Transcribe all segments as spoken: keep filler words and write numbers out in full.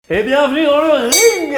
Et bienvenue dans le ring.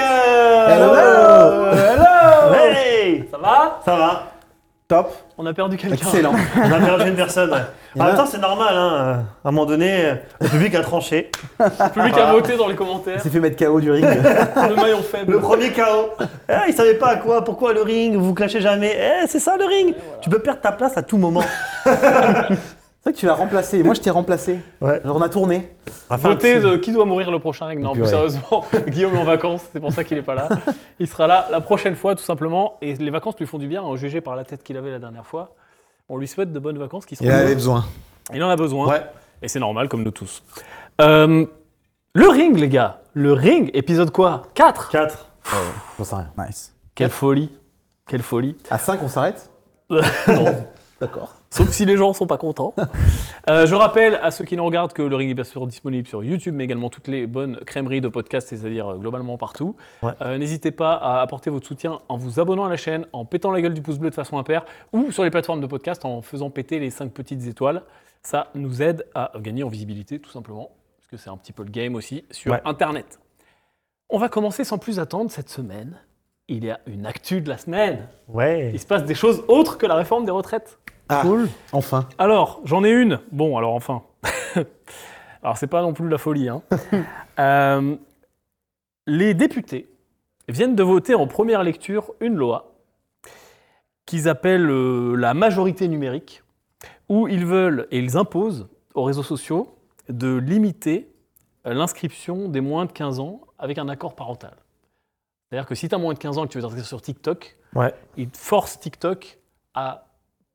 Hello. Hello. Hey. Ça va? Ça va. Top. On a perdu quelqu'un. Excellent. On a perdu une personne. Ouais. En même temps, c'est normal. Hein. À un moment donné, le public a tranché. Le public a voté dans les commentaires. Il s'est fait mettre K O du ring. Le maillon faible. Le premier K O. Eh, il savait pas à quoi, pourquoi le ring, vous clashez jamais. Eh, c'est ça le ring. Voilà. Tu peux perdre ta place à tout moment. C'est vrai que tu l'as remplacé. Moi, je t'ai remplacé. Ouais. Alors, on a tourné. Voter de qui doit mourir le prochain ring. Non, plus sérieusement, Guillaume est en vacances, c'est pour ça qu'il n'est pas là. Il sera là la prochaine fois, tout simplement. Et les vacances lui font du bien, jugé par la tête qu'il avait la dernière fois. On lui souhaite de bonnes vacances qui seront. Il en avait besoin. Il en a besoin. Ouais. Et c'est normal, comme nous tous. Euh, le ring, les gars. Le ring, épisode quoi? quatre quatre. Oh, j'en sais rien. Nice. Quelle folie. Quelle folie. À cinq, on s'arrête? Non. D'accord. Sauf si les gens ne sont pas contents. Euh, je rappelle à ceux qui nous regardent que le ring est bien sûr disponible sur YouTube, mais également toutes les bonnes crèmeries de podcasts, c'est-à-dire euh, globalement partout. Ouais. Euh, n'hésitez pas à apporter votre soutien en vous abonnant à la chaîne, en pétant la gueule du pouce bleu de façon impaire, ou sur les plateformes de podcast en faisant péter les cinq petites étoiles. Ça nous aide à gagner en visibilité, tout simplement, parce que c'est un petit peu le game aussi sur ouais. Internet. On va commencer sans plus attendre cette semaine. Il y a une actu de la semaine. Ouais. Il se passe des choses autres que la réforme des retraites. Ah, Cool. Enfin. Alors, j'en ai une. Bon, alors enfin. Alors, c'est pas non plus la folie. Hein. euh, les députés viennent de voter en première lecture une loi qu'ils appellent euh, la majorité numérique, où ils veulent et ils imposent aux réseaux sociaux de limiter l'inscription des moins de quinze ans avec un accord parental. C'est-à-dire que si tu as moins de quinze ans et que tu veux t'inscrire sur TikTok, ouais. ils forcent TikTok à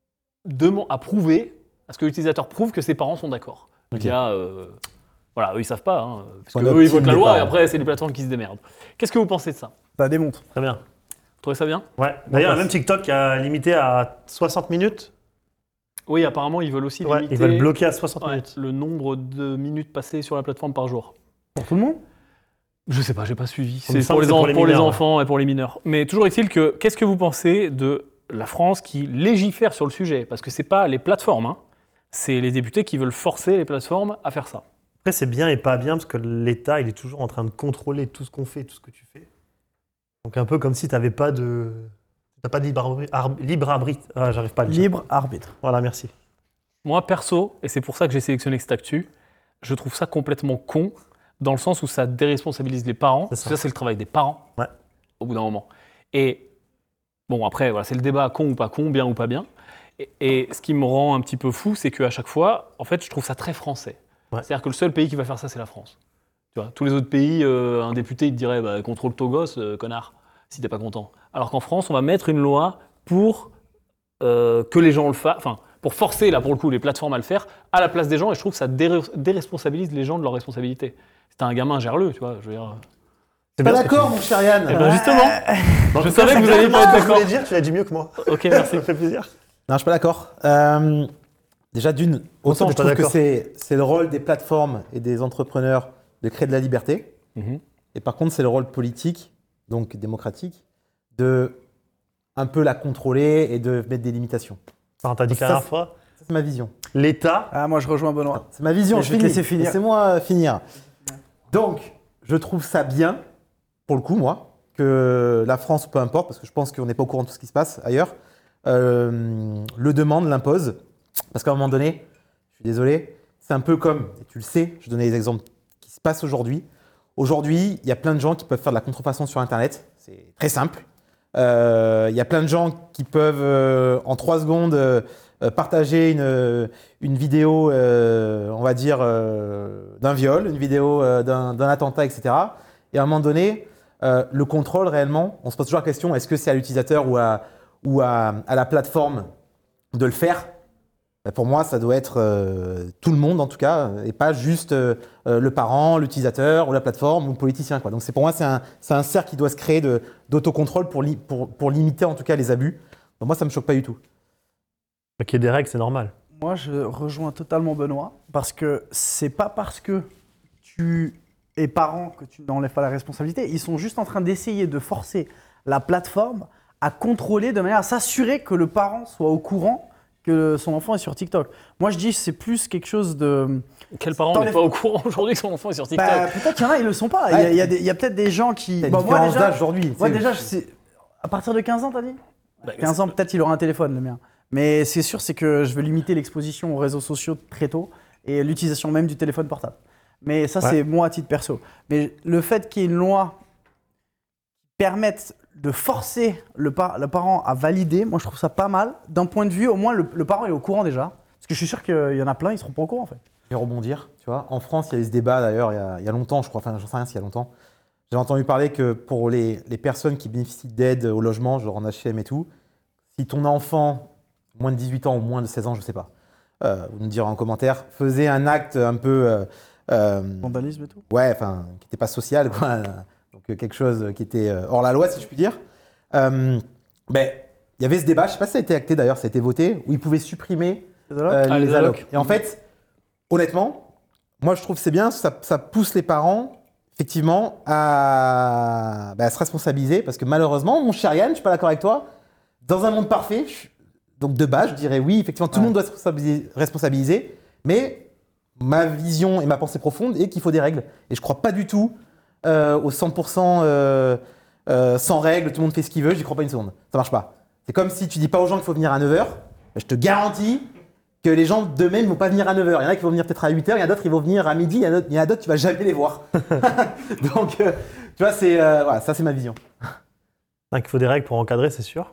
à prouver, à ce que l'utilisateur prouve que ses parents sont d'accord. Okay. Il y a, euh, voilà, eux ils savent pas, hein, parce qu'eux ils votent la loi et après c'est les plateformes qui se démerdent. Qu'est-ce que vous pensez de ça? Ça démontre. Très bien. Vous trouvez ça bien? Ouais. D'ailleurs, même TikTok a limité à soixante minutes. Oui, apparemment ils veulent aussi ouais, limiter. Ils veulent bloquer à soixante ouais, minutes. Le nombre de minutes passées sur la plateforme par jour. Pour tout le monde? Je sais pas, j'ai pas suivi. C'est pour, les, en, pour, les, pour mineurs, les enfants ouais. et pour les mineurs. Mais toujours est-il que, qu'est-ce que vous pensez de la France qui légifère sur le sujet? Parce que c'est pas les plateformes, hein. C'est les députés qui veulent forcer les plateformes à faire ça. Après, c'est bien et pas bien parce que l'État, il est toujours en train de contrôler tout ce qu'on fait, tout ce que tu fais. Donc un peu comme si tu n'avais pas de... T'as pas de libre arbitre. Arb... Libre arbitre. Ah, j'arrive pas à le dire. Libre arbitre. Voilà, merci. Moi, perso, et c'est pour ça que j'ai sélectionné cette actu, je trouve ça complètement con, dans le sens où ça déresponsabilise les parents. Ça. ça, c'est le travail des parents, ouais. au bout d'un moment. Et bon, après, voilà, c'est le débat con ou pas con, bien ou pas bien. Et, et ce qui me rend un petit peu fou, c'est qu'à chaque fois, en fait, je trouve ça très français. Ouais. C'est-à-dire que le seul pays qui va faire ça, c'est la France. Tu vois, tous les autres pays, euh, un député, il te dirait bah, « contrôle ton gosse, euh, connard », si t'es pas content. Alors qu'en France, on va mettre une loi pour euh, que les gens le fassent, enfin, pour forcer, là, pour le coup, les plateformes à le faire, à la place des gens, et je trouve que ça déré- déresponsabilise les gens de leur responsabilité. C'est un gamin gerleux, tu vois, je veux dire... T'es pas d'accord, mon cher Yann? Eh ben justement, bon, je savais que vous alliez pas être d'accord. Je voulais dire, tu l'as dit mieux que moi. Ok, merci. Ça me fait plaisir. Non, je suis pas d'accord. Euh, déjà, d'une, autant je trouve que c'est, c'est le rôle des plateformes et des entrepreneurs de créer de la liberté. Mm-hmm. Et par contre, c'est le rôle politique, donc démocratique, de un peu la contrôler et de mettre des limitations. Ça, t'as dit la dernière fois. Ça, c'est ma vision. L'État. Ah, moi, je rejoins Benoît. C'est ma vision, je vais te laisser finir. Laissez-moi finir. Donc, je trouve ça bien, pour le coup, moi, que la France, peu importe, parce que je pense qu'on n'est pas au courant de tout ce qui se passe ailleurs, euh, le demande, l'impose. Parce qu'à un moment donné, je suis désolé, c'est un peu comme, et tu le sais, je donnais des exemples qui se passent aujourd'hui. Aujourd'hui, il y a plein de gens qui peuvent faire de la contrefaçon sur Internet. C'est très simple. Euh, il y a plein de gens qui peuvent, euh, en trois secondes, euh, partager une, une vidéo, euh, on va dire, euh, d'un viol, une vidéo euh, d'un, d'un attentat, et cetera. Et à un moment donné, euh, le contrôle, réellement, on se pose toujours la question, est-ce que c'est à l'utilisateur ou à, ou à, à la plateforme de le faire? Ben pour moi, ça doit être euh, tout le monde, en tout cas, et pas juste euh, le parent, l'utilisateur, ou la plateforme, ou le politicien, quoi. Donc c'est, pour moi, c'est un, c'est un cercle qui doit se créer de, d'autocontrôle pour, li, pour, pour limiter, en tout cas, les abus. Donc moi, ça ne me choque pas du tout. Qu'il y ait des règles, c'est normal. Moi, je rejoins totalement Benoît, parce que c'est pas parce que tu es parent que tu n'enlèves pas la responsabilité. Ils sont juste en train d'essayer de forcer la plateforme à contrôler de manière à s'assurer que le parent soit au courant que son enfant est sur TikTok. Moi, je dis c'est plus quelque chose de... Quel parent T'enlèves- n'est pas au courant aujourd'hui que son enfant est sur TikTok? Bah, peut-être qu'il y en a, ils le sont pas. Il y a, Ouais. il y a des- il y a peut-être des gens qui... T'as une Bon, moi, différence déjà, d'âge aujourd'hui. moi, tu sais. déjà, je sais- à partir de quinze ans, t'as dit Bah, quinze ans, peut-être il aura un téléphone, le mien. Mais c'est sûr, c'est que je veux limiter l'exposition aux réseaux sociaux très tôt et l'utilisation même du téléphone portable. Mais ça, Ouais. c'est moi à titre perso. Mais le fait qu'il y ait une loi qui permette de forcer le, par- le parent à valider, moi, je trouve ça pas mal. D'un point de vue, au moins, le, le parent est au courant déjà. Parce que je suis sûr qu'il y en a plein, ils seront pas au courant, en fait. Je vais rebondir, tu vois. En France, il y a eu ce débat d'ailleurs il, y a- il y a longtemps, je crois, enfin j'en sais rien s'il y a longtemps. J'ai entendu parler que pour les, les personnes qui bénéficient d'aide au logement, genre en H L M et tout, si ton enfant, moins de dix-huit ans ou moins de seize ans, je sais pas, euh, vous nous direz en commentaire, faisait un acte un peu, euh, euh, Vandalisme et tout. ouais, enfin, qui n'était pas social, quoi, donc euh, quelque chose qui était euh, hors la loi, si je puis dire. Euh, ben, il y avait ce débat, je sais pas si ça a été acté d'ailleurs, ça a été voté, où ils pouvaient supprimer Les allocs euh, Ah, les, les allocs. allocs. Et en fait, honnêtement, moi je trouve que c'est bien, ça, ça pousse les parents effectivement à, bah, à se responsabiliser parce que malheureusement, mon cher Yann, je suis pas d'accord avec toi, dans un monde parfait, je- donc de base, je dirais oui, effectivement, tout le Ouais. monde doit se responsabiliser, responsabiliser, mais ma vision et ma pensée profonde est qu'il faut des règles. Et je crois pas du tout euh, au cent pour cent euh, euh, sans règles, tout le monde fait ce qu'il veut, j'y crois pas une seconde. Ça marche pas. C'est comme si tu dis pas aux gens qu'il faut venir à neuf heures, je te garantis que les gens d'eux-mêmes ne vont pas venir à neuf heures. Il y en a qui vont venir peut-être à huit heures, il y en a d'autres qui vont venir à midi, il y en a d'autres, il y en a d'autres tu vas jamais les voir. Donc, euh, tu vois, c'est, euh, voilà, ça c'est ma vision. Donc, il faut des règles pour encadrer, c'est sûr.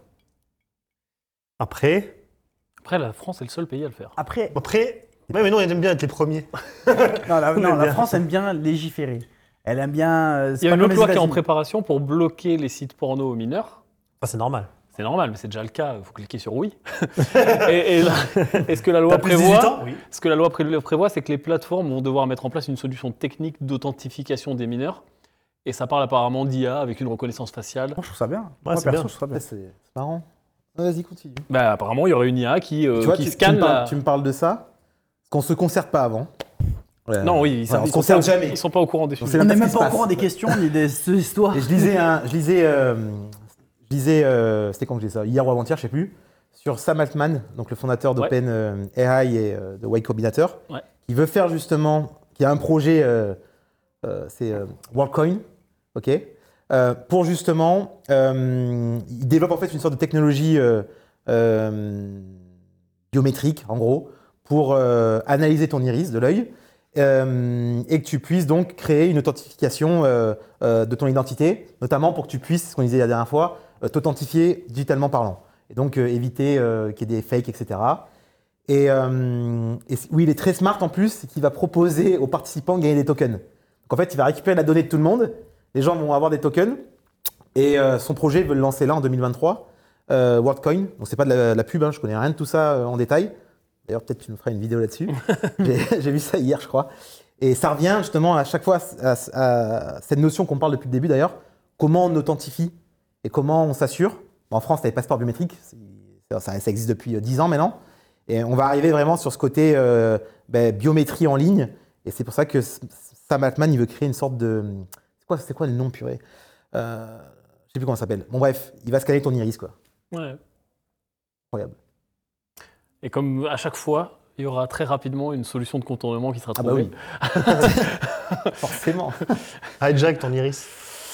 Après, Après, la France est le seul pays à le faire. Après, après, ouais, mais nous, on aime bien être les premiers. non, la, On non, aime la bien. France aime bien légiférer. Elle aime bien. euh, c'est Il y a pas une comme autre les loi qui est en États-Unis. préparation pour bloquer les sites porno aux mineurs. Enfin, c'est normal. C'est normal, mais c'est déjà le cas. Il faut cliquer sur oui. et, et là, et ce que la loi T'as plus de dix-huit prévoit, ans Oui. ce que la loi pré- prévoit, c'est que les plateformes vont devoir mettre en place une solution technique d'authentification des mineurs. Et ça parle apparemment d'I A avec une reconnaissance faciale. Moi, je trouve ça bien. Ouais, Moi, c'est perso, bien. je trouve ça bien. Ça, c'est c'est marrant. Ah, vas-y, continue. Bah, apparemment, il y aurait une I A qui, euh, tu vois, qui tu, tu scanne me parles, la... tu me parles de ça, parce qu'on se concerte pas avant. Ouais. Non, oui, ils, Ouais, savent- on ils se sont concerne pas, jamais. ils sont pas au courant des On sujets. sait On même n'est pas même ce qui pas se au courant passe. des questions ni des des histoires. Et je lisais, un, je lisais, euh, je lisais euh, c'était quand que j'ai ça Hier ou avant-hier, je sais plus, sur Sam Altman, donc le fondateur d'Open euh, A I et euh, de Y Combinator, Ouais. qui veut faire justement, qui a un projet, euh, euh, c'est euh, WorldCoin, ok, euh, pour justement, euh, il développe en fait une sorte de technologie euh, euh, biométrique, en gros, pour euh, analyser ton iris de l'œil. Euh, et que tu puisses donc créer une authentification euh, euh, de ton identité, notamment pour que tu puisses, ce qu'on disait la dernière fois, euh, t'authentifier digitalement parlant. Et donc euh, éviter euh, qu'il y ait des fakes, et cetera. Et, euh, et c- oui, il est très smart en plus, c'est qu'il va proposer aux participants de gagner des tokens. Donc en fait, il va récupérer la donnée de tout le monde, les gens vont avoir des tokens, et euh, son projet, il veut le lancer là en deux mille vingt-trois, euh, WorldCoin. Donc c'est pas de la, la pub, hein, je connais rien de tout ça euh, en détail. D'ailleurs, peut-être tu nous feras une vidéo là-dessus. J'ai j'ai vu ça hier, je crois. Et ça revient justement à chaque fois à, à- à cette notion qu'on parle depuis le début d'ailleurs, comment on authentifie et comment on s'assure. Bon, en France, tu as les passeports biométriques, c'est- ça, ça existe depuis dix ans maintenant. Et on va arriver vraiment sur ce côté euh, ben, biométrie en ligne. Et c'est pour ça que Sam Altman, il veut créer une sorte de... C'est quoi, c'est quoi le nom purée euh, Je sais plus comment ça s'appelle. Bon bref, il va scanner ton iris, quoi. Ouais. Incroyable. Et comme à chaque fois, il y aura très rapidement une solution de contournement qui sera Ah bah trouvée. oui. Forcément. Hijack ton iris.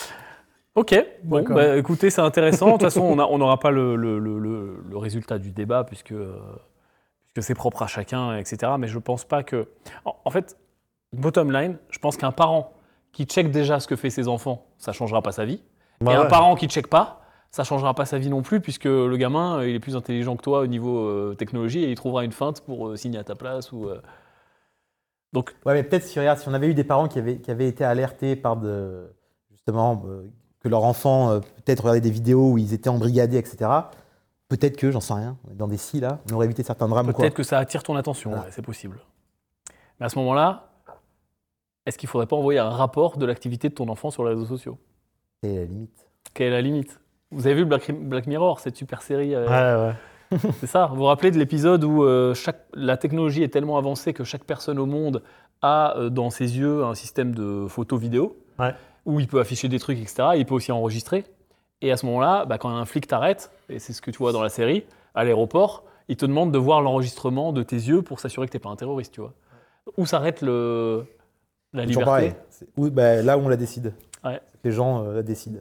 Ok, bon, D'accord. bah, écoutez, c'est intéressant. De toute façon, on a- on n'aura pas le, le- le- le- le résultat du débat puisque, euh, puisque c'est propre à chacun, et cetera. Mais je pense pas que... En, en fait, bottom line, je pense qu'un parent qui check déjà ce que fait ses enfants, ça changera pas sa vie. Bah et un ouais. parent qui check pas, ça changera pas sa vie non plus puisque le gamin, euh, il est plus intelligent que toi au niveau euh, technologie et il trouvera une feinte pour euh, signer à ta place. Ou, euh, Donc, Ouais, mais peut-être si, regarde, si on avait eu des parents qui avaient, qui avaient été alertés par de, justement euh, que leur enfant euh, peut-être regardait des vidéos où ils étaient embrigadés, et cetera. Peut-être que, j'en sais rien, dans des si là, on aurait évité certains drames ou quoi. peut-être que ça attire ton attention, Voilà. ouais, c'est possible. Mais à ce moment-là, est-ce qu'il ne faudrait pas envoyer un rapport de l'activité de ton enfant sur les réseaux sociaux? C'est la limite. Quelle est la limite? Vous avez vu Black, Black Mirror, cette super série euh, Ouais, ouais. C'est ça. Vous vous rappelez de l'épisode où euh, chaque, la technologie est tellement avancée que chaque personne au monde a euh, dans ses yeux un système de photo-vidéo Ouais. où il peut afficher des trucs, et cetera. Il peut aussi enregistrer. Et à ce moment-là, bah, quand un flic t'arrête, et c'est ce que tu vois dans la série, à l'aéroport, ils te demandent de voir l'enregistrement de tes yeux pour s'assurer que t'es pas un terroriste, tu vois. Où s'arrête le... la Toujours liberté? pareil. C'est où- bah, là où on la décide. Ouais. Les gens euh, la décident.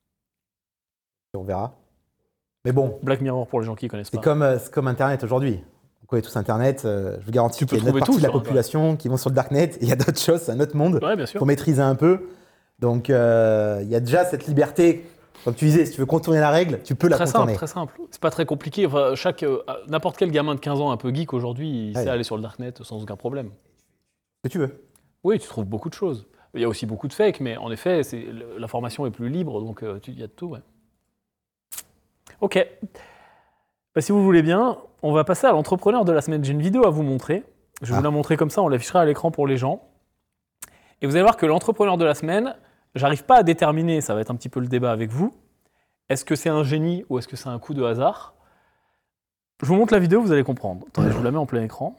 Et on verra. Mais bon, Black Mirror pour les gens qui connaissent c'est pas. comme, euh, c'est comme Internet aujourd'hui. On connaît tous Internet. euh, je vous garantis Tu peux qu'il y a une autre trouver partie tout de la sur population qui vont sur le Darknet. Et il y a d'autres choses, c'est un autre monde. Ouais, bien Il sûr. faut maîtriser un peu. Donc, euh, il y a déjà cette liberté. Comme tu disais, si tu veux contourner la règle, tu peux la Très contourner. simple, très simple. C'est pas très compliqué. Enfin, chaque, euh, n'importe quel gamin de quinze ans un peu geek aujourd'hui, il Ouais. sait aller sur le Darknet sans aucun problème. Ce que tu veux. Oui, tu trouves beaucoup de choses. Il y a aussi beaucoup de fake, mais en effet, c'est, l'information est plus libre, donc euh, tu- il y a de tout. Ouais. Ok. Bah, si vous voulez bien, on va passer à l'entrepreneur de la semaine. J'ai une vidéo à vous montrer. Je vais Ah. vous la montrer comme ça, on l'affichera à l'écran pour les gens. Et vous allez voir que l'entrepreneur de la semaine, j'arrive pas à déterminer, ça va être un petit peu le débat avec vous. Est-ce que c'est un génie ou est-ce que c'est un coup de hasard? Je vous montre la vidéo, vous allez comprendre. Attendez, je vous la mets en plein écran.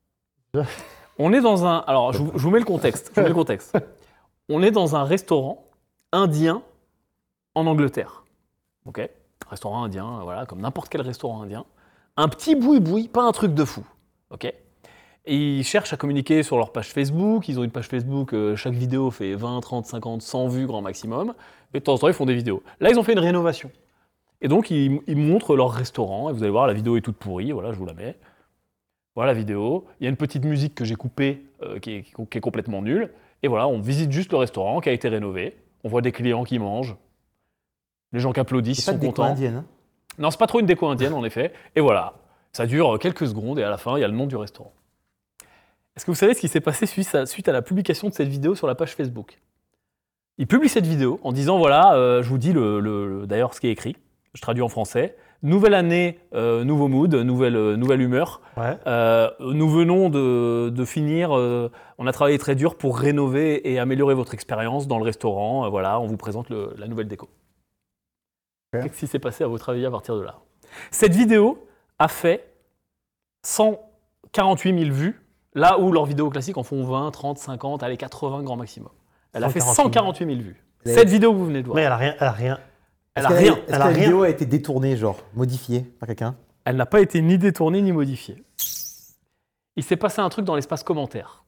On est dans un... Alors, je vous, je vous mets le contexte. Je vous mets le contexte. On est dans un restaurant indien en Angleterre. Ok? Restaurant indien, voilà, comme n'importe quel restaurant indien. Un petit boui-boui, pas un truc de fou. Ok? Et ils cherchent à communiquer sur leur page Facebook. Ils ont une page Facebook, euh, chaque vidéo fait vingt, trente, cinquante, cent vues grand maximum. Et de temps en temps, ils font des vidéos. Là, ils ont fait une rénovation. Et donc, ils, ils montrent leur restaurant. Et vous allez voir, la vidéo est toute pourrie. Voilà, je vous la mets. Voilà la vidéo. Il y a une petite musique que j'ai coupée, euh, qui, est, qui est complètement nulle. Et voilà, on visite juste le restaurant qui a été rénové. On voit des clients qui mangent. Les gens qui applaudissent, ils C'est pas sont de déco contents. indienne. Hein. Non, c'est pas trop une déco indienne, en effet. Et voilà, ça dure quelques secondes et à la fin, il y a le nom du restaurant. Est-ce que vous savez ce qui s'est passé suite à, suite à la publication de cette vidéo sur la page Facebook? Il publie cette vidéo en disant, voilà, euh, je vous dis le, le- le- d'ailleurs ce qui est écrit, je traduis en français, nouvelle année, euh, nouveau mood, nouvelle, euh, nouvelle humeur. Ouais. Euh, nous venons de, de finir, euh, on a travaillé très dur pour rénover et améliorer votre expérience dans le restaurant. Euh, voilà, on vous présente le- la nouvelle déco. Ok. Qu'est-ce qui s'est passé à votre avis à partir de là? Cette vidéo a fait cent quarante-huit mille vues, là où leurs vidéos classiques en font vingt, trente, cinquante, allez, quatre-vingts grand maximum. Elle a fait cent quarante-huit mille vues. Elle est- Cette vidéo que vous venez de voir. Mais elle a rien. Elle a rien. Elle Est-ce a qu'elle rien. Est-ce Elle que a la rien. vidéo a été détournée, genre modifiée par quelqu'un? Elle n'a pas été ni détournée ni modifiée. Il s'est passé un truc dans l'espace commentaire.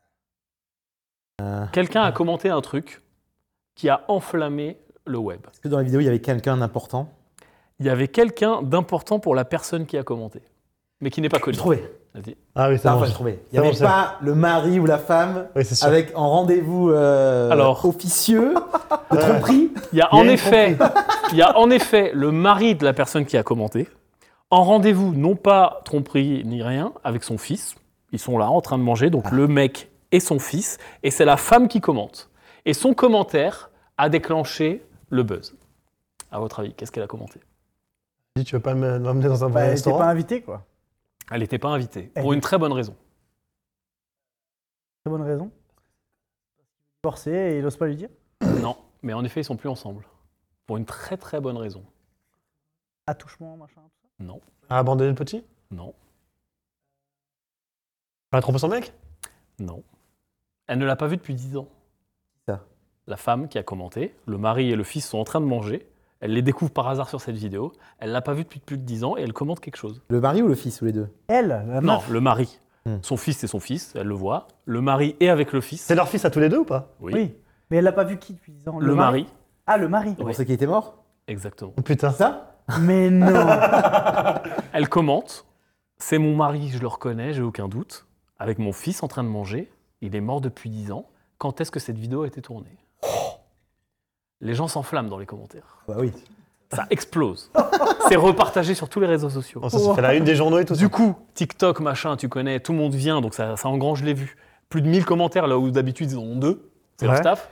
Euh, Quelqu'un a commenté un truc qui a enflammé le web. Est-ce que dans la vidéo, il y avait quelqu'un d'important? Il y avait quelqu'un d'important pour la personne qui a commenté, mais qui n'est pas connu. J'ai trouvé. Vas-y. Ah oui, c'est Non, bon. enfin, j'ai trouvé. Il C'est n'y avait bon, c'est pas le mari ou la femme Oui, c'est sûr. avec en rendez-vous euh, Alors. officieux de Ouais. tromperie. Il y a Il y a en une effet, il y a en effet le mari de la personne qui a commenté, en rendez-vous, non pas tromperie ni rien, avec son fils. Ils sont là en train de manger, donc le mec et son fils, et c'est la femme qui commente. Et son commentaire a déclenché le buzz. À votre avis, qu'est-ce qu'elle a commenté? Dis, tu veux pas me- m'emmener dans un Bah, vrai elle était restaurant pas invitée, quoi. Elle n'était pas invitée, Elle pour est- une très bonne raison. Très bonne raison. Divorcé et il n'ose pas lui dire. Non, mais en effet, ils sont plus ensemble. Pour une très très bonne raison. Attouchement, machin, tout ça. Non, À abandonner le petit? non, Elle a trompé son mec? non. Elle ne l'a pas vu depuis dix ans. Ça. La femme qui a commenté, le mari et le fils sont en train de manger. Elle les découvre par hasard sur cette vidéo. Elle ne l'a pas vu depuis plus de dix ans et elle commente quelque chose. Le mari ou le fils ou les deux? Elle, la Non, meuf. le mari. Hmm. Son fils, c'est son fils, elle le voit. Le mari est avec le fils. C'est leur fils à tous les deux ou pas? Oui. Oui. Mais elle l'a pas vu qui depuis dix ans? Le, mari. Ah, le mari. Vous pensez qu'il était mort? Exactement. Oh, putain. Ça? Mais non. Elle commente. C'est mon mari, je le reconnais, j'ai aucun doute. Avec mon fils en train de manger. Il est mort depuis dix ans. Quand est-ce que cette vidéo a été tournée? Les gens s'enflamment dans les commentaires. Bah oui. Ça explose. C'est repartagé sur tous les réseaux sociaux. Bon, ça, ça fait la une des journaux et tout Du ça. coup, TikTok, machin, tu connais, tout le monde vient, donc ça, ça engrange les vues. Plus de mille commentaires, là où d'habitude ils en ont deux. C'est leur Ouais. staff.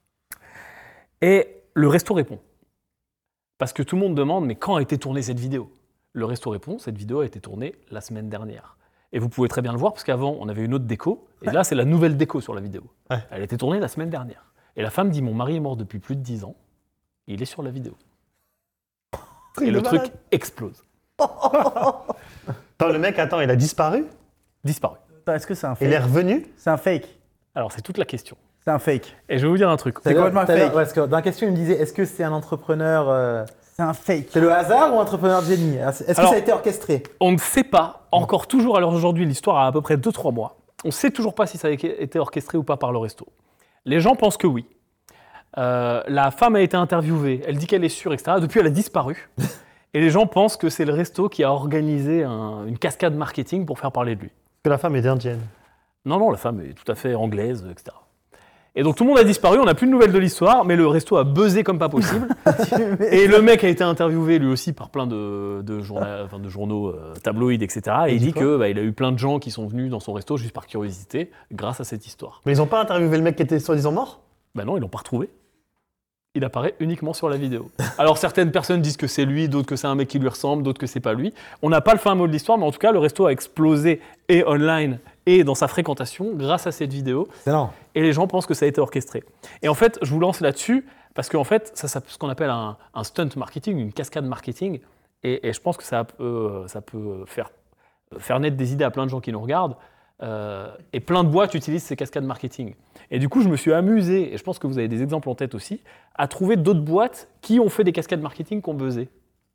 Et le resto répond. Parce que tout le monde demande, mais quand a été tournée cette vidéo? Le resto répond, cette vidéo a été tournée la semaine dernière. Et vous pouvez très bien le voir, parce qu'avant, on avait une autre déco, et là, c'est la nouvelle déco sur la vidéo. Ouais. Elle a été tournée la semaine dernière. Et la femme dit, mon mari est mort depuis plus de dix ans, et il est sur la vidéo. Et Il le est truc malade. explose. Attends, le mec, attends, il a disparu? Disparu. Attends, est-ce que c'est un Il est fake? revenu? C'est un fake. Alors, c'est toute la question. C'est un fake. Et je vais vous dire un truc. C'est complètement Tout à l'heure, fake. Parce que dans la question, il me disait, est-ce que c'est un entrepreneur euh, C'est un fake. C'est le hasard ou entrepreneur génie? Est-ce que Alors, ça a été orchestré? On ne sait pas, encore toujours à l'heure d'aujourd'hui, l'histoire a à peu près deux trois mois. On ne sait toujours pas si ça a été orchestré ou pas par le resto. Les gens pensent que oui. Euh, la femme a été interviewée, elle dit qu'elle est sûre, et cetera. Depuis, elle a disparu. Et les gens pensent que c'est le resto qui a organisé un- une cascade marketing pour faire parler de lui. Que la femme est indienne. Non, non, la femme est tout à fait anglaise, et cetera. Et donc tout le monde a disparu, on n'a plus de nouvelles de l'histoire, mais le resto a buzzé comme pas possible. Et le mec a été interviewé lui aussi par plein de, de, journa- enfin, de journaux euh, tabloïds, et cetera. Et Il il dit dit quoi qu'il bah, a eu plein de gens qui sont venus dans son resto juste par curiosité, grâce à cette histoire. Mais ils n'ont pas interviewé le mec qui était soi-disant mort? Ben non, ils l'ont pas retrouvé. Il apparaît uniquement sur la vidéo. Alors certaines personnes disent que c'est lui, d'autres que c'est un mec qui lui ressemble, d'autres que c'est pas lui. On n'a pas le fin mot de l'histoire, mais en tout cas, le resto a explosé et online et dans sa fréquentation grâce à cette vidéo. Excellent. Et les gens pensent que ça a été orchestré. Et en fait, je vous lance là-dessus parce qu'en fait, ça, c'est ce qu'on appelle un, un stunt marketing, une cascade marketing. Et, et je pense que ça peut, ça peut faire, faire naître des idées à plein de gens qui nous regardent. Euh, et plein de boîtes utilisent ces cascades marketing. Et du coup, je me suis amusé, et je pense que vous avez des exemples en tête aussi, à trouver d'autres boîtes qui ont fait des cascades marketing qui ont buzzé.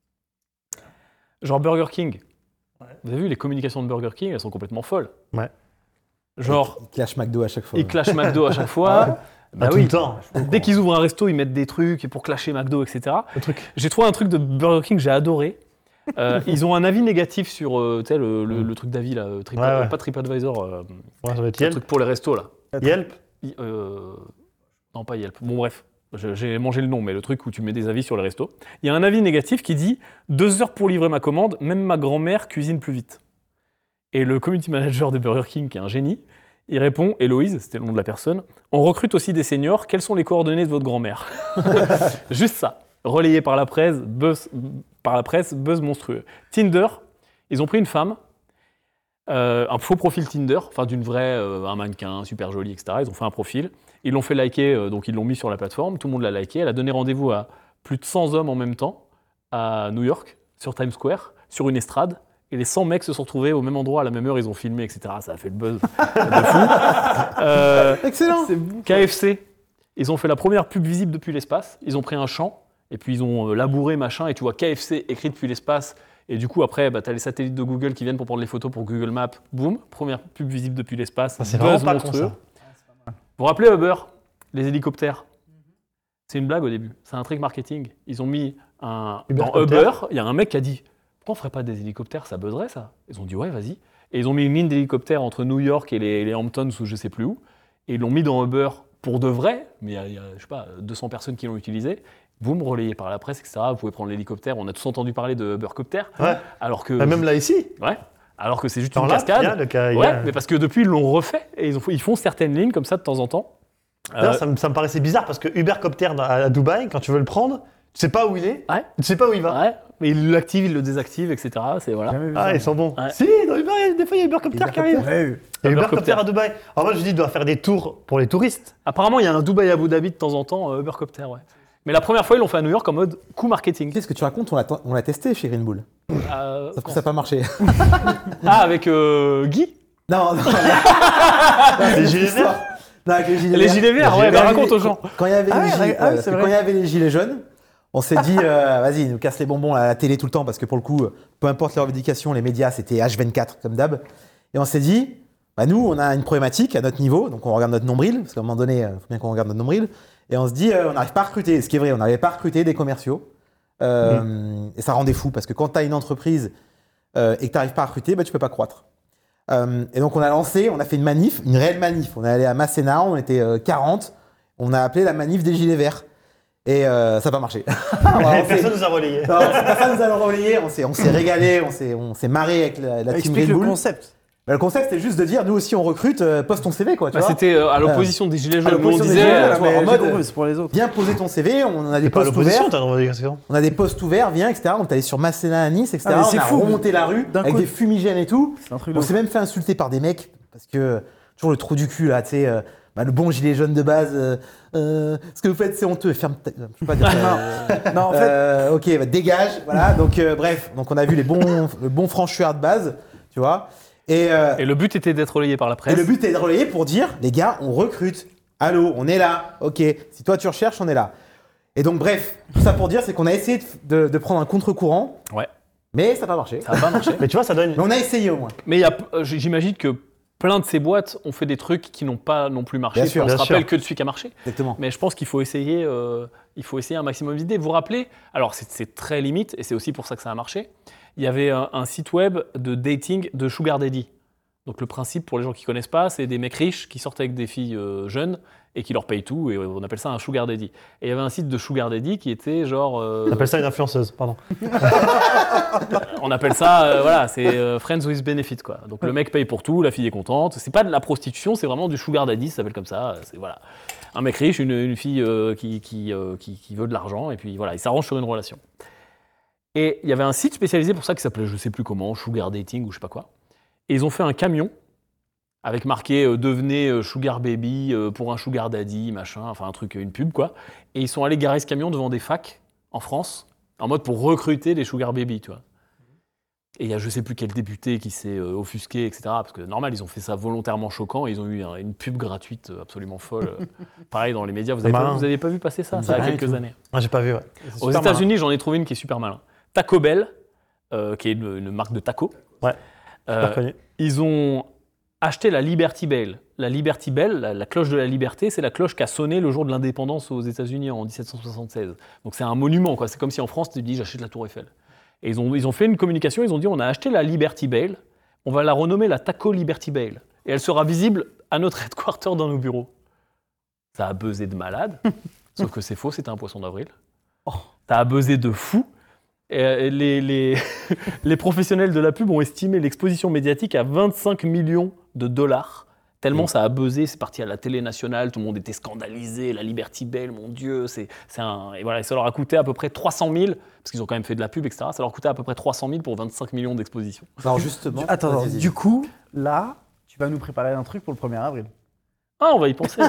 Genre Burger King. Ouais. Vous avez vu, les communications de Burger King, elles sont complètement folles. Ouais. Genre, Il clash McDo à chaque fois. ils clashent McDo à chaque fois. Bah Pas oui. tout le temps. Dès qu'ils ouvrent un resto, ils mettent des trucs pour clasher McDo, et cetera. Le truc. J'ai trouvé un truc de Burger King que j'ai adoré. Euh, ils ont un avis négatif sur euh, tu sais, le, le, le truc d'avis, là, euh, Trip- Ouais, ouais. pas TripAdvisor, euh, Ouais, ça va être le Yelp. truc pour les restos là. Yelp. I- euh, non, pas Yelp. Bon, bref, je- j'ai mangé le nom, mais le truc où tu mets des avis sur les restos. Il y a un avis négatif qui dit deux heures pour livrer ma commande, même ma grand-mère cuisine plus vite. Et le community manager de Burger King, qui est un génie, il répond, Héloïse, c'était le nom de la personne, on recrute aussi des seniors, quelles sont les coordonnées de votre grand-mère? Juste ça. Relayé par la presse, buzz, par la presse, buzz monstrueux. Tinder, ils ont pris une femme, euh, un faux profil Tinder, enfin d'une vraie, euh, un mannequin super joli, et cetera. Ils ont fait un profil, ils l'ont fait liker, euh, donc ils l'ont mis sur la plateforme, tout le monde l'a liké. Elle a donné rendez-vous à plus de cent hommes en même temps à New York, sur Times Square, sur une estrade. Et les cent mecs se sont retrouvés au même endroit à la même heure, ils ont filmé, et cetera. Ça a fait le buzz de fou. Euh, Excellent. K F C, ils ont fait la première pub visible depuis l'espace. Ils ont pris un champ et puis ils ont euh, labouré machin et tu vois K F C écrit depuis l'espace. Et du coup après, bah, tu as les satellites de Google qui viennent pour prendre les photos pour Google Maps. Boum, première pub visible depuis l'espace. Ah, c'est Buzz vraiment pas con, monstrueux. ça. Vous vous rappelez Uber, les hélicoptères? C'est une blague au début. C'est un trick marketing. Ils ont mis un dans Ubercopter. Uber. Il y a un mec qui a dit pourquoi on ferait pas des hélicoptères? Ça buzzerait ça. Ils ont dit ouais, vas-y. Et ils ont mis une ligne d'hélicoptères entre New York et les, les Hamptons ou je sais plus où. Et ils l'ont mis dans Uber pour de vrai. Mais il y a, il y a, je sais pas, deux cents personnes qui l'ont utilisé. Boum, relayé par la presse, et cetera. Vous pouvez prendre l'hélicoptère. On a tous entendu parler de Ubercopter. Ouais. Alors que Bah, même là, ici. ouais. Alors que c'est juste Dans une l'app, il y a cascade. le cas- il y Ouais, a- mais parce que depuis ils l'ont refait et ils, ont, ils font certaines lignes comme ça de temps en temps. D'ailleurs, Euh, ça, me, ça me paraissait bizarre parce que Ubercopter dans- à Dubaï, quand tu veux le prendre, tu sais pas où il est. Ouais. Tu sais pas où il va. Ouais, mais il l'active, il le désactive, et cetera. C'est voilà. Jamais vu Ah, ça. ils sont bons. Ouais. Si, dans Uber, il y a- des fois, il y a Ubercopter qui arrive. Ouais, Il oui. y a Ubercopter. Ubercopter à Dubaï. Alors moi, je dis, il doit faire des tours pour les touristes. Apparemment, il y a un Dubaï Abu Dhabi de temps en temps, euh, Ubercopter, ouais. Mais la première fois, ils l'ont fait à New York en mode coup marketing. Qu'est-ce que tu racontes? On l'a on l'a testé chez Green Bull. Euh, Sauf que ça n'a pas marché. ah, avec euh, Guy. Non, non. Les gilets verts. Non, avec les gilets Les verts. gilets verts, Quand ouais, il y bah avait raconte les- aux gens. Quand il y avait Ah les ouais, gilets, ah ouais, ouais, parce c'est que vrai. quand il y avait les gilets jaunes, on s'est dit, euh, vas-y, ils nous cassent les bonbons à la télé tout le temps parce que pour le coup, peu importe leur revendication, les médias c'était H vingt-quatre comme d'hab. Et on s'est dit, bah nous, on a une problématique à notre niveau, donc on regarde notre nombril, parce qu'à un moment donné, il faut bien qu'on regarde notre nombril, et on se dit, euh, on n'arrive pas à recruter. Ce qui est vrai, on n'arrivait pas à recruter des commerciaux. Euh, Mmh. Et ça rendait fou parce que quand tu as une entreprise euh, et que tu n'arrives pas à recruter, bah, tu peux pas croître. Euh, et donc on a lancé, on a fait une manif, une réelle manif. On est allé à Masséna, on était euh, quarante, on a appelé la manif des gilets verts. Et euh, ça n'a pas marché. Voilà, on s'est- Personne nous a relayé. non, personne nous a relayer, on s'est, on s'est régalé, on s'est, on s'est marré avec la, la team Explique Green le Bull. concept. Bah, le concept c'était juste de dire, nous aussi on recrute, euh, poste ton C V quoi, tu Bah, vois. C'était euh, à l'opposition des gilets à jaunes. Nous, on l'opposition des disait, gilets jaunes, euh, tu vois, mais en j'ai mode- compris, c'est pour les autres. Viens poser ton C V, on a des C'est pas à postes l'opposition, ouverts. t'as une revendication. On a des postes ouverts, viens, et cetera. Donc, t'es allé sur Masséna à Nice, et cetera. Ah, mais on c'est a fou. remonté la rue D'un avec coup- des fumigènes et tout. C'est un truc On de s'est même fait insulter par des mecs parce que toujours le trou du cul là, tu sais, euh, bah, le bon gilet jaune de base. Euh, euh, ce que vous faites, c'est honteux. Ferme ta... Je peux pas dire ça. Non, en fait, Euh, ok, bah, dégage. Voilà. Donc, euh, bref. Donc, on a vu les bons, le bon franchouillard de base, tu vois. Et, euh, Et le but était d'être relayé par la et presse. le but est de relayer pour dire, les gars, on recrute. Allô, on est là. Ok. Si toi tu recherches, on est là. Et donc, bref, tout ça pour dire, c'est qu'on a essayé de, de, de prendre un contre-courant. Ouais. Mais ça n'a pas marché. Ça n'a pas marché. Mais tu vois, ça donne. Mais on a essayé au moins. Mais il y a, euh, j'imagine que plein de ces boîtes ont fait des trucs qui n'ont pas non plus marché. Bien sûr, on bien se rappelle sûr. que de celui qui a marché. Exactement. Mais je pense qu'il faut essayer, euh, il faut essayer un maximum d'idées. Vous vous rappelez, alors c'est, c'est très limite et c'est aussi pour ça que ça a marché. Il y avait un, un site web de dating de Sugar Daddy. Donc le principe, pour les gens qui ne connaissent pas, c'est des mecs riches qui sortent avec des filles euh, jeunes et qui leur payent tout, et on appelle ça un Sugar Daddy. Et il y avait un site de Sugar Daddy qui était genre... euh, On appelle ça une influenceuse, pardon. on appelle ça, euh, voilà, c'est euh, Friends with Benefit, quoi. Donc le mec paye pour tout, la fille est contente. C'est pas de la prostitution, c'est vraiment du Sugar Daddy, ça s'appelle comme ça. C'est voilà, un mec riche, une, une fille euh, qui, qui, euh, qui, qui veut de l'argent, et puis voilà, il s'arrange sur une relation. Et il y avait un site spécialisé pour ça qui s'appelait, je sais plus comment, Sugar Dating ou je sais pas quoi. Et ils ont fait un camion avec marqué euh, « Devenez euh, Sugar Baby euh, pour un Sugar Daddy », machin, enfin un truc, une pub, quoi. Et ils sont allés garer ce camion devant des facs en France, en mode pour recruter des Sugar Baby, tu vois. Et il y a je sais plus quel député qui s'est euh, offusqué, et cetera. Parce que normal, ils ont fait ça volontairement choquant, et ils ont eu un- une pub gratuite euh, absolument folle. euh, pareil dans les médias, vous avez, pas, Malin. vous avez pas vu passer ça, Ça me ça a dit rien du quelques tout. années. Ah, j'ai pas vu, ouais. C'est Aux super malin. États-Unis, j'en ai trouvé une qui est super malin. Taco Bell, euh, qui est une, une marque de taco. Ouais, Euh, Super connu. ils ont acheté la Liberty Bell. La Liberty Bell, la, la cloche de la liberté, c'est la cloche qui a sonné le jour de l'indépendance aux États-Unis en dix-sept cent soixante-seize. Donc c'est un monument, quoi. C'est comme si en France, tu te dis j'achète la Tour Eiffel. Et ils ont, ils ont fait une communication, ils ont dit on a acheté la Liberty Bell, on va la renommer la Taco Liberty Bell. Et elle sera visible à notre headquarter dans nos bureaux. Ça a buzzé de malade, sauf que c'est faux, c'était un poisson d'avril. Ça a buzzé de fou. Et les, les, les professionnels de la pub ont estimé l'exposition médiatique à vingt-cinq millions de dollars. Tellement Oui. ça a buzzé, c'est parti à la télé nationale, tout le monde était scandalisé, la Liberty Bell, mon Dieu, c'est, c'est un... Et voilà, ça leur a coûté à peu près trois cent mille, parce qu'ils ont quand même fait de la pub, et cetera. Ça leur a coûté à peu près trois cent mille pour vingt-cinq millions d'expositions. Alors justement. Attends, attends, vas-y, vas-y. du coup, là, tu vas nous préparer un truc pour le premier avril. Ah, on va y penser.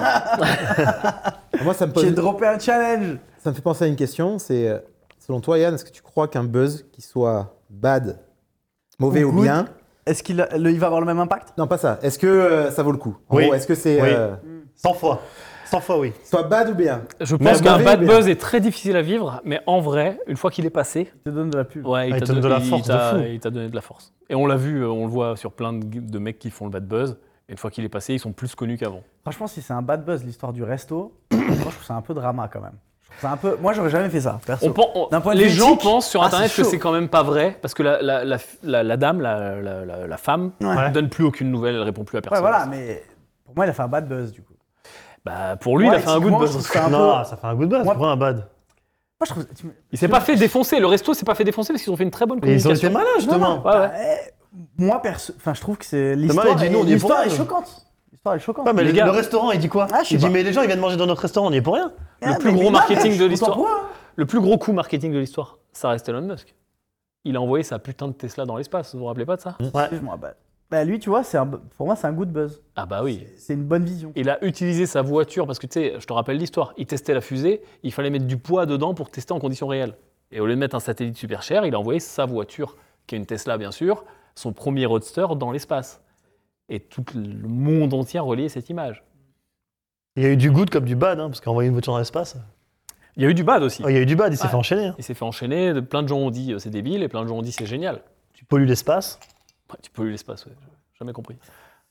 Moi, ça me, pose- J'ai droppé un challenge. ça me fait penser à une question. C'est, euh, selon toi, Yann, est-ce que tu crois qu'un buzz qui soit bad, mauvais Ou ou good. bien, Est-ce qu'il a- le- il va avoir le même impact? non, pas ça. Est-ce que euh, ça vaut le coup? En Oui. gros, est-ce que c'est Oui. euh, cent fois. cent fois, oui. soit bad ou bien? Je Mais pense qu'un mauvais bad ou bien buzz est très difficile à vivre, mais en vrai, une fois qu'il est passé, Il te donne de la pub. ouais, il, Ah, il t'a te donne don- de la il force de t'a- fou. il t'a donné de la force. Et on l'a vu, euh, on le voit sur plein de, de mecs qui font le bad buzz. Et une fois qu'il est passé, ils sont plus connus qu'avant. Franchement, si c'est un bad buzz, l'histoire du resto, moi, je trouve ça un peu drama quand même. Je trouve ça un peu... Moi, j'aurais jamais fait ça, perso. On pen- on- D'un point de les vue gens éthique, pensent sur ah, Internet c'est que chaud. c'est quand même pas vrai, parce que la, la, la, la- la dame, la, la, la- la femme, Ouais. ne donne plus aucune nouvelle, elle répond plus à Ouais, personne. voilà, mais pour moi, il a fait un bad buzz, du coup. Bah, pour lui, Ouais, il a fait un good éthiquement, buzz. je trouve ça un Non, peu... ça fait un good buzz, Moi- c'est pas un bad. Moi, je trouve... tu me- Il s'est pas fait défoncer, le resto s'est pas fait défoncer parce qu'ils ont fait une très bonne Et ils ont communication. été malins, justement. Ouais, ouais. Bah, eh, moi, perso... Enfin, je trouve que c'est... Demain, L'histoire il dit, est... nous, on y est pour l'histoire rien. est choquante. L'histoire est choquante. Ouais, mais Les le, gars- le restaurant, il dit quoi? Ah, je sais Il dit, pas. mais les gens, ils viennent manger dans notre restaurant, on y est pour rien. Le Ah, plus mais- gros mais non, marketing mais de je suis l'histoire. content pour eux, hein. Le plus gros coup marketing de l'histoire, ça reste Elon Musk. Il a envoyé sa putain de Tesla dans l'espace, vous vous rappelez pas de ça? Ouais. Je me rappelle. Bah, lui, tu vois, c'est un... pour moi, c'est un good buzz. Ah bah oui. C'est une bonne vision. Il a utilisé sa voiture, parce que tu sais, je te rappelle l'histoire, il testait la fusée, il fallait mettre du poids dedans pour tester en conditions réelles. Et au lieu de mettre un satellite super cher, il a envoyé sa voiture, qui est une Tesla bien sûr, son premier roadster dans l'espace. Et tout le monde entier a relié cette image. Il y a eu du good comme du bad, hein, parce qu'envoyer une voiture dans l'espace. Il y a eu du bad aussi. Oh, il y a eu du bad, il s'est Ouais. fait enchaîner. hein. Il s'est fait enchaîner, de- plein de gens ont dit euh, c'est débile, et plein de gens ont dit c'est génial. Tu pollues l'espace. Ouais, tu pollues l'espace, ouais. J'ai jamais compris.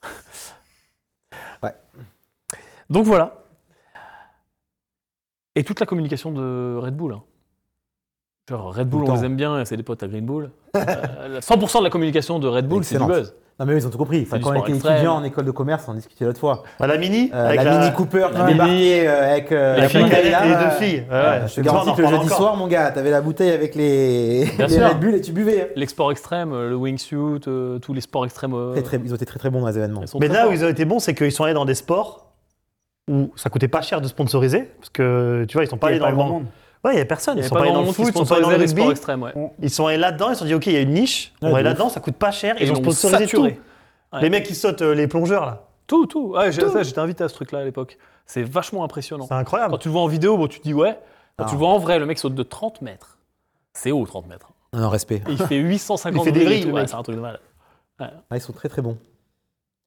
Ouais. Donc voilà. Et toute la communication de Red Bull. hein. Genre Red Bull, Tout le on temps. les aime bien, c'est des potes à Green Bull. Euh, cent pour cent de la communication de Red Bull, c'est du Excellente. buzz. Non, mais eux, ils ont tout compris. Enfin, du quand on sport était extrême. étudiant en école de commerce, on discutait l'autre fois. Bah, la Mini, Euh, avec la, Mini Cooper qui Ouais. débarquait euh, avec euh, La la fille bouteille et là. les euh, deux filles. Ouais, euh, ouais. je te Tu vois, garantis on en que le reparle jeudi encore. soir, mon gars, t'avais la bouteille avec les, Bien les sûr. Red Bull et tu buvais. hein. L'export extrême, euh, le wingsuit, euh, tous les sports extrêmes. euh, Très, très- ils ont été très très bons dans les événements. ils sont Mais très là où forts. ils ont été bons, c'est qu'ils sont allés dans des sports où ça coûtait pas cher de sponsoriser, parce que tu vois, ils sont pas Il y allés avait dans le grand monde. monde. Ouais, il y a personne. Il y Ils avait sont pas pas allés dans grand le monde qui foot, ils sont pas allés dans le sponsorisait les sports rugby. extrêmes, ouais. Ils sont allés là-dedans, ils se sont dit, ok, il y a une niche, on Ouais, va aller de là-dedans, ça coûte pas cher, Et ils ont l'ont sponsorisé tout. saturé. Ouais. Les mecs qui sautent euh, les plongeurs là, Tout, tout. Ouais, j'ai- Tout. ça, j'étais invité à ce truc-là à l'époque. C'est vachement impressionnant. c'est incroyable. Quand tu le vois en vidéo, bon, tu te dis ouais. Quand Ah. tu le vois en vrai, le mec saute de trente mètres. C'est haut, trente mètres. Non, non, respect. Et il fait huit cent cinquante Il fait des vrilles, vrilles, le ouais, mec. c'est un truc de mal. Ah, ils sont très très bons.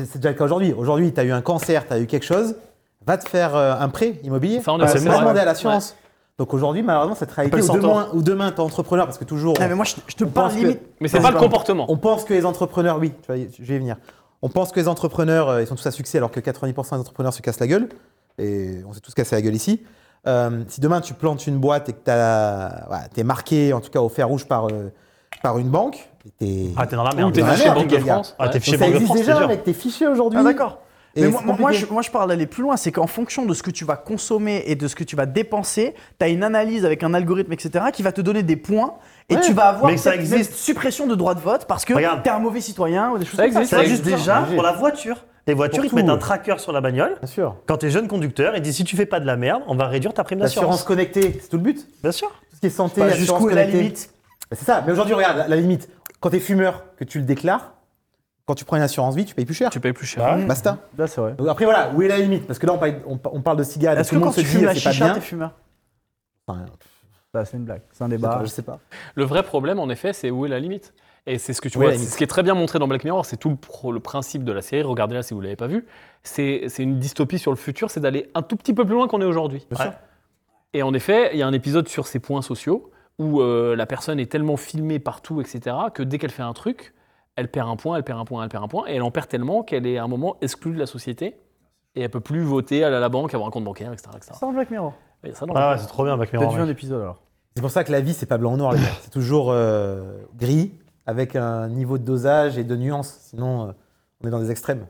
c'est c'est déjà le cas aujourd'hui. Aujourd'hui, tu as eu un cancer, tu as eu quelque chose, va te faire euh, un prêt immobilier. Ça, on va a te fait pas ça, demander ouais. à l'assurance. Donc aujourd'hui, malheureusement, cette réalité, Appelle ou Centaure. demain, ou demain, t'es entrepreneur, parce que toujours. Ah, on- mais moi, je, je te on parle pense que- limite. Mais c'est Non, pas le pardon. comportement. On pense que les entrepreneurs, oui, tu vois, je vais y venir. On pense que les entrepreneurs, euh, ils sont tous à succès, alors que quatre-vingt-dix pour cent des entrepreneurs se cassent la gueule. Et on s'est tous cassé la gueule ici. Euh, si demain tu plantes une boîte et que tu es marqué, en tout cas au fer rouge par, euh, par une banque, t'es Ah, t'es dans la Ou merde. t'es dans la fiché merde, Banque de les gars. France. Ah, t'es Ouais. fiché ça Banque de existe France, c'est déjà, dur. mec, t'es fiché aujourd'hui. Ah, d'accord. Et Mais c'est moi, moi, compliqué. je, moi, je parle d'aller plus loin, c'est qu'en fonction de ce que tu vas consommer et de ce que tu vas dépenser, tu as une analyse avec un algorithme, et cetera, qui va te donner des points et Ouais, tu vas avoir mais ça peut-être existe. même suppression de droit de vote parce que Regarde. tu es un mauvais citoyen ou des choses Ça comme ça. existe, Ça ça existe existe. déjà. Obligé. Pour la voiture. Les voitures, Pour ils te mettent tout. un tracker sur la bagnole. Bien sûr. Quand tu es jeune conducteur, ils disent si tu fais pas de la merde, on va réduire ta prime L'assurance d'assurance. connectée, c'est tout le but. Bien sûr. Tout ce qui est santé, Bah, assurance jusqu'où est la connectée. limite Bah, c'est ça. Mais aujourd'hui, regarde, la, la limite. Quand tu es fumeur, que tu le déclares, quand tu prends une assurance vie, tu payes plus cher. Tu payes plus cher. Bah ouais. Basta. Là, c'est vrai. Donc après, voilà, où est la limite? Parce que là, on parle, on, on parle de cigarettes. Est-ce tout que le quand monde se tu dit, fumes la c'est pas chicha, bien. t'es fumeur Enfin, Bah, c'est une blague, c'est un je sais débat. pas, je sais pas. Le vrai problème, en effet, c'est où est la limite. Et c'est ce que tu Où est vois, la c'est limite ce qui est très bien montré dans Black Mirror, c'est tout le, pro- le principe de la série. Regardez-la si vous l'avez pas vu. C'est c'est une dystopie sur le futur, c'est d'aller un tout petit peu plus loin qu'on est aujourd'hui. Bien sûr. Et en effet, il y a un épisode sur ces points sociaux où euh, la personne est tellement filmée partout, et cetera, que dès qu'elle fait un truc, elle perd un point, elle perd un point, elle perd un point, et elle en perd tellement qu'elle est à un moment exclue de la société et elle peut plus voter, aller à la banque, avoir un compte bancaire, et cetera, et cetera. C'est un Black Mirror. Il y a ça dans Ah la- ouais, c'est trop bien, Black Peut-être Mirror. vu un mec. épisode alors. C'est pour ça que la vie, c'est pas blanc ou noir, les gars. C'est toujours euh, gris, avec un niveau de dosage et de nuance. Sinon, euh, on est dans des extrêmes.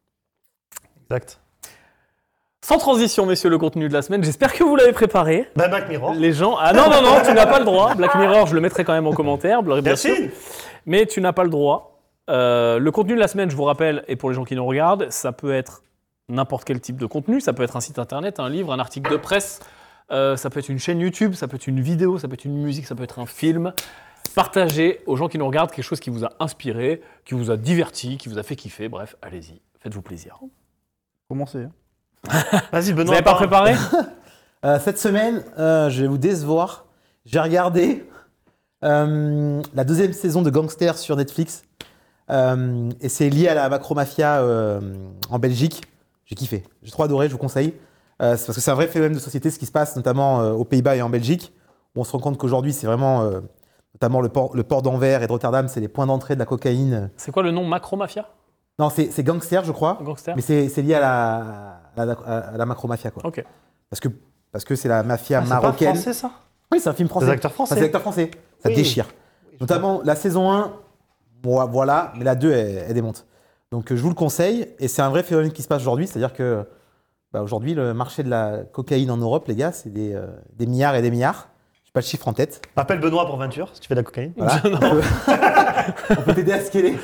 Exact. Sans transition, messieurs, le contenu de la semaine. J'espère que vous l'avez préparé. Bah, Black Mirror. Les gens. Ah non, non, non, tu n'as pas le droit. Black Mirror, je le mettrai quand même en commentaire, bien Bien sûr. sûr. Mais tu n'as pas le droit. Euh, le contenu de la semaine, je vous rappelle, et pour les gens qui nous regardent, ça peut être n'importe quel type de contenu. Ça peut être un site internet, un livre, un article de presse. Euh, ça peut être une chaîne YouTube, ça peut être une vidéo, ça peut être une musique, ça peut être un film. Partagez aux gens qui nous regardent quelque chose qui vous a inspiré, qui vous a diverti, qui vous a fait kiffer. Bref, allez-y, faites-vous plaisir. Commencez. hein. Vas-y, Vous Benoît. n'avez pas parle. préparé? Euh, cette semaine, euh, je vais vous décevoir. J'ai regardé euh, la deuxième saison de Gangster sur Netflix. Euh, et c'est lié à la macromafia euh, en Belgique. J'ai kiffé. J'ai trop adoré, je vous conseille. Euh, c'est parce que c'est un vrai phénomène de société, ce qui se passe notamment euh, aux Pays-Bas et en Belgique, où on se rend compte qu'aujourd'hui, c'est vraiment, euh, notamment le port, le port d'Anvers et de Rotterdam, c'est les points d'entrée de la cocaïne. C'est quoi le nom? Macro-mafia? Non, c'est c'est Gangster, je crois. Gangster? Mais c'est c'est lié à la, à la, à la macromafia, quoi. Ok. Parce que parce que c'est la mafia Ah, c'est pas marocaine. français, ça. Oui, c'est un film français. Des acteurs Enfin, français. c'est des acteurs français. Ça Oui. déchire. Notamment la saison un, bon, voilà, mais la deux, elle, elle démonte. Donc euh, je vous le conseille, et c'est un vrai phénomène qui se passe aujourd'hui, c'est-à-dire que bah, aujourd'hui, le marché de la cocaïne en Europe, les gars, c'est des, euh, des milliards et des milliards. Je n'ai pas de chiffre en tête. Appelle Benoît pour Venture si tu fais de la cocaïne. Voilà. on peut, on peut t'aider à scaler.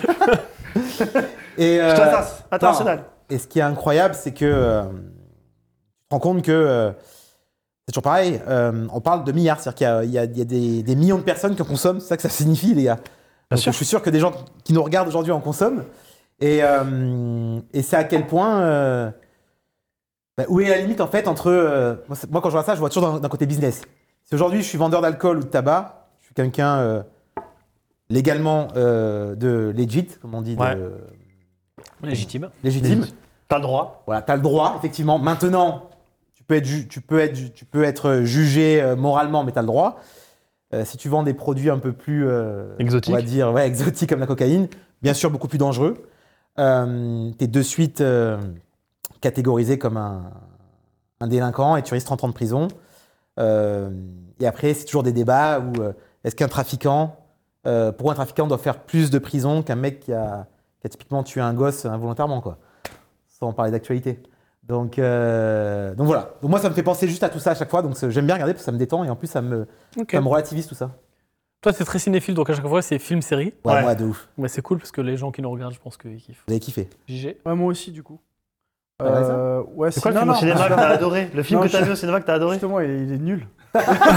et, euh, Je t'attasse. International. et ce qui est incroyable, c'est que euh, tu te rends compte que euh, c'est toujours pareil. euh, on parle de milliards, c'est-à-dire qu'il y a, il y a- il y a des, des millions de personnes qui en consomment. C'est ça que ça signifie, les gars. Donc, sûr. je suis sûr que des gens qui nous regardent aujourd'hui en consomment. Et, euh, et c'est à quel point. euh, bah, où est la limite en fait entre. euh, moi, c'est- moi, quand je vois ça, je vois toujours d'un d'un côté business. Si aujourd'hui je suis vendeur d'alcool ou de tabac, je suis quelqu'un euh, légalement euh, de legit, comme on dit, de- Ouais. Légitime. légitime. T'as le droit. Voilà, tu as le droit, effectivement. Maintenant, tu peux être, ju- tu peux être, ju- tu peux être jugé euh, moralement, mais tu as le droit. Euh, si tu vends des produits un peu plus. euh, Exotiques. On va dire, ouais, exotiques comme la cocaïne, bien sûr, beaucoup plus dangereux. Euh, tu es de suite euh, catégorisé comme un, un délinquant et tu risques trente ans de prison. Euh, et après, c'est toujours des débats où euh, est-ce qu'un trafiquant, euh, pourquoi un trafiquant doit faire plus de prison qu'un mec qui a, qui a typiquement tué un gosse involontairement, quoi, sans parler d'actualité. Donc, euh, donc voilà. Donc moi, ça me fait penser juste à tout ça à chaque fois. Donc c'est- j'aime bien regarder parce que ça me détend et en plus, ça me, Ok. ça me relativise tout ça. Toi, c'est très cinéphile, donc à chaque fois, c'est film-série. Ouais, Ouais. moi, de ouf. Mais c'est cool parce que les gens qui nous regardent, je pense qu'ils kiffent. Vous avez kiffé. J G. Ouais, moi aussi, du coup. Ah, ouais, ça Euh, ouais, C'est quoi le non, film au non, cinéma parce que que- t'as adoré? Le film Non, que t'as je- vu au cinéma que t'as adoré? Justement, il est, il est nul. Bah,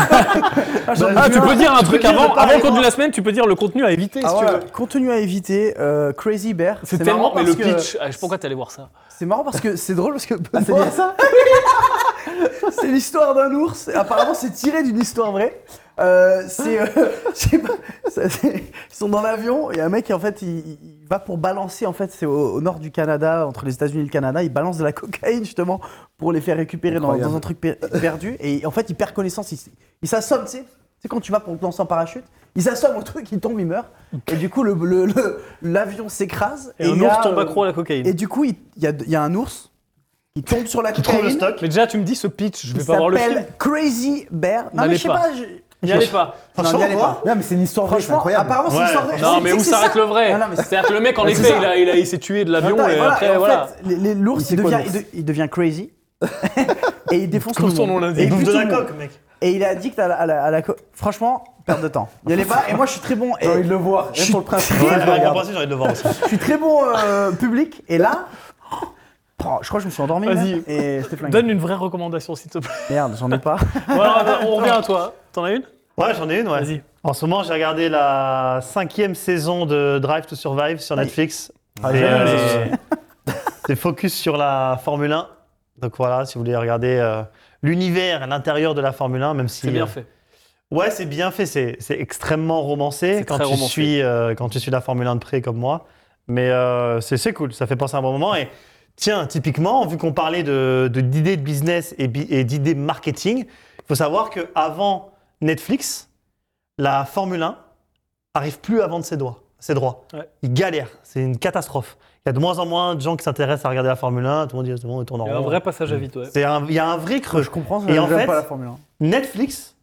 Ah, tu peux dire un tu truc peux dire avant, de pas avant le aller contenu de voir. la semaine, tu peux dire le contenu à éviter Ah si tu ouais, veux. contenu à éviter, euh, Crazy Bear. C'est marrant tellement. Mais parce le que- pitch, ah, je sais pas pourquoi t'es allé voir ça. C'est marrant parce que c'est drôle parce que Ah, c'est Benoît, bien ça c'est l'histoire d'un ours. Apparemment, c'est tiré d'une histoire vraie. Euh, c'est, euh, je sais pas, ça, c'est- ils sont dans l'avion et un mec, en fait, il, il va pour balancer. En fait, c'est au, au nord du Canada, entre les États-Unis et le Canada. Il balance de la cocaïne justement pour les faire récupérer dans, Incroyable. dans un truc per- perdu. Et en fait, il perd connaissance. Il, s- il s'assomme, tu sais. Tu sais, quand tu vas pour te lancer en parachute, il s'assomme au truc, il tombe, il meurt. Et du coup, le, le- le- l'avion s'écrase. Et, un il y ours a, tombe euh, accro à la cocaïne. Et du coup, il il y a, il y a un ours qui tombe sur la Tu trouves le cocaïne. stock. Mais déjà, tu me dis ce pitch, je vais Il pas voir le film. s'appelle Crazy Bear. Non, N'allez mais je sais pas. pas. je- N'y allez pas. Non, n'y Franchement, allez moi, pas. Non, mais c'est une histoire vraie, c'est Franchement, incroyable. apparemment, c'est Ouais. une histoire vraie. Non, Je mais sais où que c'est s'arrête ça. le vrai Ah, non, mais c'est- C'est-à-dire que le mec, en Ouais, effet, c'est ça. il, a, il, a, il s'est tué de l'avion Attends, et voilà, après, et en voilà. fait, les- les- l'ours, Il il, fait quoi, devient, l'ours il, de- il devient crazy. Et il défonce Comme tout son le nom monde. l'indique. Et Il il bouffe bute de tout la le monde. coque, mec. Et il est addict à la, à la, à la co- Franchement, perte de temps. N'y allez pas. Et moi, je suis très bon. J'ai envie Et de le voir, Je rien suis pour le principe. Ouais, je le avec regarde. principe, j'ai envie de le voir aussi. je suis très bon euh, public. Et là, oh, je crois que je me suis endormi. Vas-y. même, Et c'était flingué. Donne une vraie recommandation, s'il te plaît. Merde, j'en ai pas. Voilà, on revient à toi. T'en as une Ouais, j'en ai une, ouais. Vas-y. En ce moment, j'ai regardé la cinquième saison de Drive to Survive sur Netflix. Ah, C'est, j'aime bien euh, ça. c'est focus sur la Formule un. Donc voilà, si vous voulez regarder euh, l'univers à l'intérieur de la Formule un, même si... C'est bien euh, fait. Ouais, c'est bien fait. C'est, c'est extrêmement romancé C'est quand, très tu romancé. Suis, euh, quand tu suis la Formule un de près comme moi. Mais euh, c'est, c'est cool, ça fait penser à un bon moment. Et tiens, typiquement, vu qu'on parlait de, de, d'idées de business et, bi- et d'idées marketing, il faut savoir qu'avant Netflix, la Formule un arrive plus à vendre ses droits. Ses droits. Ouais. Ils galèrent, c'est une catastrophe. Il y a de moins en moins de gens qui s'intéressent à regarder la Formule un. Tout le monde dit, c'est bon, ils tournent en Il y a un rond. vrai passage à vide, ouais. C'est un- Il y a un vrai creux. Je comprends. Et Et en en fait- pas la Formule un. Netflix,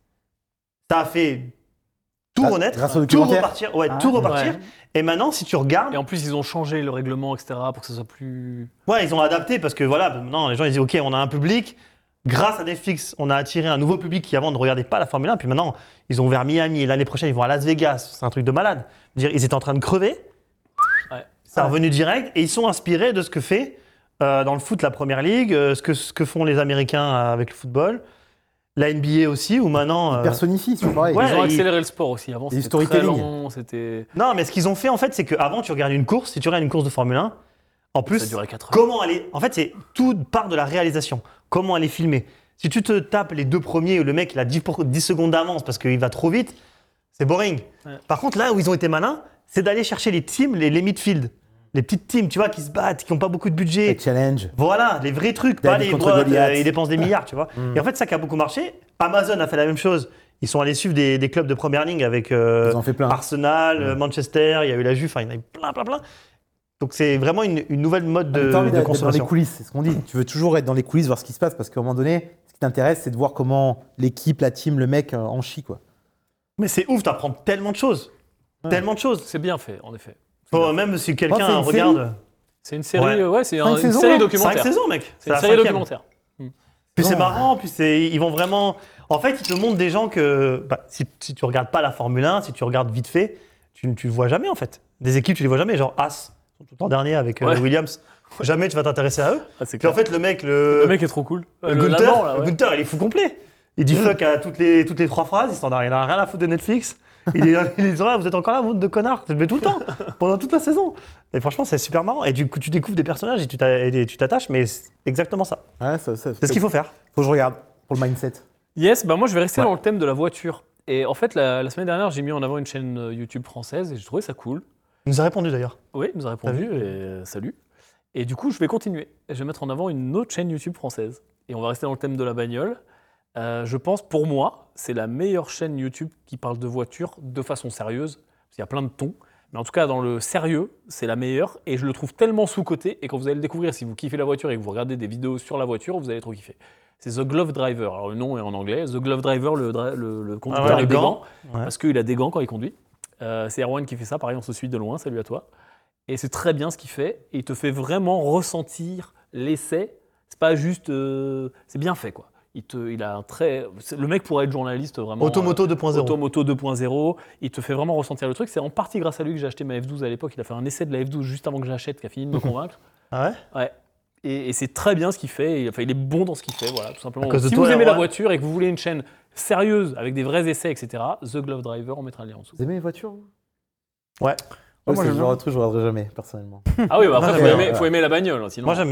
ça a fait tout Grâce- renaître, grâce au tout documentaire. repartir. Ouais, Ah, tout repartir. ouais. Et maintenant, si tu regardes, Et en plus, ils ont changé le règlement, et cetera, pour que ça soit plus. ouais, ils ont adapté parce que voilà, maintenant les gens ils disent ok, on a un public. Grâce à Netflix, on a attiré un nouveau public qui avant ne regardait pas la Formule un. Puis maintenant, ils ont ouvert Miami et l'année prochaine, ils vont à Las Vegas. C'est un truc de malade. Je veux dire, ils étaient en train de crever. Ouais. C'est revenu direct et ils sont inspirés de ce que fait euh, dans le foot la Première Ligue, euh, ce, que, ce que font les Américains euh, avec le football, la N B A aussi, où maintenant. euh, Personnifie, c'est pareil. Ouais, Ils ont il- accéléré le sport aussi. Avant, Et du c'était très storytelling. lent, c'était. Non, mais ce qu'ils ont fait en fait, c'est qu'avant, tu regardes une course. Si tu regardes une course de Formule un, en Ça plus, durait quatre heures. comment elle est. En fait, c'est tout part de la réalisation. Comment elle est filmée. Si tu te tapes les deux premiers où le mec il a dix, pour- dix secondes d'avance parce qu'il va trop vite, c'est boring. Ouais. Par contre, là où ils ont été malins, c'est d'aller chercher les teams, les, les midfield. Les petites teams, tu vois, qui se battent, qui n'ont pas beaucoup de budget. Les challenge. Voilà, les vrais trucs, pas David les contre boîtes, Goliath. euh, ils dépensent des milliards, tu vois. Mm. Et en fait, ça qui a beaucoup marché. Amazon a fait la même chose. Ils sont allés suivre des, des clubs de première ligne avec euh, Ils en fait plein. Arsenal, euh, Mm. Manchester, il y a eu la Juve, enfin, il y en a eu plein, plein, plein. Donc c'est vraiment une, une nouvelle mode de, T'as envie de d'être dans les consommation. coulisses, c'est ce qu'on dit. Tu veux toujours être dans les coulisses, voir ce qui se passe, parce qu'à un moment donné, ce qui t'intéresse, c'est de voir comment l'équipe, la team, le mec euh, en chie, quoi. Mais c'est ouf, t'apprends tellement de choses. Ouais. Tellement de choses. C'est bien fait, en effet. Faut- même si Oh, quelqu'un c'est une regarde. C'est une série, Ouais. euh, ouais, c'est Cinq un- une saisons, série là documentaire. Cinq saisons, mec. C'est une la série cinquième. documentaire. Puis c'est Non. marrant, puis c'est, ils vont vraiment. En fait, ils te montrent des gens que. Bah, si, si tu regardes pas la Formule un, si tu regardes vite fait, tu ne tu le vois jamais en fait. Des équipes, tu les vois jamais. Genre As, ils sont tout le temps dernier avec euh, Ouais. Williams. Jamais tu vas t'intéresser à eux. Ah, c'est Puis en clair. fait, le mec, le. Le mec est trop cool. Euh, le le- Gunther, l'allemand, là, le ouais. Gunther, il est fou complet. Il dit fuck à toutes les, toutes les trois phrases, il s'en a, il en a rien à foutre de Netflix. Il est, il est ah, vous êtes encore là, vous de connards, tu le mets tout le temps, pendant toute la saison. Et franchement, c'est super marrant. Et du coup, tu découvres des personnages et tu t'a- et tu t'attaches, mais c'est exactement ça. Ouais, ça, ça, C'est ce qu'il faut faire. faut que je regarde pour le mindset. Yes, bah moi je vais rester Ouais. dans le thème de la voiture. Et en fait, la, la semaine dernière, j'ai mis en avant une chaîne euh, YouTube française et j'ai trouvé ça cool. Il nous a répondu d'ailleurs. Oui, il nous a répondu T'as et vu euh, salut. Et du coup, je vais continuer. Et je vais mettre en avant une autre chaîne YouTube française. Et on va rester dans le thème de la bagnole. Euh, je pense, pour moi, c'est la meilleure chaîne YouTube qui parle de voiture de façon sérieuse. Parce qu'il y a plein de tons. Mais en tout cas, dans le sérieux, c'est la meilleure. Et je le trouve tellement sous-coté. Et quand vous allez le découvrir, si vous kiffez la voiture et que vous regardez des vidéos sur la voiture, vous allez trop kiffer. C'est The Glove Driver. Alors le nom est en anglais. The Glove Driver, le, dra- le, le conducteur Ah ouais, avec le des gant. gants. Ouais. Parce qu'il a des gants quand il conduit. Euh, c'est Erwan qui fait ça. Pareil, on se suit de loin. Salut à toi. Et c'est très bien ce qu'il fait. Et il te fait vraiment ressentir l'essai. C'est pas juste. euh, c'est bien fait, quoi. Il, te, il a un très. c'est- Le mec pourrait être journaliste vraiment. Automoto deux point euh, zéro. Automoto deux point zéro. Il te fait vraiment ressentir le truc. C'est en partie grâce à lui que j'ai acheté ma F douze à l'époque. Il a fait un essai de la F douze juste avant que j'achète, qui a fini de me convaincre. Ah ouais Ouais. Et, et c'est très bien ce qu'il fait. Et, enfin, il est bon dans ce qu'il fait, voilà, tout simplement. À cause de Si toi, vous aimez la Erwan. voiture et que vous voulez une chaîne sérieuse avec des vrais essais, et cetera, The Glove Driver, on mettra le lien en dessous. Vous aimez les voitures, vous Ouais. Ouais, moi, c'est j'aime le genre de truc que je regarderai jamais, personnellement. Ah oui, bah après, Moi, faut j'aime aimer, bien. faut aimer la bagnole, hein, sinon. Moi j'aime bien.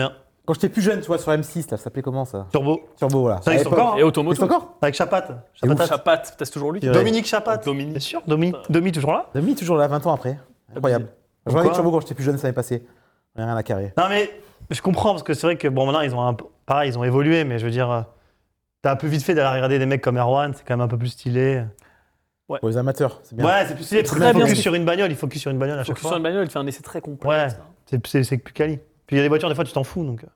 Quand j'étais plus jeune, tu vois, sur M six, là, ça s'appelait comment ça? Turbo. Turbo, voilà. Ça existe À l'époque- encore, hein. Et Automoto. C'est encore Avec Chapat. Et où Chapatat. Chapat, c'est toujours lui. Ouais. Dominique Chapat. Dominique. Bien sûr. Domi, Domi toujours là. Demi, toujours là, vingt ans après. Incroyable. J'en ai Pourquoi Turbo quand j'étais plus jeune, ça m'est passé. Rien à carrer. Non mais je comprends parce que c'est vrai que bon maintenant ils ont un peu, pareil ils ont évolué mais je veux dire euh, t'as un peu vite fait d'aller regarder des mecs comme Erwan, c'est quand même un peu plus stylé. Pour les amateurs, c'est bien. Ouais c'est plus stylé parce que Très là, bien. focus sur une bagnole, il focus sur une bagnole à chaque Focus sur fois. une bagnole, il fait un essai très complet. Ouais. ça. C'est c'est c'est plus quali. Puis il y a des voitures des fois tu t'en fous donc. euh,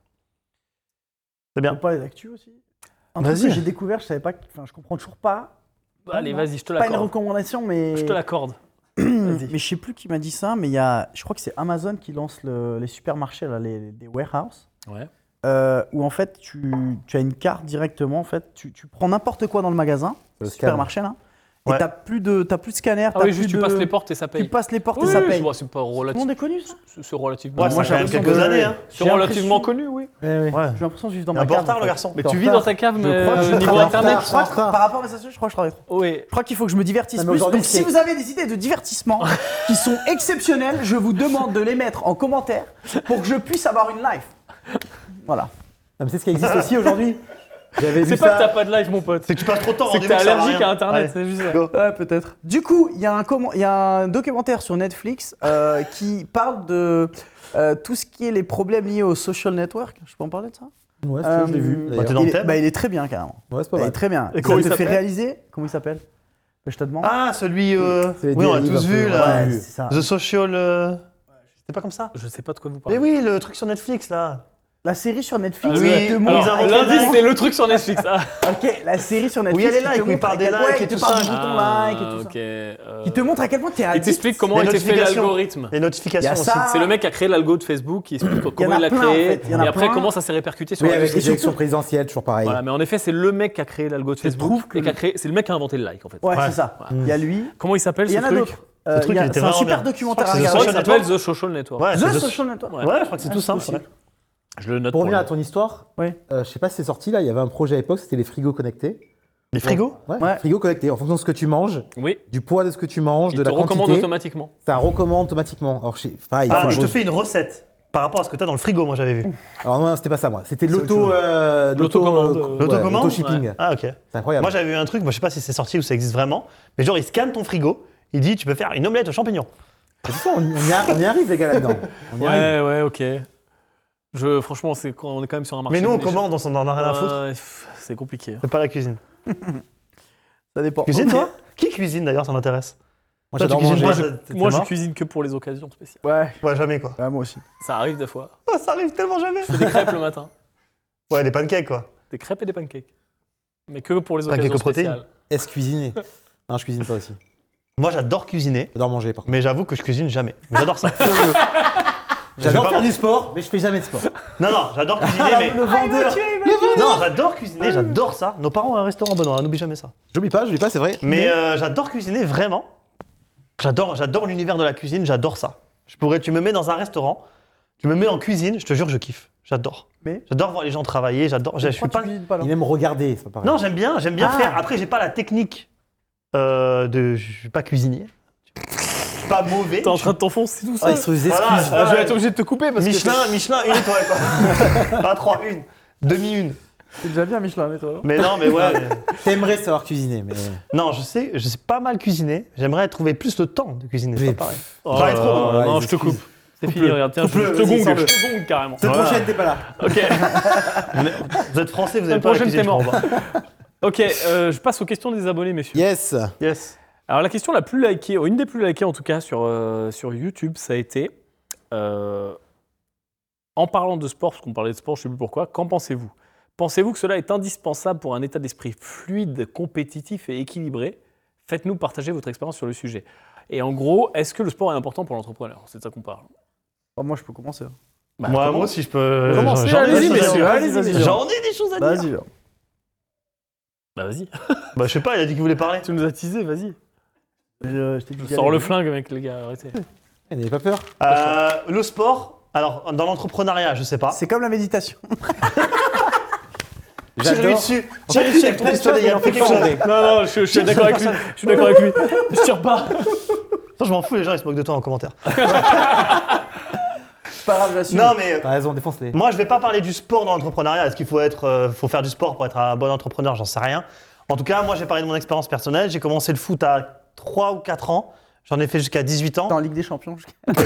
C'est On bien. peut parler d'actu aussi. Un truc Vas-y. que j'ai découvert, je savais pas, que- enfin je comprends toujours pas. Allez, Non, vas-y, je te Pas une l'accorde. recommandation, mais. Je te l'accorde. Mais je sais plus qui m'a dit ça, mais il y a, je crois que c'est Amazon qui lance le- les supermarchés, là, les, les warehouses, Ouais. euh, où en fait tu, tu as une carte directement, en fait, tu, tu prends n'importe quoi dans le magasin, Le le scan. supermarché là, et Ouais. t'as plus de, t'as plus de scanner, Ah t'as oui, plus juste tu de- passes les portes et ça tu paye. passes les portes Oui, et ça oui, paye. je vois, c'est pas Tout le relatif. monde est connu ça. C'est c'est relativement. Ouais, Moi, ça fait j'ai quelques l'impression de- années hein. C'est j'ai relativement l'impression- connu, oui. Ouais, ouais. Ouais. J'ai l'impression de vivre dans Il est ma un peu en cave. retard en le fait. garçon. Mais T'es tu en vis dans retard. ta cave, Je mais crois que au je niveau travaille en internet. retard. Je crois que par rapport à mes associés, je crois que je travaille trop. Oui. Je crois qu'il faut que je me divertisse Non, mais plus. aujourd'hui, Donc si c'est- vous avez des idées de divertissement qui sont exceptionnelles, je vous demande de les mettre en commentaire pour que je puisse avoir une live. Voilà. Non, mais c'est ce qui existe aussi aujourd'hui. J'avais vu C'est pas que t'as ça. pas de live, mon pote. C'est que tu passes trop de temps en C'est que rendez-vous, t'es ça sert allergique rien. à internet, Ouais. c'est juste ça. Go. Ouais, peut-être. Du coup, il y, a un comment- il y a un documentaire sur Netflix euh, qui parle de euh, tout ce qui est les problèmes liés au social network. Je peux en parler de ça Ouais, c'est vrai, je l'ai vu. Euh, Bah, t'es d'ailleurs. dans le il, est, thème. bah, il est très bien, carrément. Ouais, c'est pas Il est mal. très bien. Et Ça comment il te fait s'appelle réaliser. Comment il s'appelle Je te demande. Ah celui euh... C'est les oui on l'a dérives tous un peu, vu ouais. là. Ouais, vu. c'est ça. The Social. euh, C'était pas comme ça. Je sais pas de quoi vous Mais parlez. oui le truc sur Netflix là. La série sur Netflix. Ah oui, qui te alors, montre- ils inventent Lundi, like. c'est le truc sur Netflix. Ah, Ok, la série sur Netflix. Oui, il y a les qui te likes, où il montre parle à des quel point- likes qui et te tout parle ça. du bouton like et tout ça. ok. euh, Qui te montre à quel point t'es Il addict. t'explique comment Les a été fait notifications. l'algorithme. Les Il y notifications a aussi. ça. C'est le mec qui a créé l'algo de Facebook qui explique comment en il a l'a plein, en créé fait. Il y en a et après plein. comment ça s'est répercuté sur Oui, la avec les société. élections présidentielles, toujours pareil. Voilà, mais en effet, c'est le mec qui a créé l'algo de Facebook trouve que- et qui a créé. C'est le mec qui a inventé le like en fait. Ouais, Ouais. c'est ça. Ouais. Il y a lui. Comment il s'appelle Et il y ce en a truc d'autres. Euh, truc, il y a- il était C'est un vraiment super bien. documentaire Je à crois que Je crois c'est regarder. qu'il s'appelle The Social Network. Ouais, The c'est The- Social Network. Ouais. Ouais, je crois que c'est Ah, tout c'est simple. possible. ouais. Je le note Pour pour revenir lui. à ton histoire, Ouais. euh, je sais pas si c'est sorti là, il y avait un projet à l'époque, c'était les frigos connectés. Les frigos Ouais, Ouais. frigos connectés. En fonction de ce que tu manges, Oui. du poids de ce que tu manges, Il de te la recommande quantité, automatiquement. ça recommande automatiquement. Alors, je sais, pareil, Ah, faut- je te fais une recette par rapport à ce que t'as dans le frigo, moi j'avais vu. Alors non, c'était pas ça moi. C'était C'est autre l'auto, chose. euh, L'autocommande, euh, euh, ouais, L'autocommande l'auto-shipping. Ah ok. C'est incroyable. Moi j'avais vu un truc, moi je sais pas si c'est sorti ou ça existe vraiment, mais genre il scanne ton frigo, il dit tu peux faire une omelette aux champignons. C'est ça, on, y- on y a- on y arrive les gars là-dedans. On y arrive. Ouais, ouais, ok. Je, franchement, c'est quand on est quand même sur un marché. Mais nous on de niche. commande, on s'en en a rien à foutre. Ouais, pff, c'est compliqué. C'est pas la cuisine. Ça dépend. Cuisine Ok. toi Qui cuisine d'ailleurs, ça m'intéresse. Moi Toi, tu j'adore cuisines manger. pas, Moi, t'es- je, moi t'es je mort cuisine que pour les occasions spéciales. Ouais. Ouais, jamais quoi. Ouais, moi aussi. Ça arrive des fois. Oh, ça arrive tellement jamais. Je fais des crêpes le matin. Ouais, des pancakes quoi. Des crêpes et des pancakes. Mais que pour les Pancakes occasions aux protéines. spéciales. Est-ce cuisiner Non, je cuisine pas aussi. Moi j'adore cuisiner, J'adore manger par contre. mais j'avoue que je cuisine jamais. Mais j'adore ça. J'adore pas- faire du sport, mais je fais jamais de sport. Non, non, j'adore cuisiner, mais. Le vendeur. Non, j'adore cuisiner, j'adore ça. Nos parents ont un restaurant Benoît, n'oublie jamais ça. J'oublie pas, j'oublie pas, c'est vrai. Mais euh, j'adore cuisiner vraiment. J'adore, j'adore l'univers de la cuisine, j'adore ça. Je pourrais, tu me mets dans un restaurant, tu me mets en cuisine, je te jure, je kiffe. J'adore. Mais J'adore voir les gens travailler, j'adore. Je, je suis Pourquoi pas. tu cuisines pas là Il aime regarder, c'est pas pareil. Non, j'aime bien, j'aime bien Ah. faire. Après, j'ai pas la technique euh, de. Je suis pas cuisinier. Je suis pas mauvais. T'es en train de t'enfoncer tout ça. Ah, il se les excuse. Voilà, Ah, je vais être obligé de te couper parce Michelin, Michelin, une étoile quoi. Pas trois, une. Demi-une. C'est déjà bien, Michelin, mais toi. Mais non, mais ouais. mais- T'aimerais savoir cuisiner, mais. Non, je sais, je sais pas mal cuisiner. J'aimerais trouver plus de temps de cuisiner. C'est Mais- pas pareil. que. Oh, J'arrête trop. euh, Ouais, non, ils je te excusent. coupe. C'est fini, regarde, tiens, je, Coupe-le, je te vas-y, gongue, sors-le. je te gongue carrément. Semaine Voilà. prochaine, t'es pas là. Ok. Vous êtes français, vous Semaine avez pas la prochaine, cuisine, t'es je mort. crois pas. Ok, euh, je passe aux questions des abonnés, messieurs. Yes. Yes. Alors la question la plus likée, ou une des plus likées en tout cas sur, euh, sur YouTube, ça a été, euh, en parlant de sport, parce qu'on parlait de sport, je ne sais plus pourquoi, qu'en pensez-vous ? Pensez-vous que cela est indispensable pour un état d'esprit fluide, compétitif et équilibré ? Faites-nous partager votre expérience sur le sujet. Et en gros, est-ce que le sport est important pour l'entrepreneur ? C'est de ça qu'on parle. Oh, moi, je peux commencer. Bah, moi, comment- moi aussi, je peux. Commencez, j'en ai allez-y, des choses à messieurs, dire. allez-y, vas-y. J'en ai des choses à dire. Vas-y, là. Bah vas-y, Bah, je sais pas, il a dit qu'il voulait parler. tu nous as teasé, vas-y. Je, je t'ai dit Sors le flingue, mec, les gars, arrêtez. Il n'avait pas peur. Euh, le sport, alors, dans l'entrepreneuriat, je sais pas. C'est comme la méditation. Tire-lui J'adore. dessus. En Tire-lui fait, dessus il y a avec ton plein de pistolet, choses il en fait qu'on quelque peut chose. faire. Non, non, je, je suis d'accord avec lui. Je suis d'accord avec lui. Je tire pas. Attends, je m'en fous, les gens, ils se moquent de toi en commentaire. C'est pas grave, j'assume. Non, mais T'as raison, défonce-les. moi, je vais pas parler du sport dans l'entrepreneuriat. Est-ce qu'il faut être, euh, faut faire du sport pour être un bon entrepreneur? J'en sais rien. En tout cas, moi, j'ai parlé de mon expérience personnelle. J'ai commencé le foot à trois ou quatre ans. J'en ai fait jusqu'à dix-huit ans. T'es en Ligue des Champions.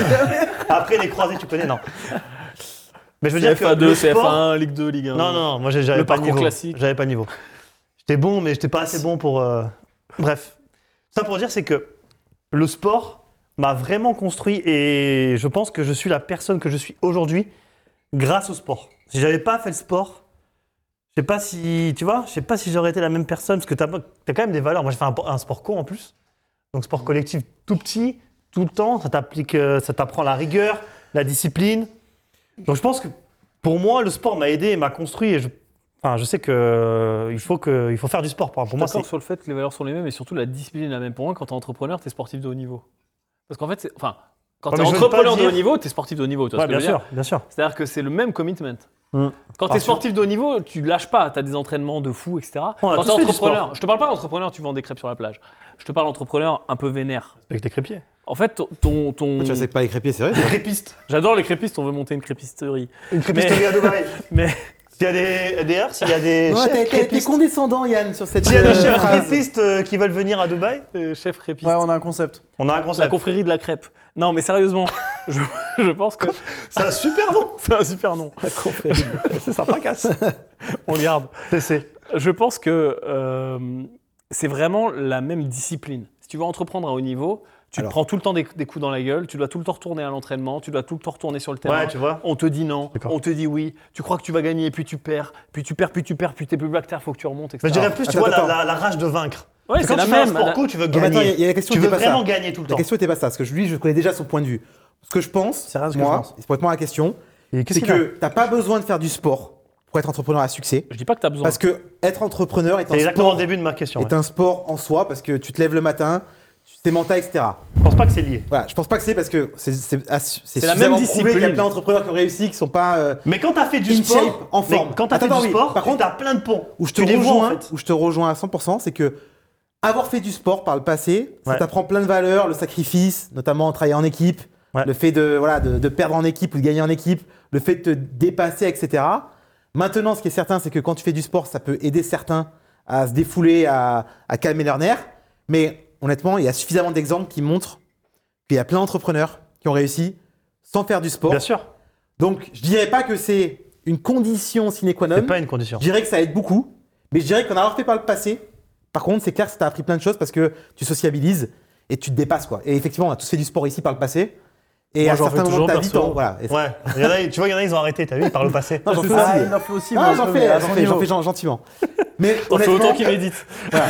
Après, les croisés, tu connais, non. Mais je veux dire C F A que deux, le C F sport... un, Ligue deux, Ligue un. Non, non, non, moi, j'ai- j'avais Le pas le parcours niveau. classique. J'avais pas le niveau. J'étais bon, mais j'étais pas assez bon pour... euh, Bref. Ça pour dire, c'est que le sport m'a vraiment construit et je pense que je suis la personne que je suis aujourd'hui grâce au sport. Si j'avais pas fait le sport, je sais pas si, tu vois, je sais pas si j'aurais été la même personne parce que t'as, t'as quand même des valeurs. Moi, j'ai fait un, un sport co en plus, donc sport collectif tout petit, tout le temps. Ça t'applique, euh, ça t'apprend la rigueur, la discipline. Donc, je pense que pour moi, le sport m'a aidé et m'a construit. Et je, enfin, je sais que euh, il faut que, il faut faire du sport. Pour, pour moi, D'accord c'est sur le fait que les valeurs sont les mêmes et surtout la discipline est la même. Pour moi, quand tu es entrepreneur, tu es sportif de haut niveau. Parce qu'en fait, c'est, enfin, quand Ouais, tu es mais je veux entrepreneur pas de haut dire- niveau, tu es sportif de haut niveau. Tu vois ouais, ce que bien je veux dire sûr, bien sûr. C'est-à-dire que c'est le même commitment. Mm. Quand tu es Parce que- sportif de haut niveau, tu lâches pas, tu as des entraînements de fou, et cetera. On a Quand tous tu es fait du entrepreneur, sport. je te parle pas d'entrepreneur, tu vends des crêpes sur la plage. Je te parle d'entrepreneur un peu vénère. Avec tes crépiers. En fait, ton, ton, ton- Tu sais pas les crépiers, c'est vrai? Crépiste. j'adore les crépistes, on veut monter une crépisterie. Une crépisterie à Dubaï. Mais S'il y a des, d'ailleurs, s'il y a des Non, chefs t'es- t'es t'es crépistes, condescendant, Yann, sur cette s'il y a des euh, chefs phrase. crépistes euh, qui veulent venir à Dubaï, euh, chef crépiste. Ouais, on a un concept. on a un La concept. confrérie de la crêpe. Non, mais sérieusement, je, je pense que C'est un super nom. c'est un super nom. C'est sympa, casse. On le garde. C'est, c'est. Je pense que euh, c'est vraiment la même discipline. Si tu veux entreprendre à haut niveau, tu Alors. te prends tout le temps des, des coups dans la gueule, tu dois tout le temps retourner à l'entraînement, tu dois tout le temps retourner sur le terrain. Ouais, tu vois. On te dit non, D'accord. on te dit oui, tu crois que tu vas gagner, puis tu perds, puis tu perds, puis tu perds, puis t'es plus black terre, faut que tu remontes, et Mais je cetera. dirais plus, tu Attends, vois, la, attends. la- la rage de vaincre. Ouais, Parce que c'est la quand tu fais un même. sport la- co, tu veux Non, mais gagner. attends, il y a- il y a la question tu qui veux est pas vraiment ça. gagner tout le La temps. question n'était pas ça, parce que lui, je connais déjà son point de vue. Ce que je pense, C'est rien ce que je moi, pense. c'est pour répondre à la question, Et qu'est-ce c'est qu'il a que t'as pas besoin de faire du sport pour être entrepreneur à succès. Je dis pas que t'as besoin. Parce que être entrepreneur est C'est un, exactement sport, le début de ma question. est ouais. un sport en soi, parce que tu te lèves le matin, c'est mental, et cetera. Je pense pas que c'est lié. Voilà, je pense pas que c'est parce que c'est c'est assu- c'est C'est la suffisamment même prouvé qu'il y a discipline. plein d'entrepreneurs qui ont réussi, qui sont pas euh, Mais quand t'as fait du in sport, shape, en mais forme. quand t'as fait Attends, du oui. sport, Par contre, t'as plein de ponts. où je te Tu les vois, en rejoins, fait. où je te rejoins à cent pour cent, c'est que avoir fait du sport par le passé, ça Ouais. t'apprend plein de valeurs, le sacrifice, notamment travailler en équipe, Ouais. le fait de, voilà, de, de perdre en équipe ou de gagner en équipe, le fait de te dépasser, et cetera. Maintenant, ce qui est certain, c'est que quand tu fais du sport, ça peut aider certains à se défouler, à, à calmer leurs nerfs. Mais honnêtement, il y a suffisamment d'exemples qui montrent qu'il y a plein d'entrepreneurs qui ont réussi sans faire du sport. Bien sûr. Donc, je dirais pas que c'est une condition sine qua non. C'est pas une condition. Je dirais que ça aide beaucoup, mais je dirais qu'en avoir fait par le passé, par contre, c'est clair que ça t'a appris plein de choses parce que tu sociabilises et tu te dépasses, quoi. Et effectivement, on a tous fait du sport ici par le passé. Et Moi, à j'en certains fais moments de ta toujours, vie, perso. t'en- voilà. Et ça- Ouais. Il y en a, tu vois, il y en a, ils ont arrêté. T'as vu, par le passé. Non, j'en fais Ah, aussi. il en fait aussi. Ah, moi, j'en je fais, fais à j'en son fais, j'en niveau. fais gen- gentiment. Mais Ça fait honnêtement, autant qu'il médite. non,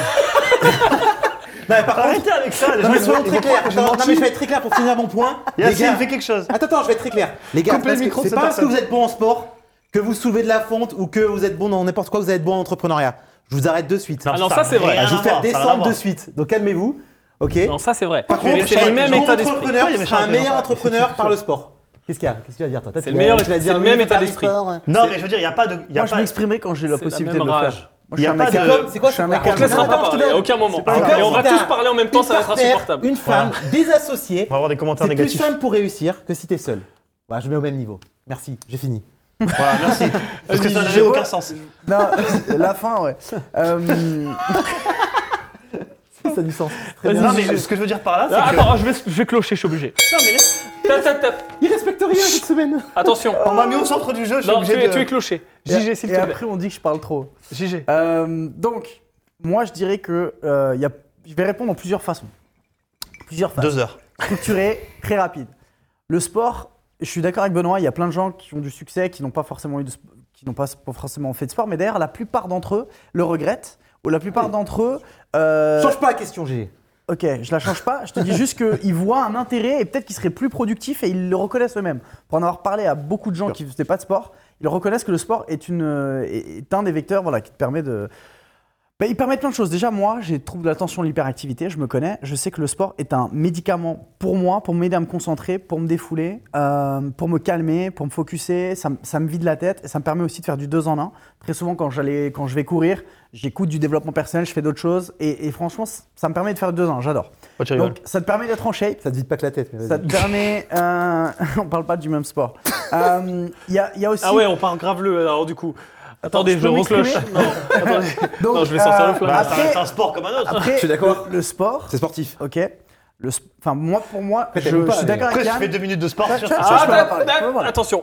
mais par contre, Arrêtez avec ça. les non, gens, mais ils soyons vont- très ils vont clairs. croire que je Attends, non, mentis. mais je vais être très clair pour finir mon point. Les Yacine, gars, fais quelque chose. Attends, attends, je vais être très clair. Les gars, Coupe parce le que micro de c'est cette pas parce que personne. vous êtes bon en sport que vous soulevez de la fonte ou que vous êtes bon dans n'importe quoi, vous êtes bon en entrepreneuriat. Je vous arrête de suite. Ah non, ça, c'est vrai. Ah, je vais vous faire rien à voir, ça a rien à descendre de voir. suite. Donc calmez-vous. Ok. Non, ça c'est vrai. Par Mais contre, c'est le même bon état d'esprit. entrepreneur Ouais, il y a sera un méchant, meilleur mais entrepreneur par le sport. Qu'est-ce qu'il y a Qu'est-ce que tu vas dire toi Toi, C'est tu le vas- meilleur- tu vas c'est dire le oui, même mais état pas du d'esprit. sport. Non, mais je veux dire, il n'y a pas de. il Y a Moi, je pas... m'exprimerai quand j'ai la C'est la possibilité de même le rage. faire. Moi, Il y je suis a un pas mec de- à- C'est comme- c'est quoi je suis un ce- mec On te laissera Non, pas non, je te parler, à donne. aucun moment. pas Et grave. on va T'as tous parler en même temps, Une ça va être partenaire, insupportable. Une femme désassociée, On va avoir des commentaires c'est plus négatifs. simple pour réussir que si t'es seul. Voilà, je mets au même niveau. Merci, j'ai fini. Voilà, merci. Parce que ça n'avait Je- aucun sens. Non, la fin, ouais. Euh, Ça a du sens. Vas-y, Non, Gigi. mais ce que je veux dire par là, c'est Ah, que. attends, je vais, je vais clocher, je suis obligé. Non, mais laisse- Tap, tap, tap. Il respecte rien cette semaine. Attention. On m'a mis au centre du jeu, je suis Non, tu obligé es, de. tu es cloché. et J G, s'il et te plaît. après, on dit que je parle trop. J G. Euh, donc, moi, je dirais que euh, y a, je vais répondre en plusieurs façons. Plusieurs façons. Deux heures. Structuré, très rapide. Le sport, je suis d'accord avec Benoît, il y a plein de gens qui ont du succès, qui n'ont pas forcément eu de, sp- qui n'ont pas pas forcément fait de sport, mais d'ailleurs, la plupart d'entre eux le regrettent, ou la plupart d'entre eux. euh, Change pas la question, G. Ok, je la change pas. Je te dis juste qu'ils voient un intérêt et peut-être qu'ils seraient plus productifs et ils le reconnaissent eux-mêmes. Pour en avoir parlé à beaucoup de gens qui ne faisaient pas de sport, ils reconnaissent que le sport est, une, euh, est est un des vecteurs voilà, qui te permet de. Ben, il permet plein de choses. Déjà, moi, j'ai trouvé de l'attention, l'hyperactivité, je me connais. Je sais que le sport est un médicament pour moi, pour m'aider à me concentrer, pour me défouler, euh, pour me calmer, pour me focuser. Ça, me- ça me vide la tête et ça me permet aussi de faire du deux en un. Très souvent, quand, j'allais, quand je vais courir, j'écoute du développement personnel, je fais d'autres choses. Et, et franchement, ça me permet de faire du deux en un. J'adore. Oh, tu rigoles. Donc, ça te permet d'être en shape. Ça te vide pas que la tête. Mais Ça vas-y. te permet. euh, on parle pas du même sport. Euh, Il y, a, il y a aussi. Ah ouais, on part graveleux alors du coup. Attendez, je je peux recloche. m'exprimer Non, attendez. Donc, non, je vais sortir euh, le flingue. Bah, ça Après- reste un sport comme un autre. Après, Je suis d'accord. Le, le sport, C'est sportif. ok. Le, sp- enfin, moi, pour moi, Après, je, t'aimes pas, je suis mais- d'accord Après, avec tu Yann. fais deux minutes de sport. Ah, sûr, tu vois, c'est ah, sûr. je peux en parler, je peux en parler. Attention.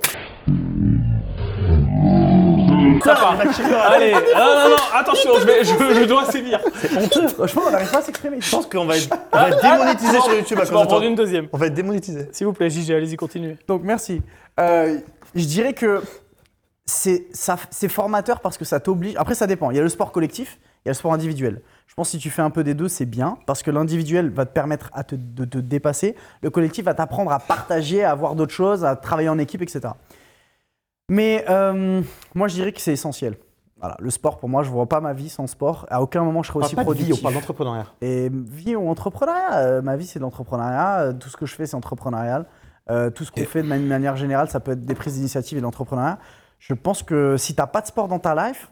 Ça part. Allez, non, non, non, attention, je, vais, je, je dois sévir. Honteux. Franchement, on n'arrive pas à s'exprimer. Je pense qu'on va être, on va être démonétisé sur YouTube à Je cause vais en de toi. prendre une deuxième. On va être démonétisé. S'il vous plaît, J G, allez-y, continuez. Donc, merci. Euh, je dirais que c'est ça- c'est formateur parce que ça t'oblige. Après, ça dépend. Il y a le sport collectif, il y a le sport individuel. Je pense que si tu fais un peu des deux, c'est bien parce que l'individuel va te permettre à te- de te dépasser. Le collectif va t'apprendre à partager, à voir d'autres choses, à travailler en équipe, et cetera. Mais euh, moi, je dirais que c'est essentiel. Voilà, le sport, pour moi, je ne vois pas ma vie sans sport. À aucun moment, je serai On aussi parle pas de vie, productif. on parle d'entrepreneuriat. Et vie ou entrepreneuriat, euh, ma vie c'est de l'entrepreneuriat, euh, tout ce que je fais c'est entrepreneurial, Euh, tout ce qu'on fait de mani- manière générale ça peut être des prises d'initiative et de l'entrepreneuriat. Je pense que si t'as pas de sport dans ta life,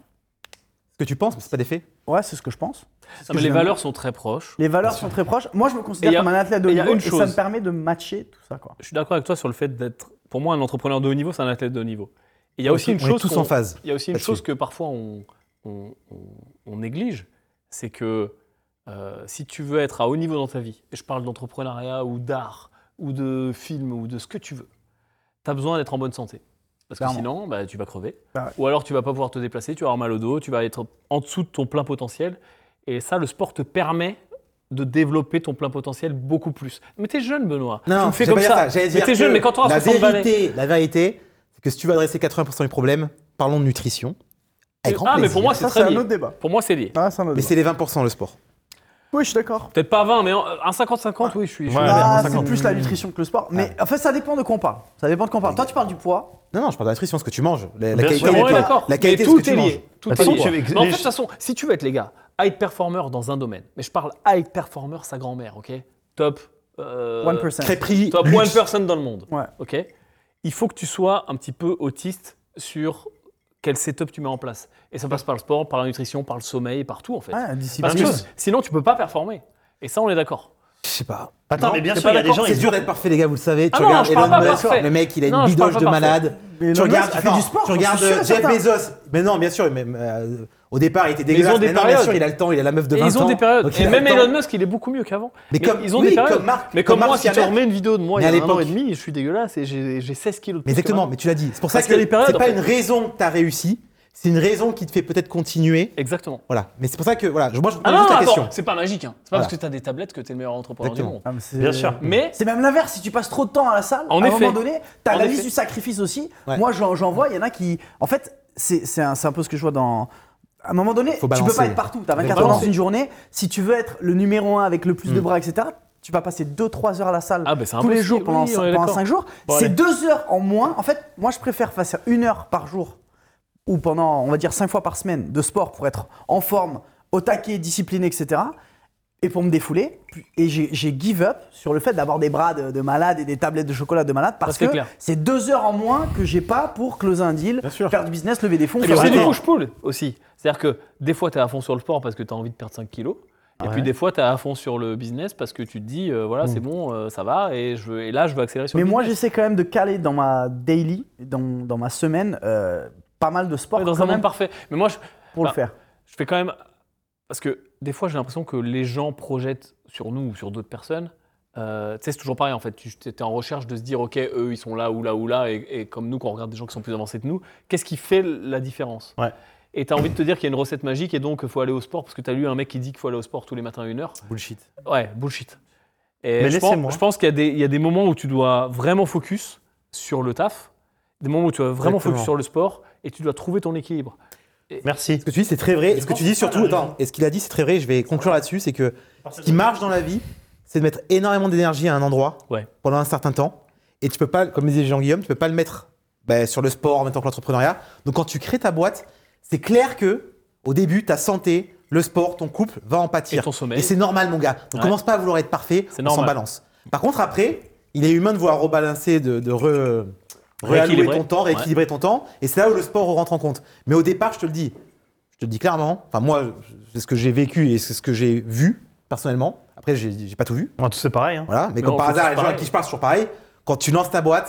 Ce que tu penses, mais c'est pas des faits. ouais c'est ce que je pense. C'est ce Non, que mais je les viens de valeurs dire. sont très proches. Les valeurs sont très proches. Moi je me considère Et y a- comme un athlète de haut et y a niveau une et ça chose. me permet de matcher tout ça quoi. Je suis d'accord avec toi sur le fait d'être. Pour moi, un entrepreneur de haut niveau, c'est un athlète de haut niveau. Et il y a aussi On une est chose. tous qu'on- en phase. Il y a aussi une là-dessus. chose que parfois on, on, on- on néglige, c'est que euh, si tu veux être à haut niveau dans ta vie, et je parle d'entrepreneuriat ou d'art, ou de film, ou de ce que tu veux, tu as besoin d'être en bonne santé. Parce que Clairement. sinon, bah, tu vas crever. Bah ouais. Ou alors tu vas pas pouvoir te déplacer, tu vas avoir mal au dos, tu vas être en dessous de ton plein potentiel. Et ça, le sport te permet de développer ton plein potentiel beaucoup plus. Mais t'es jeune, Benoît. tu me fais j'allais comme dire ça. J'allais Mais dire t'es jeune, que mais quand tu auras la soixante balais. vérité, la vérité, c'est que si tu veux adresser quatre-vingts pour cent du problème, parlons de nutrition. Avec grand Ah, mais plaisir. pour moi, c'est Ça très c'est un lié. autre débat. Pour moi, c'est lié. Ah, c'est un autre Mais débat. c'est les vingt pour cent le sport. Oui je suis d'accord. Peut-être pas vingt, mais en- un cinquante cinquante, oui, je suis. je suis Ouais, ouvert. Ah, mais c'est plus la nutrition que le sport. Mais en fait ça dépend de quoi on parle. Ça dépend de quoi on parle. Toi tu parles du poids. Non, non, je parle de la nutrition, ce que tu manges. La, la Bien qualité, sûr, Ouais, de- ouais, d'accord. la qualité Mais de ce tout que tu est manges. lié. Tout De est toute façon, lié. tu- Mais en fait, les- de toute façon, si tu veux être, les gars, high performer dans un domaine, mais je parle high performer sa grand-mère, ok? Top. euh, one percent. Crêperie, Top luxe. one person dans le monde. Ouais. Ok. Il faut que tu sois un petit peu autiste sur quel setup tu mets en place. Et ça passe par le sport, par la nutrition, par le sommeil, par tout en fait. Ouais, Parce discipline. que sinon, tu peux pas performer. Et ça, on est d'accord. Je sais pas. Attends, Non, mais bien t'es sûr, pas il y a des d'accord, gens. C'est ils- dur d'être parfait, les gars, vous le savez. Ah Tu non, regardes je parle Elon pas Musk, parfait. le mec, il a une Non, je parle bidoche pas de parfait. malade. Mais Tu Elon regardes, Musk, il fait attends, du sport, tu j'en regardes suis sûr et Jeff certain. Bezos. Mais non, bien sûr, mais, euh, au départ, il était ils dégueulasse. ont des Mais non, bien périodes. sûr, il a le temps, il a la meuf de Et vingt ans. ils ont des périodes. donc il Et a même le temps. Elon Musk, il est beaucoup mieux qu'avant. Mais comme- ils ont oui, des périodes. comme Mark- mais comme comme moi, Mark si tu Zuckerberg. remets une vidéo de moi Mais il y à a un an et l'époque- demi, je suis dégueulasse et j'ai j'ai seize kilos de Mais plus que exactement, maintenant. mais tu l'as dit. C'est pour ça Parce que qu'il y a des périodes, c'est pas en fait. une raison que tu as réussi, c'est une raison qui te fait peut-être continuer. Exactement. Voilà. Mais c'est pour ça que, voilà, je- moi je Ah pose non, juste la attends, question. c'est pas magique. Hein. C'est pas Voilà. parce que tu as des tablettes que tu es le meilleur entrepreneur Exactement. du monde. Ah, mais c'est- Bien sûr. Mais C'est même l'inverse, si tu passes trop de temps à la salle, En à effet. un moment donné, tu as En la effet. liste du sacrifice aussi. Ouais. Moi, j'en j'en vois, il y en a qui. En fait, c'est c'est un, c'est un peu ce que je vois dans. À un moment donné, Faut tu peux balancer. pas être partout. Tu as vingt-quatre Faut heures dans balancer. une journée. Si tu veux être le numéro un avec le plus de Mm. bras, et cetera, tu vas passer deux trois heures à la salle Ah, ben, c'est tous les impossible. jours pendant, Oui, cin- on est pendant d'accord. cinq jours. Bon, C'est allez. deux heures en moins. En fait, moi, je préfère faire une heure par jour ou pendant, on va dire, cinq fois par semaine de sport pour être en forme, au taquet, discipliné, et cetera. Et pour me défouler. Puis- Et j'ai j'ai give up sur le fait d'avoir des bras de, de malade et des tablettes de chocolat de malade parce c'est que clair. c'est deux heures en moins que j'ai pas pour closer un deal, Bien sûr. faire du business, lever des fonds. Et faire puis c'est un du sport. push-pull aussi. C'est-à-dire que des fois, tu es à fond sur le sport parce que tu as envie de perdre cinq kilos. Et Ouais. puis des fois, tu es à fond sur le business parce que tu te dis, euh, voilà, c'est bon, euh, ça va, et, je veux, et là, je veux accélérer sur Mais le moi, business. j'essaie quand même de caler dans ma daily, dans, dans ma semaine, euh, pas mal de sport Ouais, dans quand un monde même parfait. Mais moi, je, pour bah, le faire. je fais quand même. Parce que des fois, j'ai l'impression que les gens projettent sur nous ou sur d'autres personnes. Euh, tu sais, c'est toujours pareil en fait. Tu es en recherche de se dire, OK, eux, ils sont là ou là ou là. Et, et comme nous, quand on regarde des gens qui sont plus avancés que nous, qu'est-ce qui fait la différence? Ouais. Et tu as envie de te dire qu'il y a une recette magique et donc il faut aller au sport parce que tu as lu un mec qui dit qu'il faut aller au sport tous les matins à une heure. Bullshit. Ouais, bullshit. Et Mais je, pense, laissez-moi. je pense qu'il y, a des- il y a des moments où tu dois vraiment focus sur le taf, des moments où tu dois vraiment Exactement. focus sur le sport et tu dois trouver ton équilibre. Merci. Ce que tu dis, c'est très vrai. Et ce que tu dis surtout, attends, et ce qu'il a dit, c'est très vrai. Je vais conclure là-dessus, c'est que ce qui marche dans la vie, c'est de mettre énormément d'énergie à un endroit Ouais. pendant un certain temps. Et tu peux pas, comme disait Jean-Guillaume, tu peux pas le mettre bah, sur le sport en même temps que l'entrepreneuriat. Donc quand tu crées ta boîte, c'est clair que au début, ta santé, le sport, ton couple va en pâtir. Et ton sommeil. Et c'est normal, mon gars. Donc Ouais. commence pas à vouloir être parfait. C'est On s'en normal. balance. Par contre, après, il est humain de vouloir rebalancer, de, de re, réallouer Rééquilibrer. ton temps, rééquilibrer ton temps. Et c'est là où le sport rentre en compte. Mais au départ, je te le dis, je te le dis clairement. Enfin, moi, c'est ce que j'ai vécu et c'est ce que j'ai vu personnellement. Après, j'ai j'ai pas tout vu. Moi, tout c'est pareil. Hein. Voilà. Mais, Mais comme on par fait hasard, tous les gens pareil. avec qui je parle sont toujours pareil. Quand tu lances ta boîte,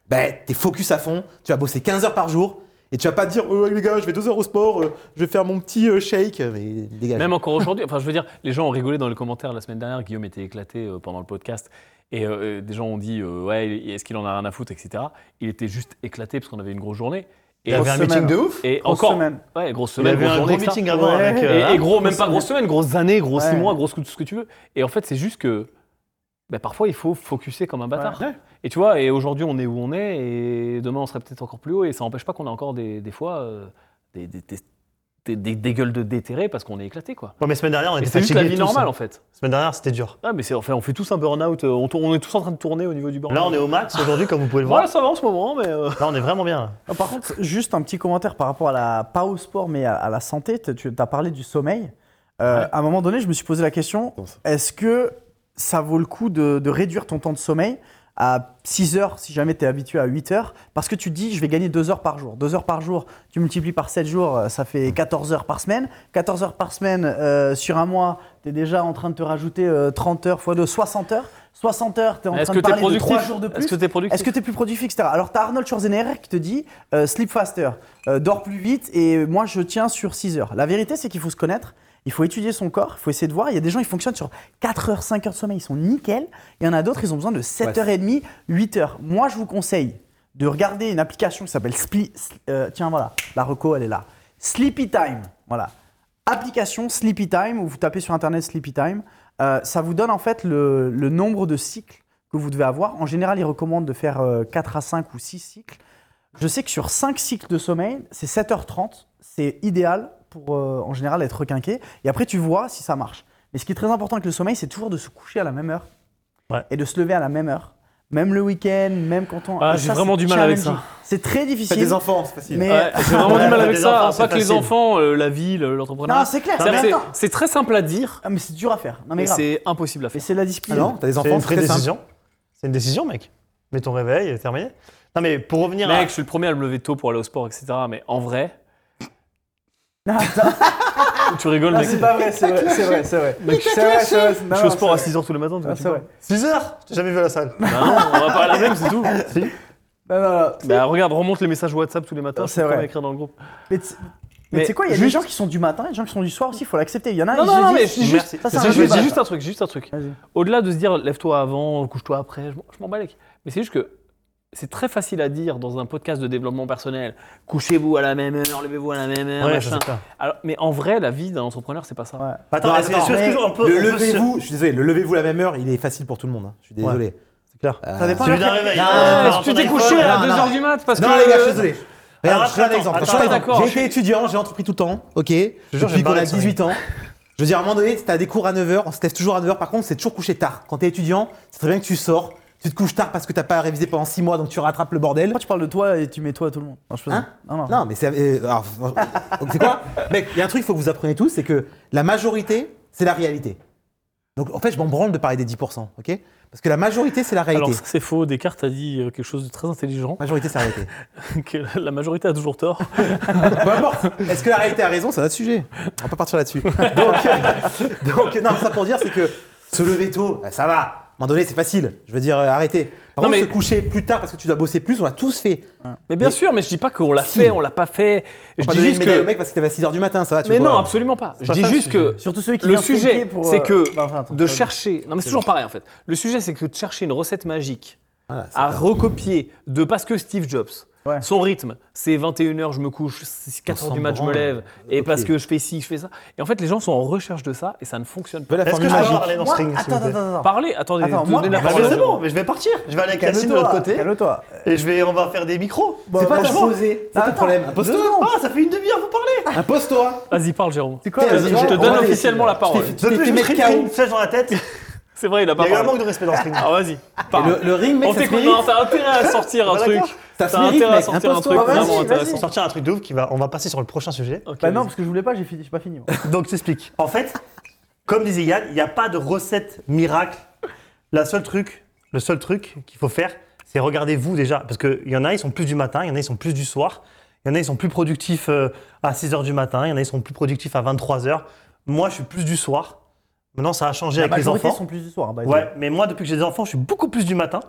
ben, t'es focus à fond, tu vas bosser quinze heures par jour. Et tu vas pas te dire, oh, les gars, je vais deux heures au sport, euh, je vais faire mon petit euh, shake. Mais dégage. Même encore aujourd'hui, enfin je veux dire, les gens ont rigolé dans les commentaires la semaine dernière, Guillaume était éclaté euh, pendant le podcast, et euh, des gens ont dit, euh, ouais, est-ce qu'il en a rien à foutre, et cetera. Il était juste éclaté parce qu'on avait une grosse journée. Et il y avait un Grosse meeting semaine. de ouf. Et Grosse encore, semaine. ouais, grosse Il y semaine, avait grosse un journée, gros ça. meeting avant Ouais. avec. Et, euh, et hein. gros, même grosse pas grosse semaine, grosses années, gros six Ouais. mois, gros tout ce que tu veux. Et en fait, c'est juste que bah, parfois, il faut focuser comme un bâtard. Ouais. Et tu vois, et aujourd'hui, on est où on est, et demain, on serait peut-être encore plus haut, et ça n'empêche pas qu'on a encore des, des fois euh, des, des, des, des, des, des gueules de déterrés parce qu'on est éclaté, quoi. Ouais, mais semaine dernière, on Et était c'est juste fatigués la vie tous, normale, hein. en fait. Semaine dernière, c'était dur. Ah, mais c'est, enfin, on fait tous un burn-out, euh, on, tourne- on est tous en train de tourner au niveau du burn-out. Là, on est au max aujourd'hui, comme vous pouvez le voir. Voilà, ça va en ce moment, mais. euh, Là, on est vraiment bien. Là. Ah, par contre, juste un petit commentaire par rapport à la, pas au sport, mais à, à la santé. Tu tu as parlé du sommeil. Euh, Ouais. À un moment donné, je me suis posé la question, est-ce que ça vaut le coup de, de réduire ton temps de sommeil à six heures si jamais tu es habitué à huit heures? Parce que tu te dis, je vais gagner deux heures par jour. deux heures par jour, tu multiplies par sept jours, euh, ça fait quatorze heures par semaine. quatorze heures par semaine euh, sur un mois, tu es déjà en train de te rajouter euh, trente heures fois deux, soixante heures. soixante heures, tu es en Est-ce train que de tu es parler de trois productif jours de plus. Est-ce que tu es productif Est-ce que tu es plus productif, et cetera. Alors, tu as Arnold Schwarzenegger qui te dit euh, sleep faster, euh, dors plus vite, et moi, je tiens sur six heures. La vérité, c'est qu'il faut se connaître, il faut étudier son corps, il faut essayer de voir. Il y a des gens qui fonctionnent sur quatre heures, cinq heures de sommeil, ils sont nickel. Il y en a d'autres, ils ont besoin de sept heures trente, huit heures. Moi, je vous conseille de regarder une application qui s'appelle Spli... euh, tiens, voilà, la reco, elle est là. Sleepy Time, voilà. Application Sleepy Time, où vous tapez sur Internet Sleepy Time. Euh, ça vous donne en fait le, le nombre de cycles que vous devez avoir. En général, ils recommandent de faire euh, quatre à cinq ou six cycles. Je sais que sur cinq cycles de sommeil, c'est sept heures trente. C'est idéal pour, euh, en général, être requinqué. Et après, tu vois si ça marche. Mais ce qui est très important avec le sommeil, c'est toujours de se coucher à la même heure Ouais. et de se lever à la même heure. Même le week-end, même quand on... Ah, et j'ai ça, vraiment c'est du mal avec challenging. ça. C'est très Faites difficile. des enfants, c'est facile. Mais- Ouais, j'ai vraiment Ouais, du mal avec des ça. enfants, c'est Pas que les facile. enfants, euh, la vie, le- l'entrepreneuriat. Non, c'est clair. C'est-à-dire, mais c'est- attends. C'est très simple à dire, Ah, mais c'est dur à faire. Non, mais mais grave. c'est impossible à Mais faire. c'est la Ah discipline. non, t'as des C'est enfants, une c'est vraie très simple. décision. C'est une décision, mec. Mets ton réveil, terminé. Non, mais pour revenir à. Mec, je suis le premier à me lever tôt pour aller au sport, et cetera. Mais en vrai, Non, attends. tu rigoles, Non, mec. c'est pas vrai, c'est vrai, c'est vrai, c'est vrai. Mec, C'est vrai, c'est vrai. Je suis au sport à six heures tous les matins. Ah, c'est vrai. six heures Je t'ai jamais vu à la salle. Bah non, on va pas à la même, c'est tout. Si. Non, non, non. Bah regarde, remonte les messages WhatsApp tous les matins. Non, Je c'est suis le premier vrai. à écrire dans le groupe. Mais tu Mais mais tu sais quoi, il y a des juste- gens qui sont du matin et des gens qui sont du soir aussi, il faut l'accepter. Il y en a, Non, ils non, se non, mais disent- je dis juste, Merci. Ça, c'est ça, un je dis débat. juste un truc, juste un truc. Vas-y. Au-delà de se dire lève-toi avant, couche-toi après, je m'en- je m'en balèque. Mais c'est juste que c'est très facile à dire dans un podcast de développement personnel. Couchez-vous à la même heure, levez-vous à la même heure, Ouais, machin. ça, c'est clair. Alors, mais en vrai, la vie d'un entrepreneur, c'est pas ça. Ouais. Attends, Non, est-ce que- attends, est-ce que mais on peut- Le on peut se- levez-vous, je suis désolé, le levez-vous à la même heure, il est facile pour tout le monde. hein. Je suis désolé. C'est clair. Euh, Ça dépend Celui de d'un la- réveil. Non, euh, non, prends tu ton t'es iPhone. couché à non, deux non. heures du mat parce Non, que. les gars, je suis désolé. Alors, Regarde, je te donne un attends, exemple. attends, Je suis attends, d'accord. J'ai été étudiant, j'ai entrepris tout le temps, ok. jure, j'ai Depuis une qu'on a barre de dix-huit ans. Je veux dire, à un moment donné, tu as des cours à neuf heures, on se lève toujours à neuf heures. Par contre, c'est toujours couché tard. Quand tu es étudiant, c'est très bien que tu sors, tu te couches tard parce que tu n'as pas révisé pendant six mois, donc tu rattrapes le bordel. Pourquoi tu parles de toi et tu mets toi à tout le monde? Non, je plaisante. Hein Non, non. Non, mais c'est. euh, alors, donc, c'est quoi? Mec, il y a un truc qu'il faut que vous appreniez tous, c'est que la majorité, c'est la réalité. Donc, en fait, je m'en branle de parler des dix pour cent, ok? Parce que la majorité, c'est la réalité. Alors, ça, c'est faux. Descartes a dit euh, quelque chose de très intelligent Majorité, c'est la réalité. que la majorité a toujours tort. Peu importe. Est-ce que la réalité a raison? C'est un autre sujet. On va pas partir là-dessus. Donc, euh, donc, non, ça pour dire, c'est que se lever tôt, bah, ça va. À un moment donné, c'est facile. Je veux dire, euh, arrêtez. Par Non, contre, mais- se coucher plus tard parce que tu dois bosser plus, on l'a tous fait. Mais bien Mais- sûr, mais je dis pas qu'on l'a Si. fait, on l'a pas fait. Je Je pas dis donner une juste médaille que. au mec parce que t'avais à six heures du matin, ça va. Tu Mais vois. non, absolument pas. Je pas dis ça, le juste sujet. que. Surtout ceux qui Le viennent sujet, trinquer pour, c'est euh, que bah, enfin, attends, de ça va. chercher. Non, mais c'est toujours pareil en fait. Le sujet, c'est que de chercher une recette magique Voilà, c'est à ça. recopier de parce que Steve Jobs. Ouais. Son rythme, c'est vingt et une heures, je me couche, c'est quatre heures s'en du mat, je me branle. lève, et Ok. parce que je fais ci, je fais ça. Et en fait, les gens sont en recherche de ça et ça ne fonctionne Tu veux pas. la Est-ce que formule je peux magique? parler dans ce Moi, ring s'il attends, vous plaît attends, attends. Parlez, attendez, Attends, donnez moi- la Bah, parole. mais à c'est Jérôme. bon, mais je vais partir. Je vais aller avec Yacine de l'autre Calme-toi, côté. calme-toi. Et je vais, on va faire des micros. C'est pas ta franchement. posée. C'est Attends, pas de problème. deux Impose-toi. secondes. Ah, ça fait une demi-heure, vous parlez. Impose-toi. Vas-y, parle, Jérôme. C'est quoi? Vas-y, vas-y, Je te on donne va officiellement la parole. Je De t'ai plus, fait je me mettre pris K O. une flèche dans la tête. C'est vrai, il a Il pas y a eu un parlé. manque de respect dans ce ring. Ah, vas-y. Et Parle. le, le ring, mec, On ça se t'écoute, mérite. non, t'as intérêt à sortir un Bah, truc. d'accord. Ça se T'as mérite, intérêt à mec. sortir un Impose-toi. truc Vas-y, vraiment vas-y. intéressant. On va sortir un truc de ouf qui va, on va passer sur le prochain sujet. Ok, Bah non, vas-y. parce que je voulais pas, j'ai fini- j'ai pas fini. moi. Donc, je t'explique. En fait, comme disait Yann, il n'y a pas de recette miracle. La seule truc, le seul truc qu'il faut faire, c'est regarder vous déjà. Parce qu'il y en a, ils sont plus du matin, il y en a, ils sont plus du soir. Il y en a, ils sont plus productifs euh, à six heures du matin. Il y en a, ils sont plus productifs à vingt-trois heures. Moi, je suis plus du soir. Maintenant, ça a changé La avec les majorité enfants. sont plus du soir. bah, Ouais, mais moi, depuis que j'ai des enfants, je suis beaucoup plus du matin.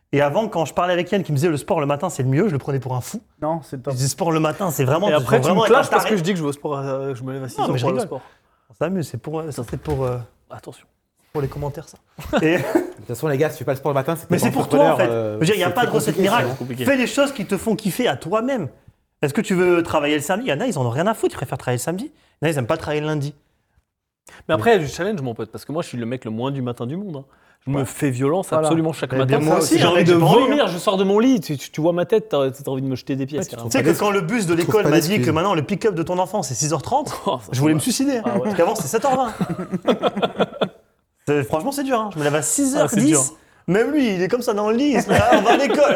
Et avant, quand je parlais avec Yann qui me disait le sport le matin c'est le mieux, je le prenais pour un fou. Non, c'est Je top. disais sport le matin c'est vraiment. Et après, faut tu vraiment me être clashes un parce taré. que je dis que je vais au sport, euh, je me lève à six Non, heures mais je pour aller au rigole. sport. On s'amuse, c'est pour, ça c'est pour, euh, Attention. pour les commentaires ça. Et, De toute façon, les gars, si tu fais pas le sport le matin, c'est mais pas c'est pour toi en fait. entrepreneur, euh, Je veux dire, il n'y a c'est pas de très recette compliqué, miracle. ça, hein. compliqué. Fais les choses qui te font kiffer à toi-même. Est-ce que tu veux travailler le samedi? Il y en a, ils en ont rien à foutre, ils préfèrent travailler le samedi. Il y en a, ils n'aiment pas travailler le lundi. Mais après, il y a du challenge, mon pote, parce que moi, je suis le mec le moins du matin du monde. hein. Je me fais violence Voilà. absolument chaque Mais matin. bien, moi Ça aussi, j'ai hein, envie mec, de j'ai pas envie, vomir, je sors de mon lit, tu, tu- tu vois ma tête, t'as as envie de me jeter des pièces. Ouais, tu carrément. Tu sais pas que quand le bus de trouves l'école pas m'a dit d'excuses. que maintenant le pick-up de ton enfant c'est six heures trente, Oh, ça je voulais va. me suicider. Ah ouais. Parce qu'avant c'était sept heures vingt. C'est- Franchement, c'est dur. Hein. Je me lève à six heures Ah, c'est dur. dix. Même lui, il est comme ça dans le lit. Il se dit, ah, on va à l'école.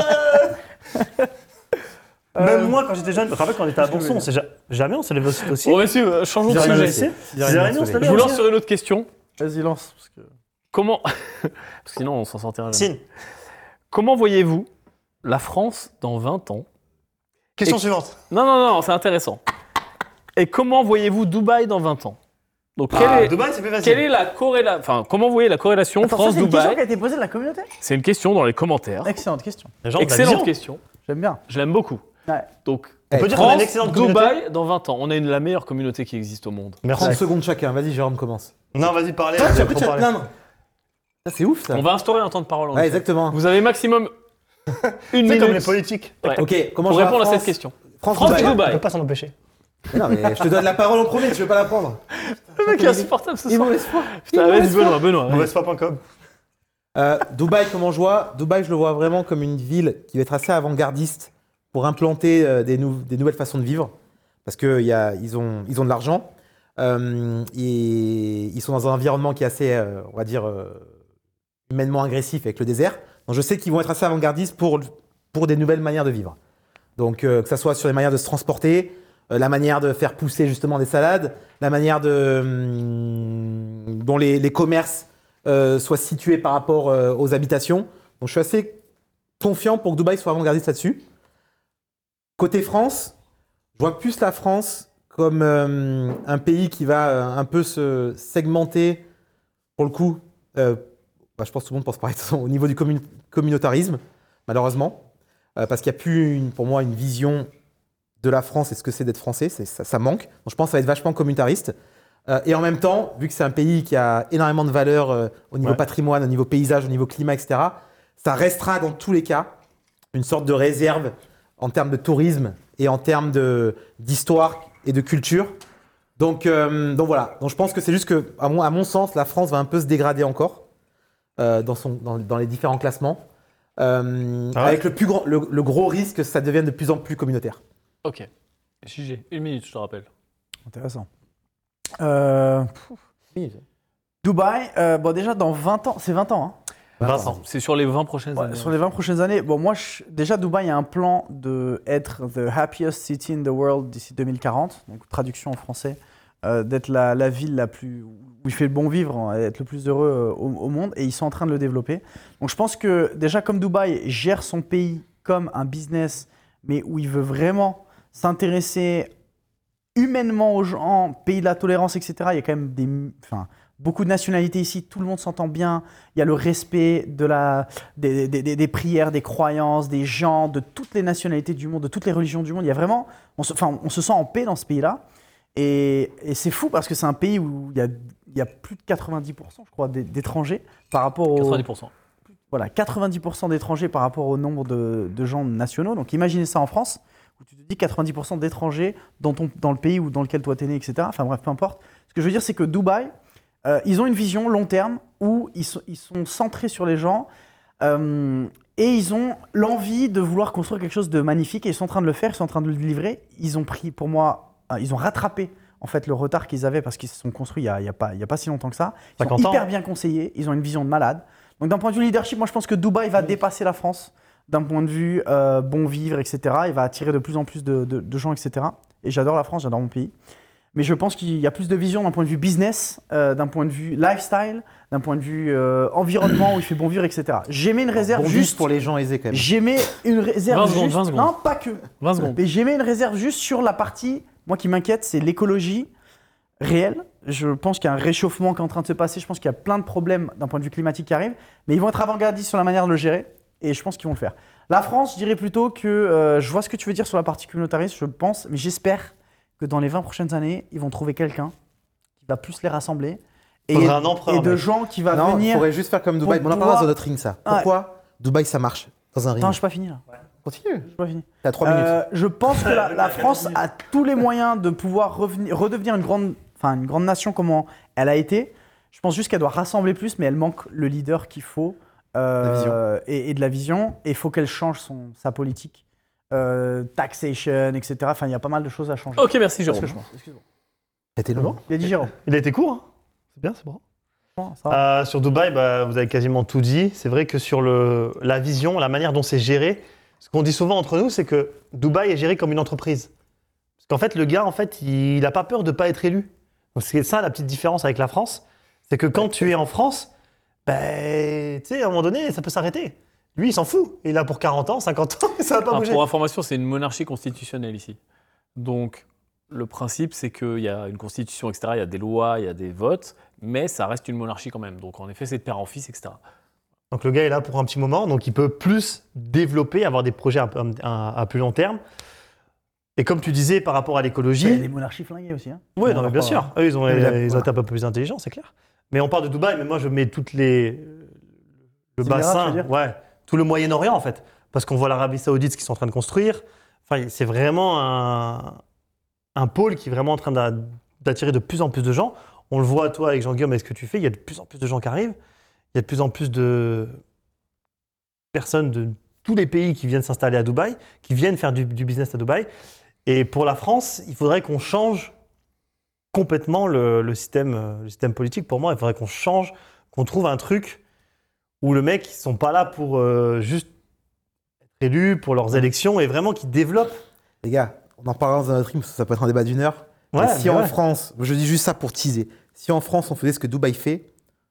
Ah. Même moi, quand j'étais jeune, je me rappelle quand on était à Bonson, on s'est ja- jamais on s'est levé aussi. aussi. Bon, messieurs, euh, changeons de Six heures et sujet. demie, six heures et demie, on se levait Je vous lance aussi. sur une autre question. Vas-y, lance. Parce que... Comment. Parce que sinon, on s'en sortira jamais. Sin. Comment voyez-vous la France dans vingt ans? Question Et- suivante. Non, non, non, c'est intéressant. Et comment voyez-vous Dubaï dans vingt ans? Donc, quelle, Ah, est, Dubaï, c'est plus facile. quelle est la corrélation. Enfin, comment vous voyez la corrélation Attends, ça, c'est une question France-Dubaï? qui a été posée de la communauté. C'est une question dans les commentaires. Excellente question. Les gens ont de la Excellente vision. question. J'aime bien. Je l'aime beaucoup. Ouais. Donc, On peut dire qu'on a France, une excellente communauté. Dubaï dans vingt ans. On a une, la meilleure communauté qui existe au monde. Merci. trente secondes chacun. Vas-y, Jérôme, commence. Non, vas-y, parlez. Toi, tu vas-y, as pu faut te parler. plaindre. Ça, c'est ouf, ça. On va instaurer un temps de parole. en Ouais, effet. exactement. Vous avez maximum une C'est minute comme les politiques. Ouais. Ok, comment pour je vois répondre à France cette question. France, France Dubaï. On Dubaï. peut pas s'en empêcher. Mais non, mais je te donne la parole en premier, tu veux pas la prendre. Le mec est insupportable ce Il soir. m'en laisse pas. Putain, vas-y, Benoît, Benoît. vas-y. mauvaise foi point com. Euh, Dubaï, comment je vois Dubaï, je le vois vraiment comme une ville qui va être assez avant-gardiste pour implanter euh, des, nou- des nouvelles façons de vivre. Parce qu'ils ont, ils ont de l'argent. Euh, et ils sont dans un environnement qui est assez, euh, on va dire, euh, humainement agressif avec le désert. Donc je sais qu'ils vont être assez avant-gardistes pour, pour des nouvelles manières de vivre. Donc euh, que ça soit sur les manières de se transporter, euh, la manière de faire pousser justement des salades, la manière de, hum, dont les, les commerces euh, soient situés par rapport euh, aux habitations. Donc je suis assez confiant pour que Dubaï soit avant-gardiste là-dessus. Côté France, je vois plus la France comme euh, un pays qui va euh, un peu se segmenter, pour le coup, euh, bah, je pense que tout le monde pense pareil, de toute façon, au niveau du commun- communautarisme, malheureusement, euh, parce qu'il n'y a plus, une- pour moi, une vision de la France et ce que c'est d'être français, c'est, ça, ça manque. Donc je pense que ça va être vachement communautariste. Euh, et en même temps, vu que c'est un pays qui a énormément de valeurs euh, au niveau Ouais. patrimoine, au niveau paysage, au niveau climat, et cetera, ça restera dans tous les cas une sorte de réserve en termes de tourisme et en termes de, d'histoire et de culture. Donc, euh, donc voilà. Donc je pense que c'est juste que, à mon, à mon sens, la France va un peu se dégrader encore euh, dans, son, dans, dans les différents classements, euh, Ah ouais avec le, plus grand, le, le gros risque que ça devienne de plus en plus communautaire. Ok. Sujet. Une minute, je te rappelle. Intéressant. Euh, Dubaï, euh, bon déjà dans vingt ans, c'est vingt ans, hein. Vincent. C'est sur les vingt prochaines Ouais, années. sur les vingt prochaines années, bon moi je- déjà Dubaï, il y a un plan de être the happiest city in the world d'ici deux mille quarante, donc traduction en français, euh, d'être la, la ville la plus où il fait le bon vivre, hein, être le plus heureux euh, au, au monde, et ils sont en train de le développer. Donc je pense que déjà comme Dubaï gère son pays comme un business, mais où il veut vraiment s'intéresser humainement aux gens, pays de la tolérance, et cetera. Il y a quand même des, enfin, beaucoup de nationalités ici, tout le monde s'entend bien. Il y a le respect de la, des, des- des- des prières, des croyances, des gens, de toutes les nationalités du monde, de toutes les religions du monde. Il y a vraiment, on se, enfin, on se sent en paix dans ce pays-là. Et, et c'est fou parce que c'est un pays où il y a, il y a plus de quatre-vingt-dix pour cent, je crois, d'é- d'étrangers par rapport au... quatre-vingt-dix pour cent. Voilà, quatre-vingt-dix pour cent d'étrangers par rapport au nombre de, de gens nationaux. Donc imaginez ça en France, où tu te dis quatre-vingt-dix pour cent d'étrangers dans, ton, dans le pays où, dans lequel toi t'es né, et cetera. Enfin bref, peu importe. Ce que je veux dire, c'est que Dubaï, euh, ils ont une vision long terme où ils sont, ils sont centrés sur les gens euh, et ils ont l'envie de vouloir construire quelque chose de magnifique et ils sont en train de le faire, ils sont en train de le livrer. Ils ont pris, pour moi, euh, ils ont rattrapé en fait le retard qu'ils avaient parce qu'ils se sont construits il n'y a, il y a, pas- il y a pas si longtemps que ça. Ils sont cinquante ans. hyper bien conseillés, ils ont une vision de malade. Donc d'un point de vue leadership, moi je pense que Dubaï va dépasser la France d'un point de vue euh, bon vivre, et cetera. Il va attirer de plus en plus de, de- de gens, et cetera. Et j'adore la France, j'adore mon pays. Mais je pense qu'il y a plus de vision d'un point de vue business, euh, d'un point de vue lifestyle, d'un point de vue euh, environnement où il fait bon vivre, et cetera. J'aimais une réserve Bon juste juste pour les gens aisés quand même. J'aimais une réserve vingt secondes, juste. vingt secondes. Non, pas que. vingt secondes. Mais j'aimais une réserve juste sur la partie, moi qui m'inquiète, c'est l'écologie réelle. Je pense qu'il y a un réchauffement qui est en train de se passer. Je pense qu'il y a plein de problèmes d'un point de vue climatique qui arrivent. Mais ils vont être avant-gardistes sur la manière de le gérer. et je pense qu'ils vont le faire. La France, je dirais plutôt que euh, je vois ce que tu veux dire sur la partie communautariste, je pense, mais j'espère que dans les vingt prochaines années, ils vont trouver quelqu'un qui va plus les rassembler. Et, Faudrait un empereur, et de mec. gens qui va Non, il venir. faudrait juste faire comme Dubaï. pour On en parlera pouvoir- dans notre ring, ça. Pourquoi Dubaï, ça marche dans un ring? Attends, je suis pas fini là. Continue. Je suis pas fini. T'as trois Euh, minutes. je pense que la, la France a tous les moyens de pouvoir revenir, redevenir une grande, enfin une grande nation comme elle a été. Je pense juste qu'elle doit rassembler plus, mais elle manque le leader qu'il faut euh, La vision. Et, et de la vision. Et il faut qu'elle change son, sa politique, euh, taxation, et cetera. Enfin, il y a pas mal de choses à changer. Ok, merci C'est ce Jérôme. que je pense. Excuse-moi. C'était long. Il a dit Jérôme. Il a été court, hein. C'est bien, c'est bon. Ça va. Euh, sur Dubaï, bah, vous avez quasiment tout dit. C'est vrai que sur le, la vision, la manière dont c'est géré, ce qu'on dit souvent entre nous, c'est que Dubaï est géré comme une entreprise. Parce qu'en fait, le gars, en fait, il n'a pas peur de ne pas être élu. Donc c'est ça la petite différence avec la France. C'est que quand tu es en France, ben, tu sais, à un moment donné, ça peut s'arrêter. Lui, il s'en fout. Il est là pour quarante ans, cinquante ans, ça va pas Ah, bouger. pour information, c'est une monarchie constitutionnelle ici. Donc, le principe, c'est qu'il y a une constitution, et cetera. Il y a des lois, il y a des votes, mais ça reste une monarchie quand même. Donc, en effet, c'est de père en fils, et cetera. Donc le gars est là pour un petit moment, donc il peut plus développer, avoir des projets à, à- à plus long terme. Et comme tu disais par rapport à Il y a l'écologie, des monarchies flinguées aussi. Hein. oui, On non, en mais bien reparlera. sûr, eux, ils ont, Oui, là, ils ont voilà. été un peu plus intelligents, c'est clair. Mais on parle de Dubaï, mais moi je mets toutes les le Les Émirats, tu bassin, veux dire ouais, tout le Moyen-Orient en fait, parce qu'on voit l'Arabie Saoudite ce qu'ils sont en train de construire. Enfin, c'est vraiment un, un pôle qui est vraiment en train d'a- d'attirer de plus en plus de gens. On le voit toi avec Jean-Guillaume, avec ce que tu fais, il y a de plus en plus de gens qui arrivent, il y a de plus en plus de personnes de tous les pays qui viennent s'installer à Dubaï, qui viennent faire du, du business à Dubaï. Et pour la France, il faudrait qu'on change complètement le, le système, euh, le système politique. Pour moi, il faudrait qu'on change, qu'on trouve un truc où le mec, ils sont pas là pour euh, juste être élus pour leurs élections et vraiment qu'ils développent. Les gars, on en parlera dans un autre ring parce que ça peut être un débat d'une heure. Ouais, Mais si mais en ouais. France, je dis juste ça pour teaser, si en France on faisait ce que Dubaï fait,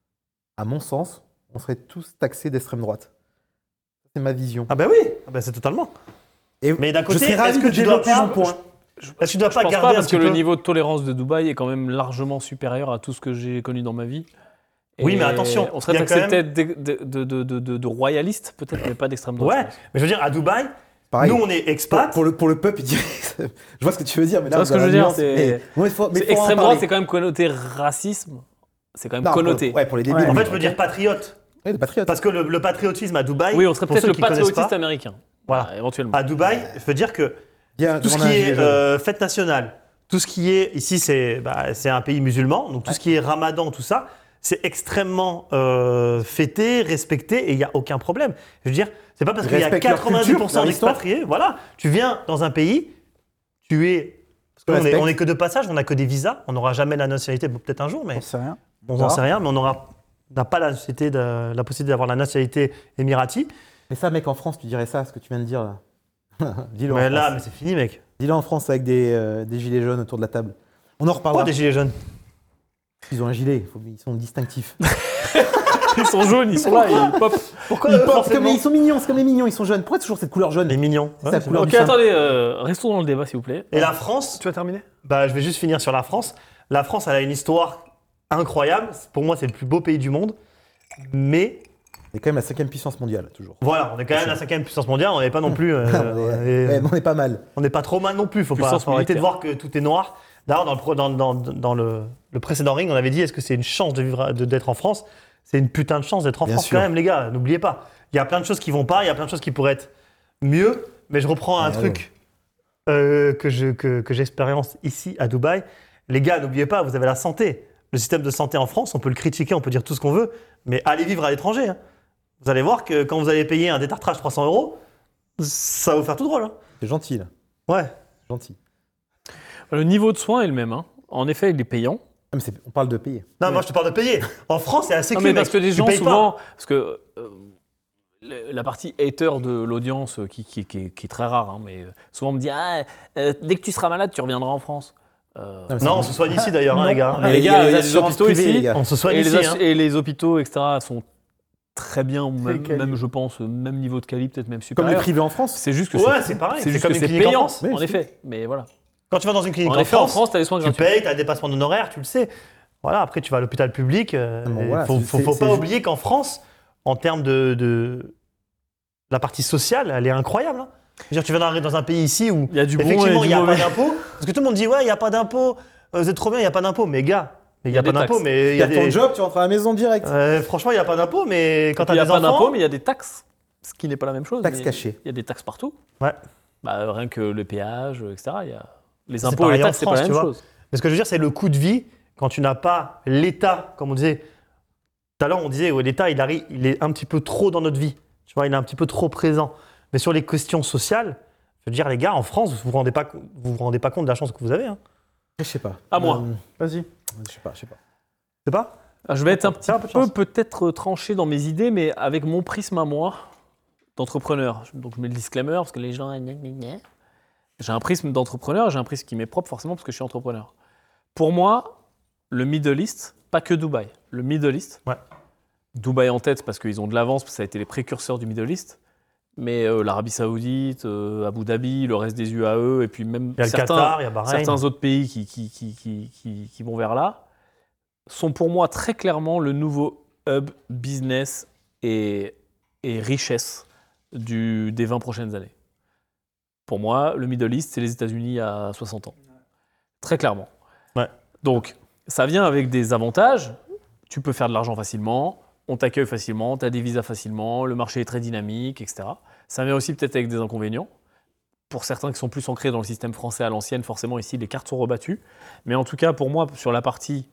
à mon sens, on serait tous taxés d'extrême droite. C'est ma vision. Ah ben oui, ah ben c'est totalement. Et Mais d'un je côté, serais ravi est-ce que de tu dois développer pas- mon point. Est-ce que tu dois Je pas pense garder pas un parce petit que peu... le niveau de tolérance de Dubaï est quand même largement supérieur à tout ce que j'ai connu dans ma vie. Oui, Et mais attention, on serait il y a taxé quand peut-être de, de, de, de, de, de royalistes, peut-être, mais pas d'extrême droite. Ouais, je pense. mais je veux dire, à Dubaï, Pareil. nous on est Pour, expats. pour le, pour le peuple, il dirait- je vois ce que tu veux dire, mais là, Tu vois ce dans que je la veux dire, nuance, c'est- mais- mais faut- mais C'est faut en extrême droite, parler. c'est quand même connoté racisme. C'est quand même Non, connoté. Pour, ouais, pour les débiles. Ouais. En oui. fait, je veux dire patriote. Oui, les patriotes. Parce que le, le patriotisme à Dubaï, Oui, on serait pour peut-être ceux le qui connaissent patriotiste pas, américain. Voilà. Ah, éventuellement. à Dubaï, je veux dire que Bien, tout ce demande à qui un est gilet jaune. euh, fête nationale, tout ce qui est ici, c'est bah, c'est un pays musulman, donc tout ce qui est Ramadan, tout ça, c'est extrêmement euh, fêté, respecté, et il n'y a aucun problème. Je veux dire, c'est pas parce Ils qu'il y a respectent leur quatre-vingt-dix pour cent culture, leur histoire. d'expatriés, voilà, tu viens dans un pays, tu es, parce qu'on est, respectent. on est que de passage, on n'a que des visas, on n'aura jamais la nationalité, bon, peut-être un jour, mais J'en sais rien. on n'en sait rien, mais on aura on n'a pas la, nationalité de- la possibilité d'avoir la nationalité émirati. Mais ça, mec, en France, tu dirais ça, ce que tu viens de dire là. Dis-le en Mais là, France. mais c'est fini, mec. Dis-le en France avec des, euh, des gilets jaunes autour de la table. On en Pourquoi reparlera. des gilets jaunes? Ils ont un gilet, il faut- ils sont distinctifs. Ils sont jaunes, ils sont là, ils pop. Pourquoi Ils, euh, portent forcément comme- ils sont mignons, c'est comme les mignons, ils sont jeunes. Pourquoi toujours cette couleur jaune Les mignons. C'est Ouais, la c'est couleur vrai. Ok, du sein. attendez, euh, restons dans le débat, s'il vous plaît. Et la France, Tu as terminé bah, je vais juste finir sur la France. La France, elle a une histoire incroyable. Pour moi, c'est le plus beau pays du monde. Mais C'est quand même la cinquième puissance mondiale, toujours. voilà, on est quand même la cinquième puissance mondiale. On n'est pas non plus. euh, on, est, on est- ouais, mais on est pas mal. on n'est pas trop mal non plus. Faut pas Puissance faut arrêter de militaire. voir que tout est noir. D'ailleurs, dans, le, pro- dans, dans, dans le, le précédent ring, on avait dit est-ce que c'est une chance de vivre, à- de- d'être en France? C'est une putain de chance d'être en Bien France sûr. quand même, les gars. N'oubliez pas. Il y a plein de choses qui vont pas. Il y a plein de choses qui pourraient être mieux. Mais je reprends un Ah, truc euh, que, je, que, que j'expérience ici à Dubaï. Les gars, n'oubliez pas, vous avez la santé. Le système de santé en France, on peut le critiquer, on peut dire tout ce qu'on veut, mais allez vivre à l'étranger. hein. Vous allez voir que quand vous allez payer un détartrage trois cents euros, ça va vous faire tout drôle. hein. C'est gentil, là. Ouais. Gentil. Le niveau de soin est le même. hein. En effet, il est payant. Ah, mais c'est- on parle de payer. Non, moi je te parle de payer. En France, c'est assez Non, clé, mais parce mec. que des Tu gens, payes souvent. Parce que euh, le- la partie hater de l'audience, euh, qui, qui- qui est- qui est très rare, hein, mais euh, souvent on me dit ah, euh, dès que tu seras malade, tu reviendras en France. Euh, Non, mais pas. Non, on c'est- se soigne ici d'ailleurs, hein, les gars. mais les il y a gars, les il y a des assurances hôpitaux privées, ici. les gars. On se soigne Et les, ici. ass- hein. et les hôpitaux, et cetera, sont très bien, ou même, quali. même, je pense, même niveau de qualité, peut-être même Comme les supérieur. privés en France. C'est juste que Ouais, c'est pareil. c'est C'est juste comme que une c'est clinique en payant, France. Oui, en c'est- effet. Mais voilà. Quand tu vas dans une clinique En en, effet, en France, France, tu as des soins tu gratuits. payes, tu as un dépassement d'honoraires, tu le sais. Voilà, après, tu vas à l'hôpital public. Il Ah bon, ne voilà, faut, c'est- faut, c'est- faut c'est pas ju- oublier qu'en France, en termes de, de la partie sociale, elle est incroyable. Hein. Je veux dire, tu viens d'arriver dans un pays ici où Il y a du bon effectivement et il du n'y a mauvais. pas d'impôt. Parce que tout le monde dit ouais, il n'y a pas d'impôt, euh, vous êtes trop bien, il n'y a pas d'impôt. Mais gars, il n'y a, des pas d'impôt, taxes. mais il Il y a ton des. job, tu rentres à la maison direct. Euh, franchement, il n'y a pas d'impôt, mais quand tu Il as n'y des a pas enfants. d'impôt, mais il y a des taxes, ce qui n'est pas la même chose. Taxes mais cachées. Il y a des taxes partout. Ouais. Bah, rien que le péage, et cetera. Il y a... Les C'est impôts et pareil les en taxes, c'est pas France, la tu même vois. chose. Mais ce que je veux dire, c'est le coût de vie quand tu n'as pas l'État, comme on disait. Tout à l'heure, on disait ouais, l'État, il, arrive, il est un petit peu trop dans notre vie. Tu vois, il est un petit peu trop présent. Mais sur les questions sociales, je veux dire, les gars, en France, vous ne vous, rendez pas co- vous vous rendez pas compte de la chance que vous avez. Hein. Je sais pas. À moi. Euh, Vas-y. Je sais pas, je sais pas. C'est pas Ah, Je vais être un petit C'est un peu de peu chance. peut-être tranché dans mes idées, mais avec mon prisme à moi d'entrepreneur. Donc je mets le disclaimer parce que les gens. gna, gna, gna. J'ai un prisme d'entrepreneur, j'ai un prisme qui m'est propre forcément parce que je suis entrepreneur. Pour moi, le Middle East, pas que Dubaï, le Middle East, Ouais. Dubaï en tête parce qu'ils ont de l'avance, parce que ça a été les précurseurs du Middle East, mais euh, l'Arabie Saoudite, euh, Abu Dhabi, le reste des U A E, et puis même Il y a le certains, Qatar, il y a Bahreïn. certains autres pays qui, qui, qui, qui, qui, qui vont vers là, sont pour moi très clairement le nouveau hub business et, et richesse du, des vingt prochaines années. Pour moi, le Middle East, c'est les États-Unis à soixante ans. Très clairement. Ouais. Donc, ça vient avec des avantages. Tu peux faire de l'argent facilement, on t'accueille facilement, tu as des visas facilement, le marché est très dynamique, et cetera. Ça vient aussi peut-être avec des inconvénients. Pour certains qui sont plus ancrés dans le système français à l'ancienne, forcément ici, les cartes sont rebattues. Mais en tout cas, pour moi, sur la partie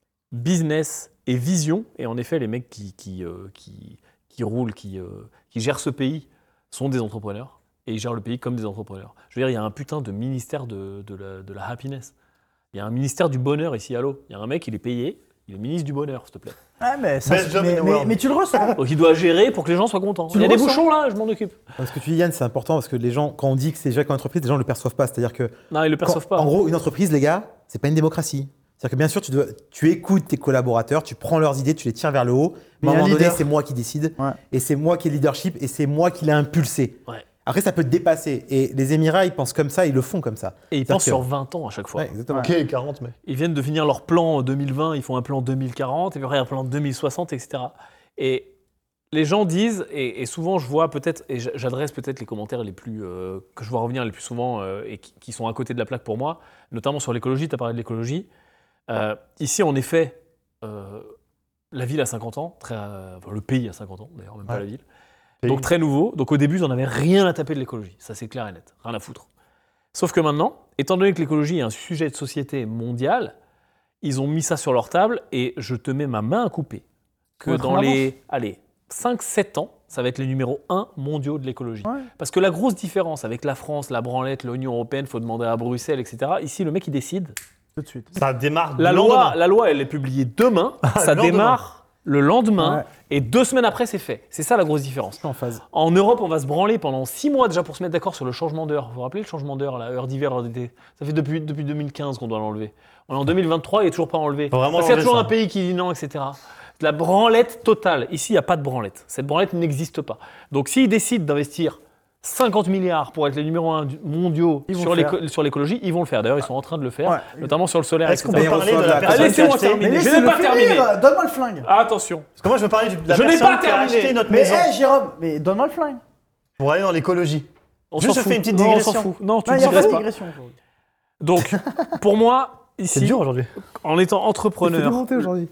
business et vision, et en effet, les mecs qui, qui, euh, qui, qui roulent, qui, euh, qui gèrent ce pays sont des entrepreneurs. Et ils gèrent le pays comme des entrepreneurs. Je veux dire, il y a un putain de ministère de, de, la, de la happiness. Il y a un ministère du bonheur ici à l'eau. Il y a un mec, il est payé, il est ministre du bonheur, s'il te plaît. Ouais, mais, ça, Best job mais, in the mais- world. mais tu le ressens. Donc il doit gérer pour que les gens soient contents. Tu Il y a le des ressens. bouchons là, je m'en occupe. Ce que tu dis, Yann, c'est important parce que les gens, quand on dit que c'est géré comme entreprise, les gens ne le perçoivent pas. C'est-à-dire que, Non, ils le quand- perçoivent pas. en gros, une entreprise, les gars, c'est pas une démocratie. C'est-à-dire que bien sûr, tu, dois, tu écoutes tes collaborateurs, tu prends leurs idées, tu les tires vers le haut. Mais Mais à un il y a moment un donné, leader. c'est moi qui décide. Ouais. Et c'est moi qui ai le leadership et c'est moi qui l'ai impulsé. Ouais. Après, ça peut te dépasser. Et les Émirats, ils pensent comme ça, ils le font comme ça. Et ils C'est-à-dire pensent que- sur vingt ans à chaque fois. Ouais, exactement. Ok, quarante, mais. Ils viennent de finir leur plan deux mille vingt, ils font un plan deux mille quarante, et puis après un plan deux mille soixante, et cetera. Et les gens disent, et, et souvent je vois peut-être, et j'adresse peut-être les commentaires les plus, euh, que je vois revenir les plus souvent euh, et qui, qui sont à côté de la plaque pour moi, notamment sur l'écologie, tu as parlé de l'écologie. Euh, ici, en effet, euh, la ville a cinquante ans, très, euh, enfin, le pays a cinquante ans d'ailleurs, même pas Ouais. la ville. Pays. Donc très nouveau. Donc au début, j'en avais rien à taper de l'écologie. Ça, c'est clair et net. Rien à foutre. Sauf que maintenant, étant donné que l'écologie est un sujet de société mondial, ils ont mis ça sur leur table et je te mets ma main à couper que Faut être dans en les allez, cinq sept ans, ça va être les numéros un mondiaux de l'écologie. Ouais. Parce que la grosse différence avec la France, la branlette, l'Union européenne, il faut demander à Bruxelles, et cetera. Ici, le mec, il décide. Tout de suite. Ça démarre La le loi, lendemain. la loi, elle est publiée demain. ça Le lendemain. démarre le lendemain. Ouais. Et deux semaines après, c'est fait. C'est ça la grosse différence. Je suis en phase. En Europe, on va se branler pendant six mois déjà pour se mettre d'accord sur le changement d'heure. Vous vous rappelez le changement d'heure, la heure d'hiver, heure d'été? Ça fait depuis, depuis deux mille quinze qu'on doit l'enlever. On est en deux mille vingt-trois, il n'est toujours pas enlevé. Faut vraiment Parce qu'il y a l'enlever, toujours ça. un pays qui dit non, et cetera. De la branlette totale. Ici, il n'y a pas de branlette. Cette branlette n'existe pas. Donc, s'ils décident d'investir cinquante milliards pour être les numéros un mondiaux Ils vont sur le faire. l'éco- sur l'écologie, ils vont le faire. D'ailleurs, ils sont en train de le faire, Ouais. notamment sur le solaire, Est-ce qu'on et cetera. peut parler de reçoivent la la- personne Allez, qui a laissez-moi acheté terminer. Mais Je laissez-le n'ai pas terminé. finir. Donne-moi le flingue. Attention. Parce que moi, je veux parler du- de la Je n'ai personne pas qui a terminé. acheté notre Mais maison hé, Jérôme, mais donne-moi le flingue. pour aller dans l'écologie. On Juste, s'en je fout. fais une petite Non, on digression. s'en fout. Non, tu Non, ne il y a pas digresses de pas. digression aujourd'hui. Donc, pour moi, C'est ici, dur aujourd'hui. en étant Tu fais entrepreneur, monter aujourd'hui.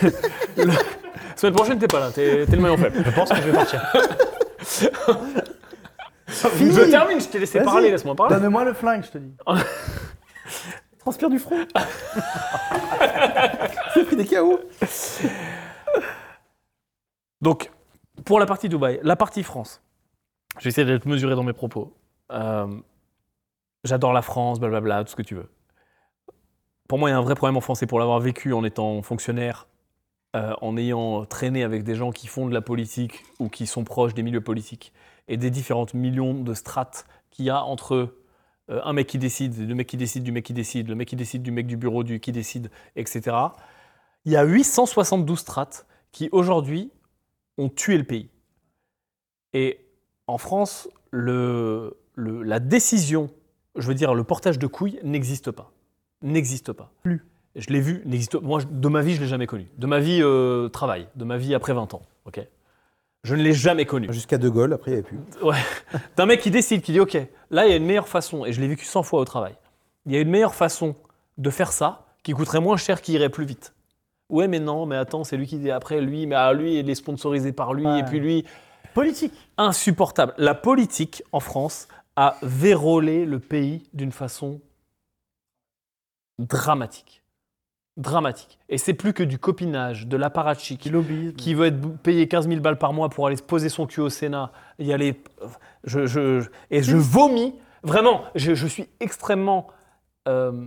semaine prochaine, t'es pas là, t'es t'es le maillon faible. Je pense que je vais partir. Fini. Je termine, je t'ai laissé Vas-y. parler, laisse-moi parler. Donne-moi le flingue, je te dis. Transpire du front. J'ai pris des K O. Donc, pour la partie Dubaï, la partie France, je vais essayer d'être mesuré dans mes propos. Euh, J'adore la France, blablabla, tout ce que tu veux. Pour moi, il y a un vrai problème en France, et pour l'avoir vécu en étant fonctionnaire, euh, en ayant traîné avec des gens qui font de la politique ou qui sont proches des milieux politiques et des différentes millions de strates qu'il y a entre euh, un mec qui décide, le mec qui décide du mec qui décide, le mec qui décide du mec du bureau du qui décide, et cetera. Il y a huit cent soixante-douze strates qui, aujourd'hui, ont tué le pays. Et en France, le, le- la décision, je veux dire le portage de couilles, n'existe pas. N'existe pas. Plus. Je l'ai vu, n'existe. Moi, je- de ma vie, je ne l'ai jamais connu. De ma vie euh, travail, de ma vie après vingt ans. ok Je ne l'ai jamais connu. Jusqu'à De Gaulle, après, il n'y avait plus. Ouais. D'un mec qui décide, qui dit ok, là il y a une meilleure façon, et je l'ai vécu cent fois au travail, il y a une meilleure façon de faire ça qui coûterait moins cher, qui irait plus vite. Ouais, mais non, mais attends, c'est lui qui dit après, lui, mais ah, lui, il est sponsorisé par lui, Ouais. et puis lui. Politique. Insupportable. La politique en France a vérolé le pays d'une façon dramatique. Dramatique. Et c'est plus que du copinage, de l'apparatchik, Qui lobbyisme. qui veut être bou- payé quinze mille balles par mois pour aller se poser son cul au Sénat, y aller. Je, je, et je vomis. Vraiment, je, je suis extrêmement. euh,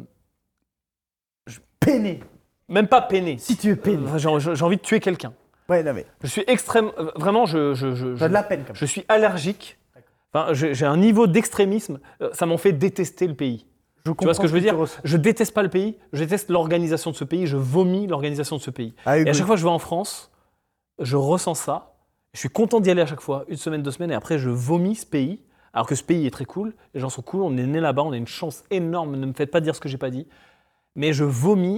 Peiné. même pas peiné. Si tu es peiné. Euh, J'ai j'ai envie de tuer quelqu'un. Ouais, non, mais Je suis extrême. euh, Vraiment, je. je, je, t'as je- de la peine quand même. Je suis allergique. Enfin, j'ai j'ai un niveau d'extrémisme. euh, Ça m'en fait détester le pays. Je Tu vois ce que je veux dire tu ressens. Je déteste pas le pays. Je déteste l'organisation de ce pays. Je vomis l'organisation de ce pays. Ah, Et Hugo, à chaque fois que je vais en France, je ressens ça. Je suis content d'y aller à chaque fois, une semaine, deux semaines, et après je vomis ce pays. Alors que ce pays est très cool. Les gens sont cool. On est né là-bas. On a une chance énorme. Ne me faites pas dire ce que j'ai pas dit. Mais je vomis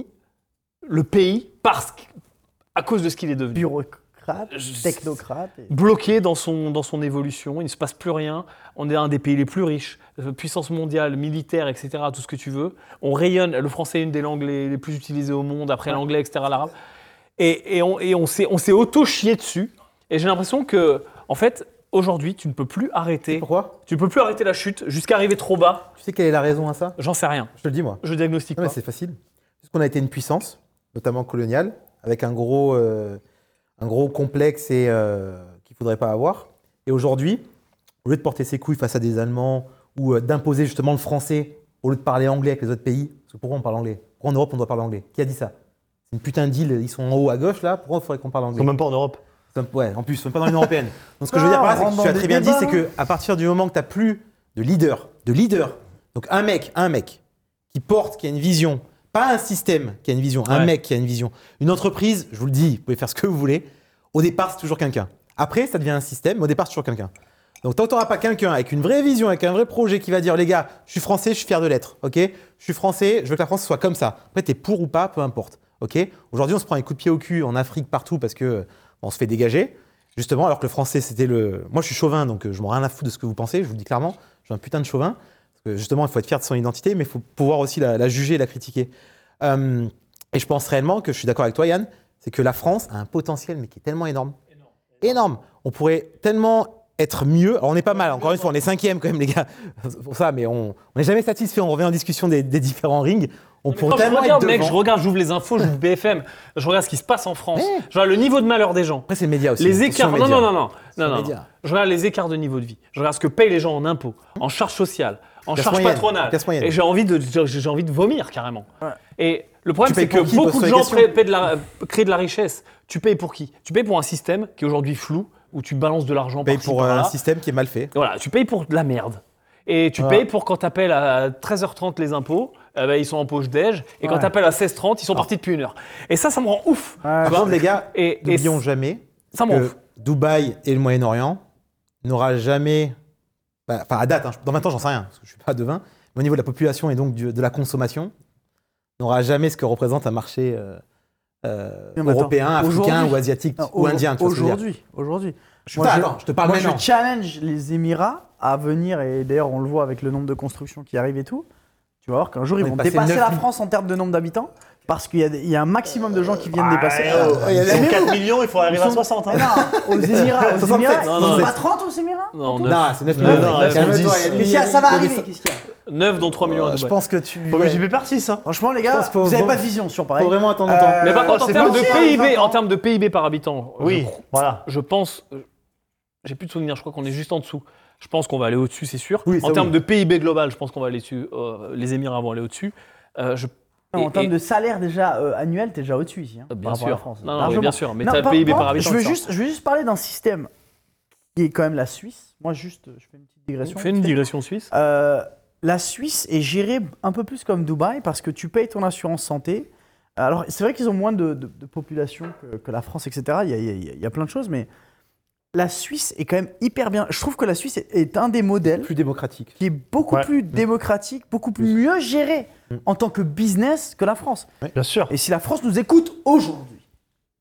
le pays parce que, à cause de ce qu'il est devenu. bureaucrate, Je- technocrate. et- Bloqué dans son, dans son évolution, il ne se passe plus rien. On est un des pays les plus riches, euh, puissance mondiale, militaire, et cetera, tout ce que tu veux. On rayonne, le français est une des langues les, les plus utilisées au monde, après l'anglais, et cetera, l'arabe. Et, et on, et on s'est, on s'est auto-chié dessus. Et j'ai l'impression que, en fait, aujourd'hui, tu ne peux plus arrêter. Pourquoi? Tu ne peux plus arrêter la chute jusqu'à arriver trop bas. Tu sais quelle est la raison à ça? J'en sais rien. Je te le dis, moi. Je diagnostique Non, mais pas. c'est facile. Parce qu'on a été une puissance, notamment coloniale, avec un gros, euh, un gros complexe et, euh, qu'il ne faudrait pas avoir. Et aujourd'hui, au lieu de porter ses couilles face à des Allemands ou euh, d'imposer justement le français au lieu de parler anglais avec les autres pays, parce que pourquoi on parle anglais? Pourquoi en Europe on doit parler anglais? Qui a dit ça? C'est une putain de deal, ils sont en haut à gauche là, pourquoi il faudrait qu'on parle Ils anglais? sont même pas en Europe. Ça me- Ouais, en plus, ils sont pas dans l'Union européenne. Donc ce que je veux dire Non, par là, c'est on que rentre tu as dans très des bien dit, débats, c'est qu'à partir du moment que tu n'as plus de leader, de leader, donc un mec, un mec qui porte, qui a une vision, pas un système qui a une vision, un Ouais. mec qui a une vision. Une entreprise, je vous le dis, vous pouvez faire ce que vous voulez, au départ, c'est toujours quelqu'un. Après, ça devient un système, mais au départ, c'est toujours quelqu'un. Donc tant que tu n'auras pas quelqu'un avec une vraie vision, avec un vrai projet qui va dire, les gars, je suis français, je suis fier de l'être, ok? Je suis français, je veux que la France soit comme ça. Après, tu es pour ou pas, peu importe, ok? Aujourd'hui, on se prend un coup de pied au cul en Afrique, partout, parce que on se fait dégager. Justement, alors que le français, c'était le. Moi, je suis chauvin, donc euh, je m'en ai rien à foutre de ce que vous pensez, je vous le dis clairement. Je suis un putain de chauvin. Parce que justement, il faut être fier de son identité, mais il faut pouvoir aussi la, la juger et la critiquer. Euh, et je pense réellement que je suis d'accord avec toi, Yann, c'est que la France a un potentiel, mais qui est tellement énorme. Énorme. énorme. On pourrait tellement être mieux. Alors, on est pas mal, encore une fois, on est cinquième quand même, les gars, pour ça, mais on n'est jamais satisfait. On revient en discussion des, des différents rings. On pourrait Quand je tellement regarde, être mec, devant. je regarde, j'ouvre les infos, j'ouvre B F M, je regarde ce qui se passe en France. Ouais. Je regarde le niveau de malheur des gens. Après, c'est le média aussi. Les Attention écarts. aux Non, médias. non, non, non. C'est non, les non, non. médias. Je regarde les écarts de niveau de vie. Je regarde ce que payent les gens en impôts, en charges sociales, en Classe charges moyenne, patronales. classe moyenne. Et j'ai envie de, j'ai j'ai envie de vomir carrément. Ouais. Et le problème, Tu c'est payes que pour qui? beaucoup de Pose-toi la gens question. pré- paient de la- créent de la richesse. Tu payes pour qui? Tu payes pour un système qui est aujourd'hui flou, où tu balances de l'argent On paye par-ci, pour par-là. un système qui est mal fait. Voilà, tu payes pour de la merde. Et tu Voilà. payes pour quand tu appelles à treize heures trente les impôts, eh ben, ils sont en poche déj. Et quand Ouais. tu appelles à seize heures trente, ils sont partis depuis une heure. Et ça, ça me rend ouf. Ouais, Par Tu vois contre, les gars, Et, et n'oublions jamais ça me rend que ouf. Dubaï et le Moyen-Orient n'aura jamais, bah, enfin à date, hein, dans vingt ans j'en sais rien, parce que je suis pas devin, mais au niveau de la population et donc du- de la consommation, n'aura jamais ce que représente un marché euh, euh, Non, mais attends, européen, africain aujourd'hui- ou asiatique Non, ou indien. Tu vois ce que je veux dire. Aujourd'hui, aujourd'hui. Je, Moi, pas- je- attends, je te parle Moi, maintenant. je challenge les Émirats à venir, et d'ailleurs, on le voit avec le nombre de constructions qui arrivent et tout. Tu vas voir qu'un jour, ils On est vont passé dépasser neuf la mille. France en termes de nombre d'habitants, parce qu'il y, a des- il y a un maximum de gens qui viennent Ah, dépasser. oh, Alors, il y a mais quatre vous- millions, il faut arriver ils à sont- soixante. hein. Mais non, aux Émirats, aux soixante-sept, Émirats, non, ils non, sont non. pas trente aux Émirats Non, en tout neuf. Non, c'est neuf Non, millions. non, Calme-toi, soixante-dix. il y a- Qu'est-ce il qu'il y y a- a, ça va il y a des- arriver, qu'est-ce qu'il y a neuf dont trois millions à Je Dubaï. pense que tu. Faut que ouais. j'y vais par six. Hein. Franchement, les Je gars, pense faut- vous n'avez faut- pas de vision sur pareil. Faut vraiment attendre Euh, longtemps. Mais par contre, en c'est termes de possible, P I B, vingt ans. en termes de P I B par habitant, Oui, je, voilà. je pense, euh, j'ai plus de souvenirs, je crois qu'on est juste en dessous. Je pense qu'on va aller au-dessus, c'est sûr. Oui, ça en termes oui. de P I B global, je pense qu'on va aller dessus. euh, les Émirats vont aller au-dessus. Euh, je- Non, en et- termes et- de salaire déjà euh, annuel, t'es déjà au-dessus ici. Hein, euh, par bien rapport à la sûr. France. Non, non, mais Largement. bien sûr. Mais Non, t'as le par P I B par contre, habitant. Je veux, c'est ça. juste, je veux juste parler d'un système qui est quand même la Suisse. Moi, juste, je fais une petite digression. Fais une digression suisse. Euh, la Suisse est gérée un peu plus comme Dubaï parce que tu payes ton assurance santé. Alors, c'est vrai qu'ils ont moins de, de- de population que, que la France, et cetera. Il y, a, il y a- il y a plein de choses, mais la Suisse est quand même hyper bien. Je trouve que la Suisse est, est un des modèles Plus démocratique. qui est beaucoup Ouais. plus démocratique, beaucoup plus mieux géré Mm. en tant que business que la France. Bien sûr. Et si la France nous écoute aujourd'hui,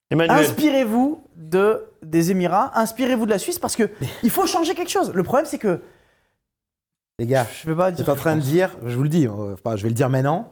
Emmanuel. Inspirez-vous de, des Émirats, inspirez-vous de la Suisse parce qu'il faut changer quelque chose. Le problème, c'est que. Les gars, Je vais pas vous dire. êtes en train de dire, je vous le dis, euh, enfin, je vais le dire maintenant,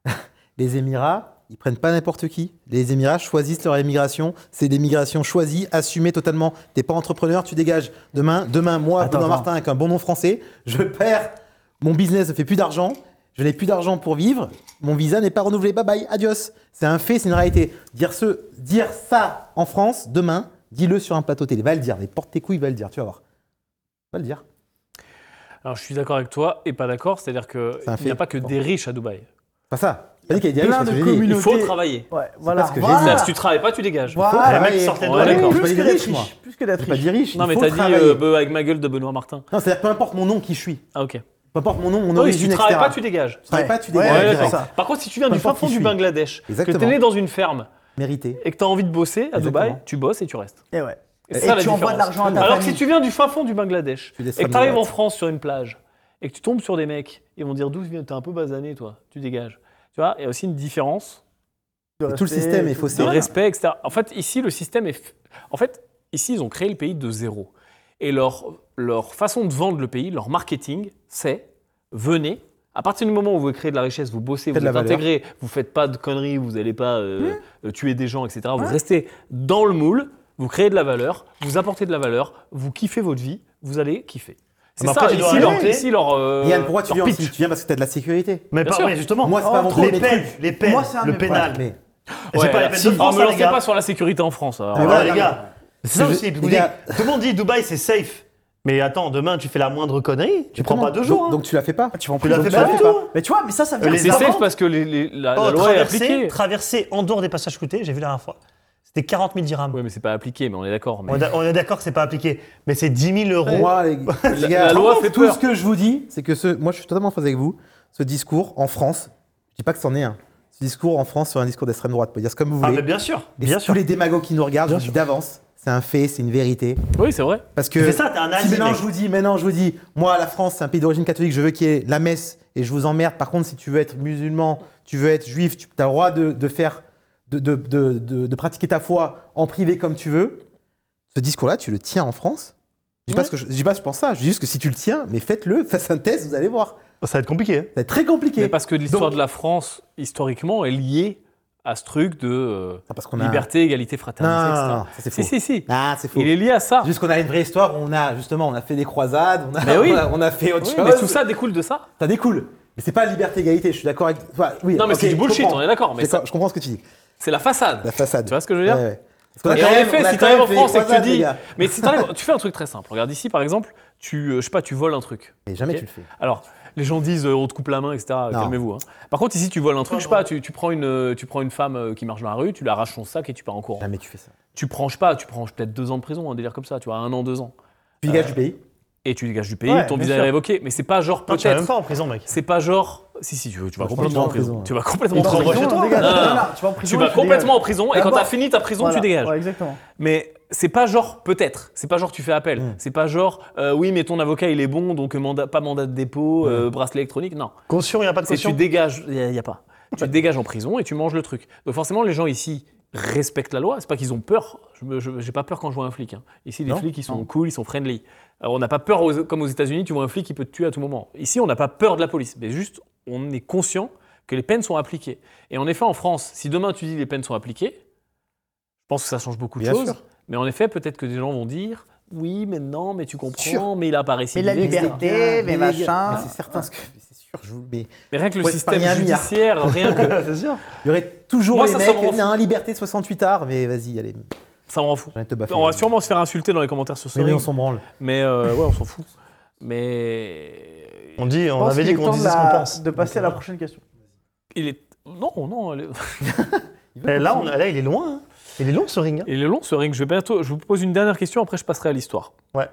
les Émirats, ils prennent pas n'importe qui. Les Émirats choisissent leur immigration. C'est des migrations choisies, assumées totalement. T'es pas entrepreneur, tu dégages. Demain, demain moi, Attends, Benoît attends. Martin, avec un bon nom français, je perds. Mon business ne fait plus d'argent. Je n'ai plus d'argent pour vivre. Mon visa n'est pas renouvelé. Bye bye, adios. C'est un fait, c'est une réalité. Dire, ce, dire ça en France, demain, dis-le sur un plateau télé. Va le dire. Les porte tes couilles, va le dire. Tu vas voir. Va le dire. Alors, je suis d'accord avec toi et pas d'accord. C'est-à-dire qu'il C'est un n'y a fait. pas que Bon. des riches à Dubaï. Pas ça. Pas dit qu'il y a des Plein riches, de c'est ce que j'ai dit. Il communautés. faut travailler. Ouais, voilà. pas ce que j'ai voilà. dit. C'est-à-dire que si tu travailles pas, tu dégages. Voilà. Les mecs sortaient de Ouais, là. d'accord. Plus Pas que des d'être riches, moi. riche. Plus que d'être J'ai pas riche. dit riche. Non, il mais faut t'as dit travailler. euh, bah, avec ma gueule de Benoît Martin. Non, c'est-à-dire peu importe mon nom qui je suis. Ah, ok. Peu importe mon nom, mon Oui, si origine, tu travailles et cetera. pas, tu dégages. Tu travailles Ouais. pas, tu Ouais, dégages. Ouais, ouais, direct. c'est ça. Par contre, si tu viens Peu du fin importe fond qui du je suis. Bangladesh, que Exactement. tu es né dans une ferme Mérité. et que tu as envie de bosser à Exactement. Dubaï, tu bosses et tu restes. Et ouais. Et Et c'est ça, la tu envoies de différence. l'argent à ta Alors que famille. si tu viens du fin fond du Bangladesh Tu et descends que tu arrives de en droite. France sur une plage et que tu tombes sur des mecs, ils vont dire d'où tu viens, t'es un peu basané toi, tu dégages. Tu vois, il y a aussi une différence De Et tout le rester- système est de faussé. respect, et cetera. En fait, ici, le système est. f- En fait, ici, ils ont créé le pays de zéro. Et leur, leur façon de vendre le pays, leur marketing, c'est venez. À partir du moment où vous créez de la richesse, vous bossez, Faites vous de la êtes valeur. intégré, vous faites pas de conneries, vous n'allez pas euh, euh, tuer des gens, et cetera. Vous restez dans le moule, vous créez de la valeur, vous apportez de la valeur, vous kiffez votre vie, vous allez kiffer. C'est Mais ça, après, tu dois ici, leur, arrêter. ici, leur, euh, Yann, pourquoi tu leur viens pitch. aussi Tu viens parce que t'as de la sécurité. Mais Bien pas, sûr. ouais, justement. Moi, c'est Oh, pas mon trop les premier peines, truc. les peines, Moi, c'est un de le mes pénal. Mais Et c'est pas les peines si, de France, me hein, les lancez gars. pas sur la sécurité en France. alors. Mais Ouais, voilà, non, les gars. C'est ça Je- aussi. les vous gars- dites- Tout le monde dit Dubaï, c'est safe. Mais attends, demain, tu fais la moindre connerie, tu prends comment pas deux jours. Donc, hein. donc tu la fais pas. Tu vas en Tu l'as prison. fait tu pas la du fais tout. pas. Mais tu vois, mais ça, ça vient Les C'est Par safe contre- parce que les- les- la, la Oh, loi est traverser, appliquée. traverser en dehors des passages coûtés, j'ai vu la dernière fois. C'était quarante mille dirhams. Oui, mais c'est pas appliqué, mais on est d'accord. mais- On est on est d'accord que c'est pas appliqué, mais c'est dix mille euros. Moi, les, les gars, la loi fait tout peur. ce que je vous dis, c'est que ce, moi, je suis totalement en phase avec vous. Ce discours en France, je dis pas que c'en est un. Ce discours en France, c'est un discours d'extrême droite. Vous pouvez dire ce que vous Ah, voulez. mais bien sûr, Et bien tous sûr. les démagogues qui nous regardent, je vous dis d'avance, c'est un fait, c'est une vérité. Oui, c'est vrai. Parce que C'est ça, t'es un si nazi, maintenant mec. je vous dis, maintenant je vous dis, moi la France c'est un pays d'origine catholique, je veux qu'il y ait la messe et je vous emmerde. Par contre, si tu veux être musulman, tu veux être juif, tu as le droit de, de faire, de, de, de, de- de pratiquer ta foi en privé comme tu veux. Ce discours-là, tu le tiens en France. Je dis pas ce que je, je dis pas, je pense ça. Je dis juste que si tu le tiens, mais faites-le, faites un test, vous allez voir. Ça va être compliqué. hein. Ça va être très compliqué. Mais parce que l'histoire Donc- de la France, historiquement, est liée à ce truc de euh, Ah, parce qu'on a- liberté, égalité, Non, fraternité, non, et cetera. non, non, ça c'est faux. Si, si, si. Ah, c'est faux. Il est lié à ça. Juste qu'on a une vraie histoire, on a justement, on a fait des croisades, on a, Mais oui. on a, on a fait autre Oui, chose. mais tout ça découle de ça. Ça découle. Mais c'est pas liberté, égalité, je suis d'accord avec toi. Oui, Non, mais ok, c'est du je bullshit, comprends. on est d'accord. Mais Je, ça, je comprends ce que tu dis. c'est la façade. La façade. Tu vois ce que je veux dire Ouais, ouais. Parce qu'on a Et quand en même- effet, on a si quand tu arrives même en fait France et des que tu croisades, les dis. gars. Mais si t'arrives- tu fais un truc très simple. Regarde ici, par exemple, tu, euh, je sais pas, tu voles un truc. Mais jamais Ok. tu le fais. Alors, les gens disent euh, on te coupe la main, et cetera. Non. Calmez-vous. hein. Par contre, ici, tu voles un truc, je sais pas, tu, tu prends une, euh, tu prends une femme euh, qui marche dans la rue, tu lui arraches son sac et tu pars en courant. Jamais tu fais ça. Tu prends, je sais pas, tu prends peut-être deux ans de prison, un délire comme ça, tu vois, un an, deux ans. Tu dégages du pays. Et tu dégages du pays, Ouais, ton bien visa est sûr. révoqué. Mais c'est pas genre Non, tu vas même peut-être. pas en prison, mec. C'est pas genre. Si, si, tu, veux, tu vas Moi, je complètement pense en que tu vas en prison. prison. Tu vas complètement On en te prison. renvoie chez toi. dégage. Non, non, Non, non. non, tu vas en prison. Tu vas et tu complètement dégages. en prison et quand D'abord- t'as fini ta prison, Voilà. tu dégages. Ouais, exactement. Mais c'est pas genre peut-être. C'est pas genre tu fais appel. Mm. C'est pas genre euh, oui, mais ton avocat il est bon, donc mandat, pas mandat de dépôt, euh, bracelet électronique. Non. Caution, il n'y a pas de C'est caution. tu dégages. Il y, a pas. Tu te dégages en prison et tu manges le truc. Donc forcément, les gens ici respectent la loi. C'est pas qu'ils ont peur. Je me- je- J'ai pas peur quand je vois un flic. hein. Ici, les Non. flics ils sont cool, ils sont friendly. Alors, on n'a pas peur aux- comme aux États-Unis. Tu vois un flic, il peut te tuer à tout moment. Ici, on n'a pas peur de la police, mais juste on est conscient que les peines sont appliquées. Et en effet, en France, si demain tu dis les peines sont appliquées, je pense que ça change beaucoup de Bien choses. sûr. Mais en effet, peut-être que des gens vont dire oui, mais non, mais tu comprends, Sûr. mais il a pas Mais récidivé. la et cetera. liberté, mais les gars, machin. mais c'est certain ce que. mais C'est sûr, je vous. Mais Mais rien que le Ouais, système parier un milliard. judiciaire, rien que C'est sûr. il y aurait toujours Moi, les ça, ça mecs. me rend fou. Non, liberté de soixante-huit arts, mais vas-y, allez. ça me rend fou. J'ai envie de te baffer. On va sûrement se faire insulter dans les commentaires sur ce Mais, mais on ring. s'en branle. Mais euh, ouais, on s'en fout. Mais On dit, Je on pense avait qu'il dit est qu'on temps disait ce de qu'on la- pense. De passer à la prochaine question. il est non, non. elle est- Mais là, on- là, il est loin. hein. Il est long ce ring. hein. Il est long ce ring. Je vais bientôt. Je vous pose une dernière question. Après, je passerai à l'histoire. Ouais.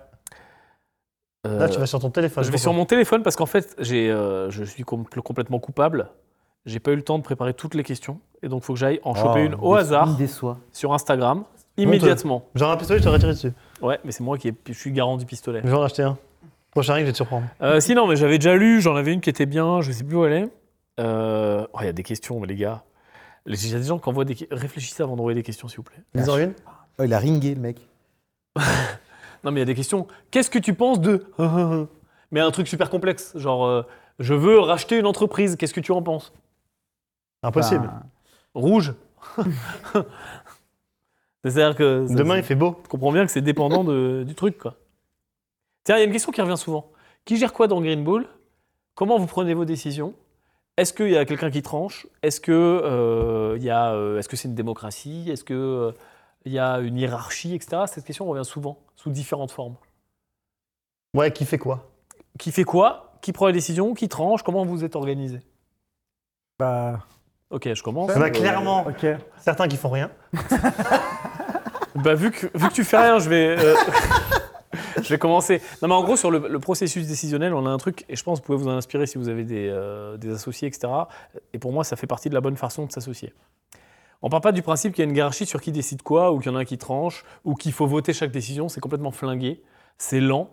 Euh, Là, tu vas sur ton téléphone. je vais sur mon téléphone parce qu'en fait, j'ai, euh, je suis com- complètement coupable. J'ai pas eu le temps de préparer toutes les questions et donc il faut que j'aille en choper Oh, une au des- hasard Une déçoit. sur Instagram immédiatement. J'aurais un pistolet, je t'aurais tiré dessus. Ouais, mais c'est moi qui ai- je suis garant du pistolet. Je vais en acheter un. Prochain ring, je vais te surprendre. Euh, sinon, mais j'avais déjà lu, j'en avais une qui était bien, je sais plus où elle est. Euh, oh, il y a des questions, mais les gars. Il y a des gens qui envoient des... Réfléchissez avant d'envoyer des questions, s'il vous plaît. Dis-en une. Oh, il a ringé, le mec. Non, mais il y a des questions. Qu'est-ce que tu penses de... Mais un truc super complexe. Genre, euh, je veux racheter une entreprise. Qu'est-ce que tu en penses? Impossible. Bah, Rouge. C'est-à-dire que... ça- Demain, ça- il fait beau. Tu comprends bien que c'est dépendant de- du truc, quoi. Tiens, il y a une question qui revient souvent. Qui gère quoi dans Green Bull? Comment vous prenez vos décisions? Est-ce qu'il y a quelqu'un qui tranche? Est-ce que euh, il y a, euh, est-ce que c'est une démocratie? Est-ce que euh, il y a une hiérarchie, et cetera. Cette question revient souvent, sous différentes formes. Ouais, qui fait quoi? Qui fait quoi? Qui prend les décisions? Qui tranche? Comment vous êtes organisé? bah, Ok, je commence. Il y en a clairement ok. certains qui font rien. Bah, vu que, vu que tu fais rien, je vais, euh, je vais commencer. Non, mais en gros, sur le, le processus décisionnel, on a un truc, et je pense que vous pouvez vous en inspirer si vous avez des, euh, des associés, et cetera. Et pour moi, ça fait partie de la bonne façon de s'associer. On ne part pas du principe qu'il y a une hiérarchie sur qui décide quoi, ou qu'il y en a un qui tranche, ou qu'il faut voter chaque décision. C'est complètement flingué, c'est lent,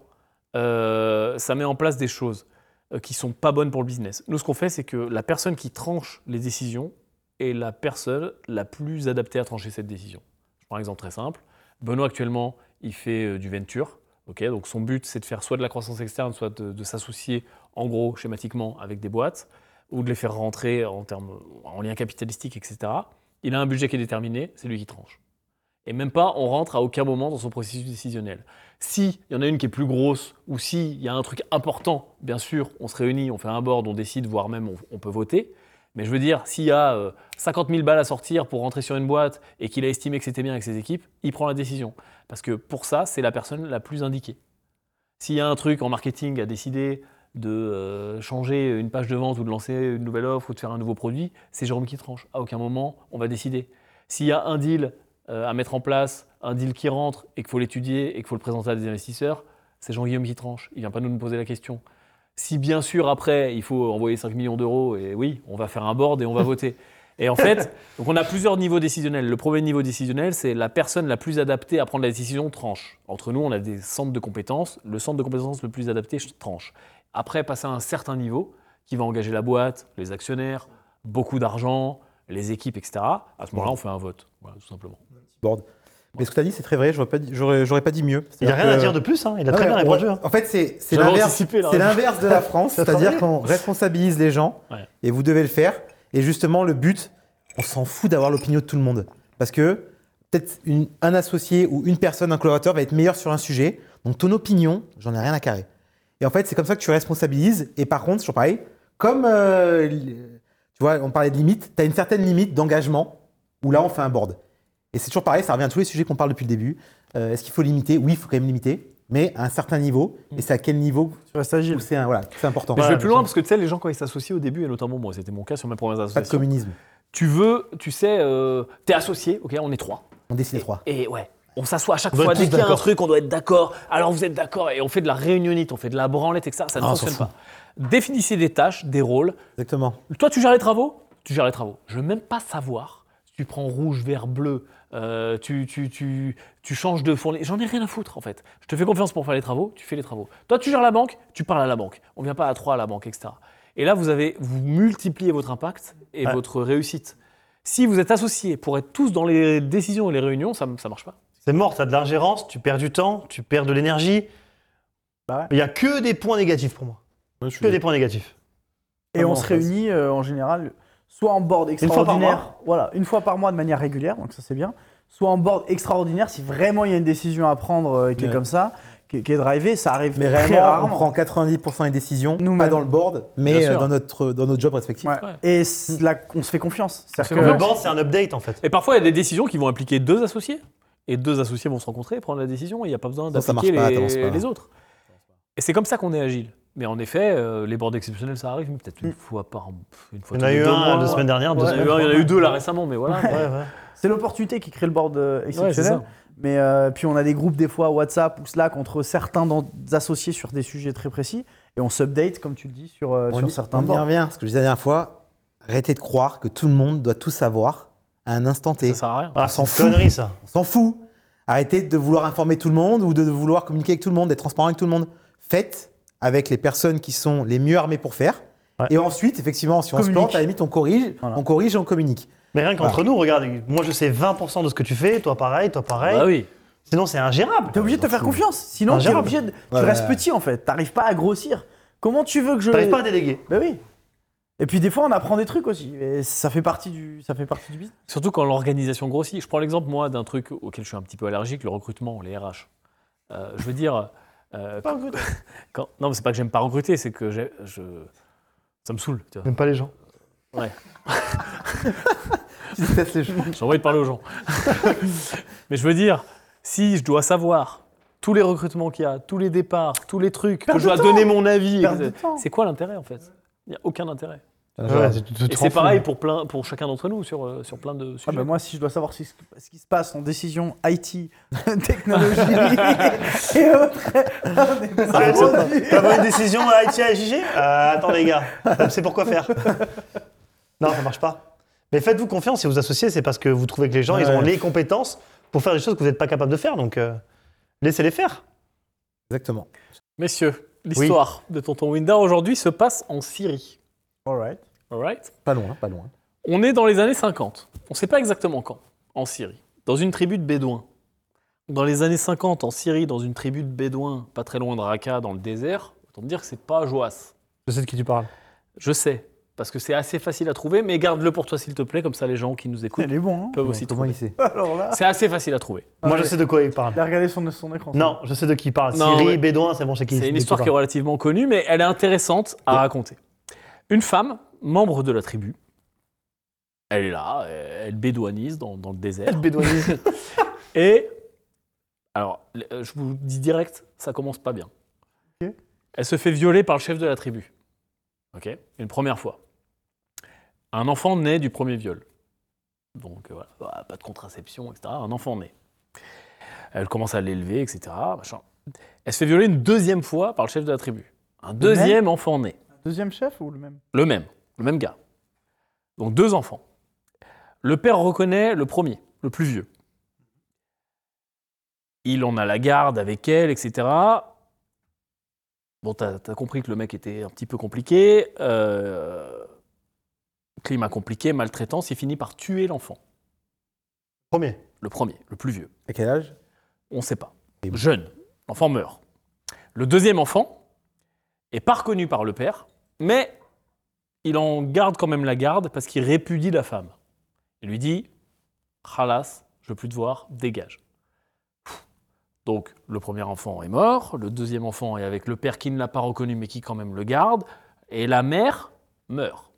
euh, ça met en place des choses euh, qui ne sont pas bonnes pour le business. Nous, ce qu'on fait, c'est que la personne qui tranche les décisions est la personne la plus adaptée à trancher cette décision. Je prends un exemple très simple. Benoît, actuellement, il fait euh, du venture. Okay, donc son but, c'est de faire soit de la croissance externe, soit de, de s'associer, en gros, schématiquement, avec des boîtes, ou de les faire rentrer en, termes, en lien capitalistique, et cetera. Il a un budget qui est déterminé, c'est lui qui tranche. Et même pas, on rentre à aucun moment dans son processus décisionnel. S'il y en a une qui est plus grosse, ou s'il y a un truc important, bien sûr, on se réunit, on fait un board, on décide, voire même on, on peut voter. Mais je veux dire, s'il y a euh, cinquante mille balles à sortir pour rentrer sur une boîte et qu'il a estimé que c'était bien avec ses équipes, il prend la décision. Parce que pour ça, c'est la personne la plus indiquée. S'il y a un truc en marketing à décider de euh, changer une page de vente ou de lancer une nouvelle offre ou de faire un nouveau produit, c'est Jérôme qui tranche. À aucun moment, on va décider. S'il y a un deal euh, à mettre en place, un deal qui rentre et qu'il faut l'étudier et qu'il faut le présenter à des investisseurs, c'est Jean-Guillaume qui tranche. Il ne vient pas nous poser la question. Si bien sûr, après, il faut envoyer cinq millions d'euros, et oui, on va faire un board et on va voter. Et en fait, donc on a plusieurs niveaux décisionnels. Le premier niveau décisionnel, c'est la personne la plus adaptée à prendre la décision tranche. Entre nous, on a des centres de compétences. Le centre de compétences le plus adapté tranche. Après, passer à un certain niveau, qui va engager la boîte, les actionnaires, beaucoup d'argent, les équipes, et cetera. À ce moment-là, on fait un vote, voilà, tout simplement. Board. Mais ce que tu as dit, c'est très vrai, j'aurais pas, dit- j'aurais, j'aurais pas dit mieux. Il n'y a C'est-à-dire rien à que- dire de plus, hein. Il a Ah très ouais, bien on- répondu. hein. En fait, c'est, c'est, J'avais l'inverse, anticipé, là. c'est l'inverse de la France, Ça c'est-à-dire travaille. qu'on responsabilise les gens, Ouais. et vous devez le faire. Et justement, le but, on s'en fout d'avoir l'opinion de tout le monde. Parce que peut-être une- un associé ou une personne, un collaborateur va être meilleur sur un sujet, donc ton opinion, j'en ai rien à carrer. Et en fait, c'est comme ça que tu responsabilises. Et par contre, c'est toujours pareil, comme, euh, tu vois, on parlait de limite, tu as une certaine limite d'engagement, où là, on fait un board. Et c'est toujours pareil, ça revient à tous les sujets qu'on parle depuis le début. Euh, est-ce qu'il faut limiter? Oui, il faut quand même limiter, mais à un certain niveau. Et c'est à quel niveau Tu restes agile. où c'est, un- voilà, c'est important. Mais je Ouais, vais plus bien loin sûr. parce que tu sais, les gens, quand ils s'associent au début, et notamment moi, c'était mon cas sur mes premières Pas de associations, communisme. tu veux, tu sais, euh, t'es associé, ok, on est trois. On décide les trois. Et ouais, on s'assoit à chaque On doit fois, être dès tous qu'il y a un d'accord. truc, on doit être d'accord. Alors vous êtes d'accord, et on fait de la réunionnite, on fait de la branlette, et cetera. Ça ne Ah, on fonctionne s'en pas. Définissez des tâches, des rôles. Exactement. Toi, tu gères les travaux? Tu gères les travaux. Je veux même pas savoir si tu prends rouge, vert, bleu, euh, tu, tu, tu, tu changes de fournisseur. J'en ai rien à foutre, en fait. Je te fais confiance pour faire les travaux, tu fais les travaux. Toi, tu gères la banque, tu parles à la banque. On ne vient pas à trois à la banque, et cetera. Et là, vous, avez, vous multipliez votre impact et Ouais. votre réussite. Si vous êtes associés pour être tous dans les décisions et les réunions, ça ne marche pas. C'est mort, tu as de l'ingérence, tu perds du temps, tu perds de l'énergie. Bah ouais. Il n'y a que des points négatifs pour moi. Que des points négatifs. Et on Vraiment, se en réunit euh, en général soit en board fois par extraordinaire, mois. voilà, une fois par mois de manière régulière, donc ça c'est bien. Soit en board extraordinaire si vraiment il y a une décision à prendre euh, qui est Ouais. comme ça, qui, qui est drivée, ça arrive Mais très réellement, on rarement. prend quatre-vingt-dix pour cent des décisions, Nous-mêmes. pas dans le board, mais Bien sûr. euh, dans notre, dans notre job respectif. Ouais. Ouais. Et c'est là on se fait confiance. se fait C'est-à-dire Le que- board, c'est un update en fait. Et parfois, il y a des décisions qui vont impliquer deux associés. Et deux associés vont se rencontrer et prendre la décision. Et il n'y a pas besoin Ça, ça d'appliquer marche pas, les, t'avances pas. les autres. Et c'est comme ça qu'on est agile. Mais en effet, euh, les boards exceptionnels, ça arrive peut-être une Mm. fois par une fois Il y en tous a les eu deux un mois. la semaine dernière, deux Ouais, il y en a semaines. eu un, il y en a eu deux là récemment, mais voilà. Ouais, ouais. c'est l'opportunité qui crée le board euh, Ouais, c'est exceptionnel. ça. Mais euh, puis on a des groupes des fois WhatsApp ou Slack entre certains d'en- associés sur des sujets très précis et on s'update comme tu le dis sur, euh, On sur y, certains on y boards. revient, ce que je disais la dernière fois, arrêtez de croire que tout le monde doit tout savoir à un instant T. Ça sert à rien. Ah, On s'en c'est une connerie ça. On s'en fout. Arrêtez de vouloir informer tout le monde ou de vouloir communiquer avec tout le monde, d'être transparent avec tout le monde. Faites avec les personnes qui sont les mieux armées pour faire. Ouais. Et ensuite, effectivement, si on se Communique. plante, à la limite, on corrige, Voilà. on corrige et on communique. Mais rien qu'entre nous, regarde, moi je sais vingt pour cent de ce que tu fais, toi pareil, toi pareil. Bah oui. Sinon c'est ingérable. T'es obligé de te faire confiance. Sinon, t'es Ingérable. obligé de... tu Ouais, restes ouais. petit en fait. T'arrives pas à grossir. Comment tu veux que je. T'arrives pas à déléguer. Bah oui. Et puis des fois, on apprend des trucs aussi. Et ça fait partie du, ça fait partie du business. Surtout quand l'organisation grossit. Je prends l'exemple, moi, d'un truc auquel je suis un petit peu allergique, le recrutement, les R H. Euh, je veux dire... euh, Pas recruter. quand- non, mais c'est pas que j'aime pas recruter, c'est que j'ai- je... ça me saoule. Tu vois. Même pas les gens. Ouais. Tu détestes les gens. J'ai envie de parler aux gens. Mais je veux dire, si je dois savoir tous les recrutements qu'il y a, tous les départs, tous les trucs, Perte que je dois de temps. donner mon avis, Perte et de que- temps. c'est quoi l'intérêt en fait? Il n'y a aucun intérêt. Ouais, tu- tu te Et rends c'est fou. pareil pour, plein, pour chacun d'entre nous sur, euh, sur plein de Ah sujets. bah moi, si je dois savoir ce qui, ce qui se passe en décision I T, technologie et autres, on est pas Ouais, rendu. T'as pris une décision à I T A et J G euh, Attends les gars, c'est pourquoi faire. Non, ça marche pas. Mais faites-vous confiance, si vous associez, c'est parce que vous trouvez que les gens, ils ont Ouais. les compétences pour faire des choses que vous n'êtes pas capable de faire, donc euh, laissez-les faire. Exactement. Messieurs, l'histoire de Tonton Windar aujourd'hui se passe en Syrie. Alright. Alright. Pas loin, pas loin. On est dans les années cinquante. On ne sait pas exactement quand, en Syrie. Dans une tribu de Bédouins. Dans les années cinquante, en Syrie, dans une tribu de Bédouins, pas très loin de Raqqa, dans le désert, autant me dire que c'est pas joas. Je sais de qui tu parles. Je sais, parce que c'est assez facile à trouver, mais garde-le pour toi s'il te plaît, comme ça les gens qui nous écoutent Elle est bon, hein. peuvent aussi Comment trouver. il sait? Alors là. C'est assez facile à trouver. Moi, Ah, je mais- sais de quoi il parle. Il a regardé son, son écran. Non, je sais de qui il parle. Non, Syrie, ouais. Bédouin, c'est bon, c'est qui C'est une de histoire qui est relativement connue, mais elle est intéressante à raconter. Une femme, membre de la tribu, elle est là, elle bédouanise dans, dans le désert. parle. Bédouinise. Et, alors, euh, je vous dis direct, ça commence pas bien. Ok. Elle se fait violer par le chef de la tribu. Ok. Une première fois. Un enfant naît du premier viol. Donc, euh, voilà, bah, pas de contraception, et cetera. Un enfant naît. Elle commence à l'élever, et cetera. Machin. Elle se fait violer une deuxième fois par le chef de la tribu. Un deuxième enfant naît. Deuxième chef ou le même? Le même, le même gars. Donc deux enfants. Le père reconnaît le premier, le plus vieux. Il en a la garde avec elle, et cetera. Bon, t'as as compris que le mec était un petit peu compliqué. Euh, climat compliqué, maltraitance. Il finit par tuer l'enfant. Premier. Le premier, le plus vieux. À quel âge? On ne sait pas. Et bon. Jeune. L'enfant meurt. Le deuxième enfant est pas reconnu par le père, mais il en garde quand même la garde parce qu'il répudie la femme. Il lui dit « Khalas, je veux plus te voir, dégage ». Donc, le premier enfant est mort, le deuxième enfant est avec le père qui ne l'a pas reconnu mais qui quand même le garde, et la mère meurt.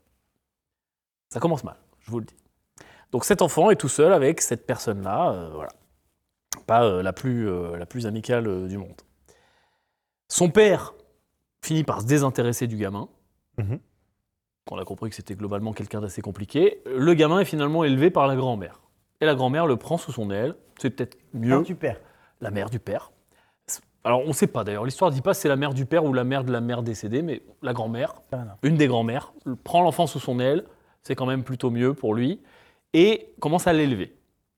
Ça commence mal, je vous le dis. Donc cet enfant est tout seul avec cette personne-là, euh, voilà. Pas euh, la, plus, euh, la plus amicale euh, du monde. Son père finit par se désintéresser du gamin. Mhm. On a compris que c'était globalement quelqu'un d'assez compliqué. Le gamin est finalement élevé par la grand-mère. Et la grand-mère le prend sous son aile. C'est peut-être mieux. Quand tu perds. La mère du père. Alors, on ne sait pas d'ailleurs. L'histoire ne dit pas si c'est la mère du père ou la mère de la mère décédée, mais la grand-mère, Fair enough. une des grand-mères, prend l'enfant sous son aile. C'est quand même plutôt mieux pour lui. Et commence à l'élever.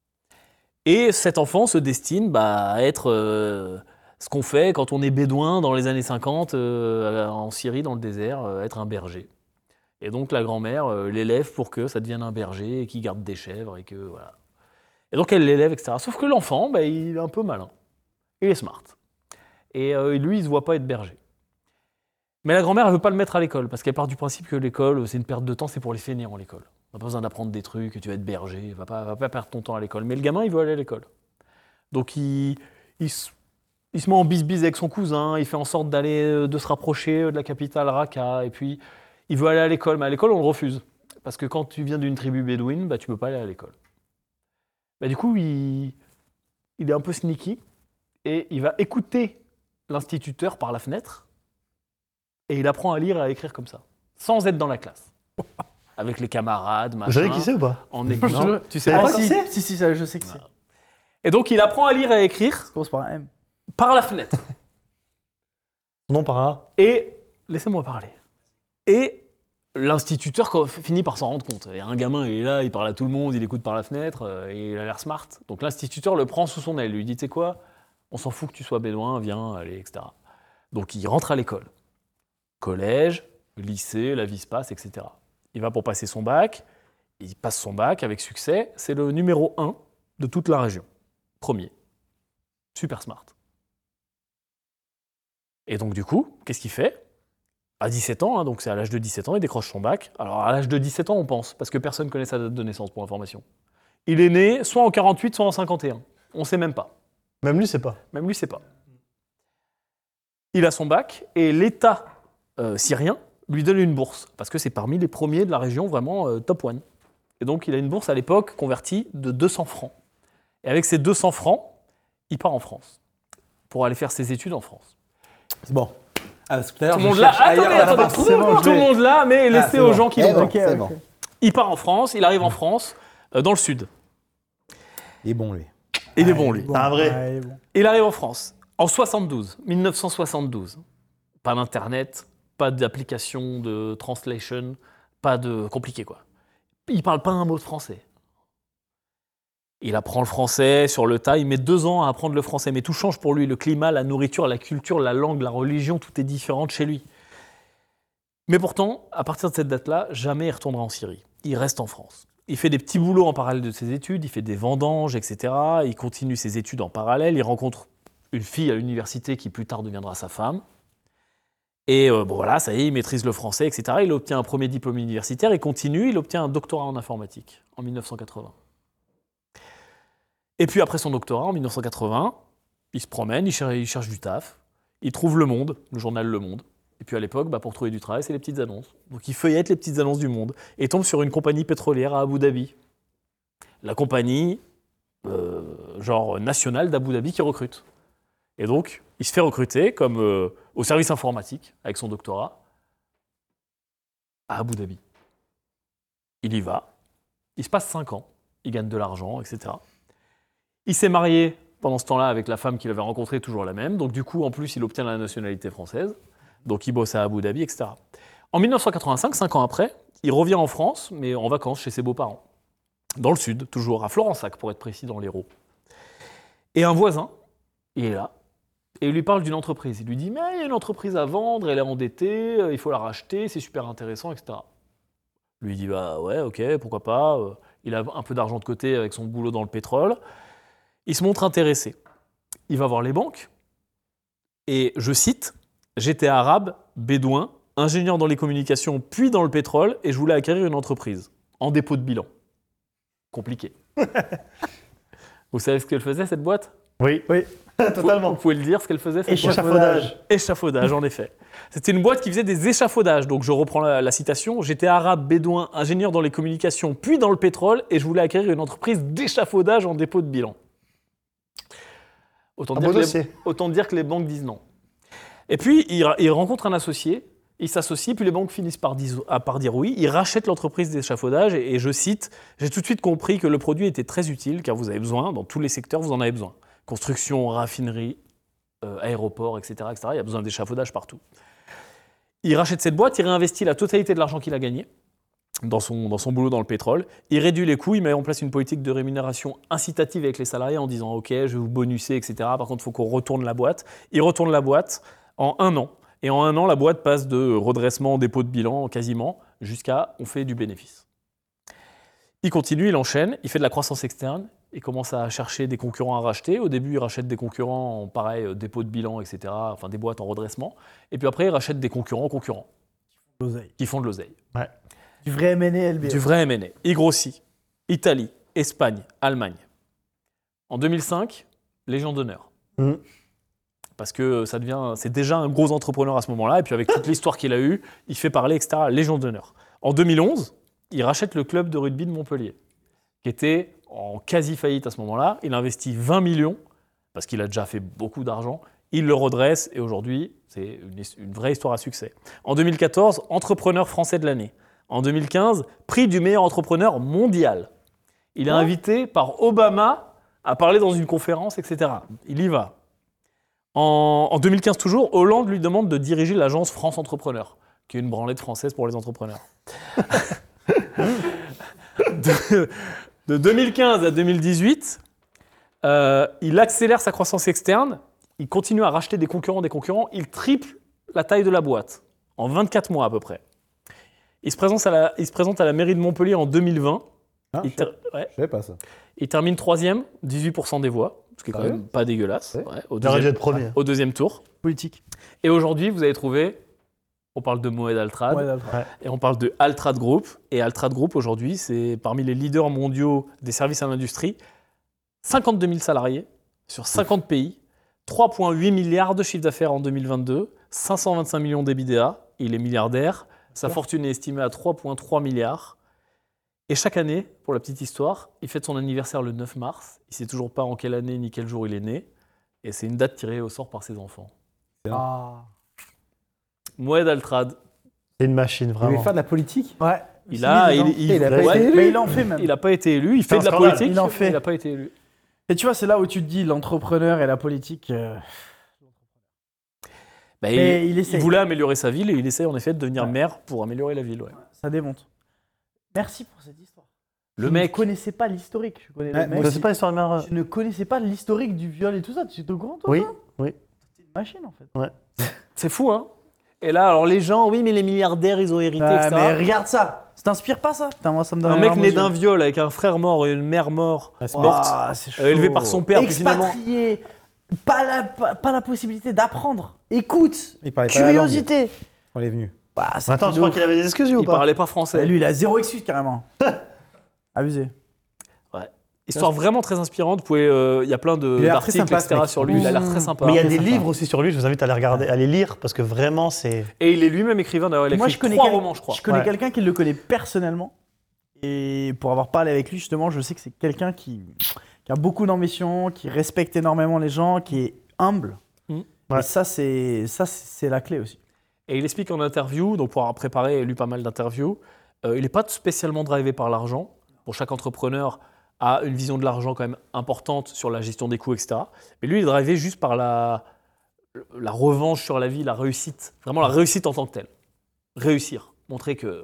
Et cet enfant se destine bah, à être euh, ce qu'on fait quand on est bédouin dans les années cinquante euh, en Syrie, dans le désert, euh, être un berger. Et donc la grand-mère euh, l'élève pour que ça devienne un berger et qu'il garde des chèvres et que voilà. Et donc elle l'élève, et cetera. Sauf que l'enfant, bah, il est un peu malin. Il est smart. Et euh, lui, il ne se voit pas être berger. Mais la grand-mère, elle ne veut pas le mettre à l'école parce qu'elle part du principe que l'école, c'est une perte de temps, c'est pour les fainéants, l'école. On n'a pas besoin d'apprendre des trucs, tu vas être berger, va pas, va pas perdre ton temps à l'école. Mais le gamin, il veut aller à l'école. Donc il, il, se, il se met en bis-bis avec son cousin, il fait en sorte d'aller, de se rapprocher de la capitale Raqqa, et puis il veut aller à l'école, mais à l'école, on le refuse. Parce que quand tu viens d'une tribu bédouine, bah, tu ne peux pas aller à l'école. Bah, du coup, il, il est un peu sneaky, et il va écouter l'instituteur par la fenêtre, et il apprend à lire et à écrire comme ça, sans être dans la classe. Avec les camarades, machin. Vous savez qui c'est ou pas? En é- Je- non, tu sais Ah, pas si. qui si, c'est si, si, ça, je sais que c'est. Ça Et donc, il apprend à lire et à écrire commence par un M. par la fenêtre. Non, par là. Et, laissez-moi parler. Et l'instituteur co- finit par s'en rendre compte. Il y a un gamin, il est là, il parle à tout le monde, il écoute par la fenêtre, euh, et il a l'air smart. Donc l'instituteur le prend sous son aile, lui dit, tu sais quoi, on s'en fout que tu sois bédouin, viens, allez, et cetera. Donc il rentre à l'école. Collège, lycée, la vie se passe, et cetera. Il va pour passer son bac, il passe son bac avec succès. C'est le numéro un de toute la région. Premier. Super smart. Et donc, du coup, qu'est-ce qu'il fait ? À dix-sept ans, hein, donc c'est à l'âge de dix-sept ans, il décroche son bac. Alors, à l'âge de dix-sept ans, on pense, parce que personne ne connaît sa date de naissance, pour information. Il est né soit en quarante-huit, soit en cinquante et un. On ne sait même pas. Même lui, c'est pas. Même lui, ne sait pas. Il a son bac, et l'État euh, syrien lui donne une bourse, parce que c'est parmi les premiers de la région, vraiment euh, top one. Et donc, il a une bourse à l'époque convertie de deux cents francs. Et avec ces deux cents francs, il part en France, pour aller faire ses études en France. C'est bon. Ah, parce que tout à l'heure, Tout le je monde là, cherche ailleurs attendez, la attendez, France. tout, le bon, monde- je tout le l'ai. monde là, mais Ah, laissez c'est aux bon. gens qui Eh l'ont. bon, Ok, c'est ok. bon. Il part en France, il arrive en France, euh, dans le sud. Il est bon, lui. Il est Ah, bon, il lui. bon. Ah, un vrai. Ouais, il est bon. Il arrive en France, en soixante-douze, mille neuf cent soixante-douze. Pas d'internet, pas d'application de translation, pas de compliqué, quoi. Il parle pas un mot de français. Il apprend le français sur le tas, il met deux ans à apprendre le français, mais tout change pour lui, le climat, la nourriture, la culture, la langue, la religion, tout est différent de chez lui. Mais pourtant, à partir de cette date-là, jamais il retournera en Syrie. Il reste en France. Il fait des petits boulots en parallèle de ses études, il fait des vendanges, et cetera. Il continue ses études en parallèle, il rencontre une fille à l'université qui plus tard deviendra sa femme. Et euh, bon voilà, ça y est, il maîtrise le français, et cetera. Il obtient un premier diplôme universitaire, il continue, il obtient un doctorat en informatique en mille neuf cent quatre-vingts. Et puis après son doctorat, en mille neuf cent quatre-vingts, il se promène, il cherche, il cherche du taf, il trouve Le Monde, le journal Le Monde. Et puis à l'époque, bah, pour trouver du travail, c'est les petites annonces. Donc il feuillette les petites annonces du Monde et tombe sur une compagnie pétrolière à Abu Dhabi. La compagnie, euh, genre nationale d'Abu Dhabi qui recrute. Et donc, il se fait recruter comme euh, au service informatique, avec son doctorat, à Abu Dhabi. Il y va, il se passe cinq ans, il gagne de l'argent, et cetera. Il s'est marié pendant ce temps-là avec la femme qu'il avait rencontrée, toujours la même. Donc du coup, en plus, il obtient la nationalité française. Donc il bosse à Abu Dhabi, et cetera. En mille neuf cent quatre-vingt-cinq, cinq ans après, il revient en France, mais en vacances chez ses beaux-parents. Dans le sud, toujours, à Florensac, pour être précis, dans l'Hérault. Et un voisin, il est là, et il lui parle d'une entreprise. Il lui dit « Mais il y a une entreprise à vendre, elle est endettée, il faut la racheter, c'est super intéressant, et cetera » Lui, il dit « Bah ouais, ok, pourquoi pas. » Il a un peu d'argent de côté avec son boulot dans le pétrole. Il se montre intéressé. Il va voir les banques, et je cite, « J'étais arabe, bédouin, ingénieur dans les communications, puis dans le pétrole, et je voulais acquérir une entreprise, en dépôt de bilan. » Compliqué. Vous savez ce qu'elle faisait, cette boîte ? Oui, Oui. totalement. Vous pouvez le dire, ce qu'elle faisait, cette boîte ? Échafaudage. Échafaudage, en effet. C'était une boîte qui faisait des échafaudages. Donc je reprends la, la citation. « J'étais arabe, bédouin, ingénieur dans les communications, puis dans le pétrole, et je voulais acquérir une entreprise d'échafaudage en dépôt de bilan. » Autant, Un dire beau que les, dossier. autant dire que les banques disent non. Et puis, il, il rencontre un associé, il s'associe, puis les banques finissent par, dis- à- par dire oui. Il rachète l'entreprise d'échafaudage, et, et je cite, « J'ai tout de suite compris que le produit était très utile, car vous avez besoin, dans tous les secteurs, vous en avez besoin. Construction, raffinerie, euh, aéroport, et cetera, et cetera. Il y a besoin d'échafaudage partout. » Il rachète cette boîte, il réinvestit la totalité de l'argent qu'il a gagné dans son, dans son boulot dans le pétrole. Il réduit les coûts, il met en place une politique de rémunération incitative avec les salariés en disant « Ok, je vais vous bonusser, et cetera. Par contre, il faut qu'on retourne la boîte. » Il retourne la boîte en un an. Et en un an, la boîte passe de redressement, dépôt de bilan quasiment, jusqu'à on fait du bénéfice. Il continue, il enchaîne, il fait de la croissance externe, il commence à chercher des concurrents à racheter. Au début, il rachète des concurrents en pareil, euh, dépôt de bilan, et cetera, enfin des boîtes en redressement. Et puis après, il rachète des concurrents concurrents L'oseille. qui font de l'oseille. Du vrai M and A L B. Du vrai M and A. Il grossit. Italie, Espagne, Allemagne. En deux mille cinq, Légion d'honneur. Mmh. Parce que ça devient, c'est déjà un gros entrepreneur à ce moment-là, et puis avec toute l'histoire qu'il a eue, il fait parler, et cetera. Légion d'honneur. En deux mille onze, il rachète le club de rugby de Montpellier, qui était en quasi-faillite à ce moment-là. Il investit vingt millions, parce qu'il a déjà fait beaucoup d'argent. Il le redresse, et aujourd'hui, c'est une, une vraie histoire à succès. En deux mille quatorze, entrepreneur français de l'année. En deux mille quinze, prix du meilleur entrepreneur mondial. Il est invité par Obama à parler dans une conférence, et cetera. Il y va. En, en deux mille quinze toujours, Hollande lui demande de diriger l'agence France Entrepreneur, qui est une branlette française pour les entrepreneurs. de, de deux mille quinze à deux mille dix-huit, euh, il accélère sa croissance externe, il continue à racheter des concurrents des concurrents, il triple la taille de la boîte, en vingt-quatre mois à peu près. Il se présente à la, il se présente à la mairie de Montpellier en deux mille vingt, Ah, Il, je, ter- ouais. je savais pas ça. Il termine troisième, dix-huit pour cent des voix, ce qui est quand Sérieux même pas dégueulasse. Ouais. Ouais, au, Il aurait dû deuxième, être premier. au deuxième tour. Politique. Et aujourd'hui, vous avez trouvé, on parle de Moed Altrad, Ouais, d'accord. et on parle de Altrad Group. Et Altrad Group, aujourd'hui, c'est parmi les leaders mondiaux des services à l'industrie. cinquante-deux mille salariés sur cinquante pays, trois virgule huit milliards de chiffre d'affaires en deux mille vingt-deux, cinq cent vingt-cinq millions d'EBITDA. Il est milliardaire. Sa fortune est estimée à trois virgule trois milliards. Et chaque année, pour la petite histoire, il fête son anniversaire le neuf mars. Il ne sait toujours pas en quelle année ni quel jour il est né. Et c'est une date tirée au sort par ses enfants. Ah. Moed Altrad, C'est une machine, Vous voulez vraiment. faire de la politique? Ouais. il s'est a, mis il, dedans. il- Et il a pas ouais, été élu. Mais il en fait même. il n'a pas été élu. Il fait un de la scandale. politique. Il en fait. Il n'a pas été élu. Et tu vois, c'est là où tu te dis l'entrepreneur et la politique. euh, Bah, Mais il, il essaie. il voulait améliorer sa ville et il essaie en effet de devenir Ouais. maire pour améliorer la ville. Ouais. Ça démonte. Merci pour cette histoire. Le je mec, ne connaissais pas l'historique. Je connais Ouais, le moi mec. Je sais pas l'histoire de mère. euh, Je ne connaissais pas l'historique du viol et tout ça. Tu es au courant, toi Oui, ça oui. C'est une machine, en fait. c'est fou, hein. Et là, alors les gens, oui, mais les milliardaires, ils ont hérité, Ouais, et cetera. mais regarde ça. Ça t'inspire pas, ça? Putain, moi, ça me donne Un les mec larmes aux né yeux. d'un viol avec un frère mort et une mère mort, Ah, c'est morte, Ouah, c'est chaud. euh, élevé par son père, puis finalement. Expatrié. Pas la, pas, pas la possibilité d'apprendre. Écoute. Il parlait pas la langue Curiosité. quand il est venu. Bah, c'est Attends, un tu truc de crois ouf. qu'il avait des excuses lui, ou Il pas parlait pas Ouais, français. lui, il a zéro excuse carrément. Abusé. Histoire vraiment très inspirante. Vous pouvez, euh, il y a plein de- Il a l'air très d'articles, sympa, et cetera ce mec. sur lui. Il a l'air très Mmh. sympa. Mais il y a Très des sympa. livres aussi sur lui, je vous invite à les regarder, à les lire, parce que vraiment, c'est. Et il est lui-même écrivain. D'ailleurs, il a Moi, écrit je connais, trois quel- romans, je crois. je connais Ouais. quelqu'un qui le connaît personnellement. Et pour avoir parlé avec lui, justement, je sais que c'est quelqu'un qui, qui a beaucoup d'ambition, qui respecte énormément les gens, qui est humble. Mmh. Et Ouais. ça, c'est ça, c'est la clé aussi. Et il explique en interview, donc pour avoir préparé et lu pas mal d'interviews, euh, il n'est pas spécialement drivé par l'argent. Pour chaque entrepreneur a une vision de l'argent quand même importante sur la gestion des coûts, et cetera. Mais lui, il est drivé juste par la, la revanche sur la vie, la réussite. Vraiment la réussite en tant que telle. Réussir. Montrer que...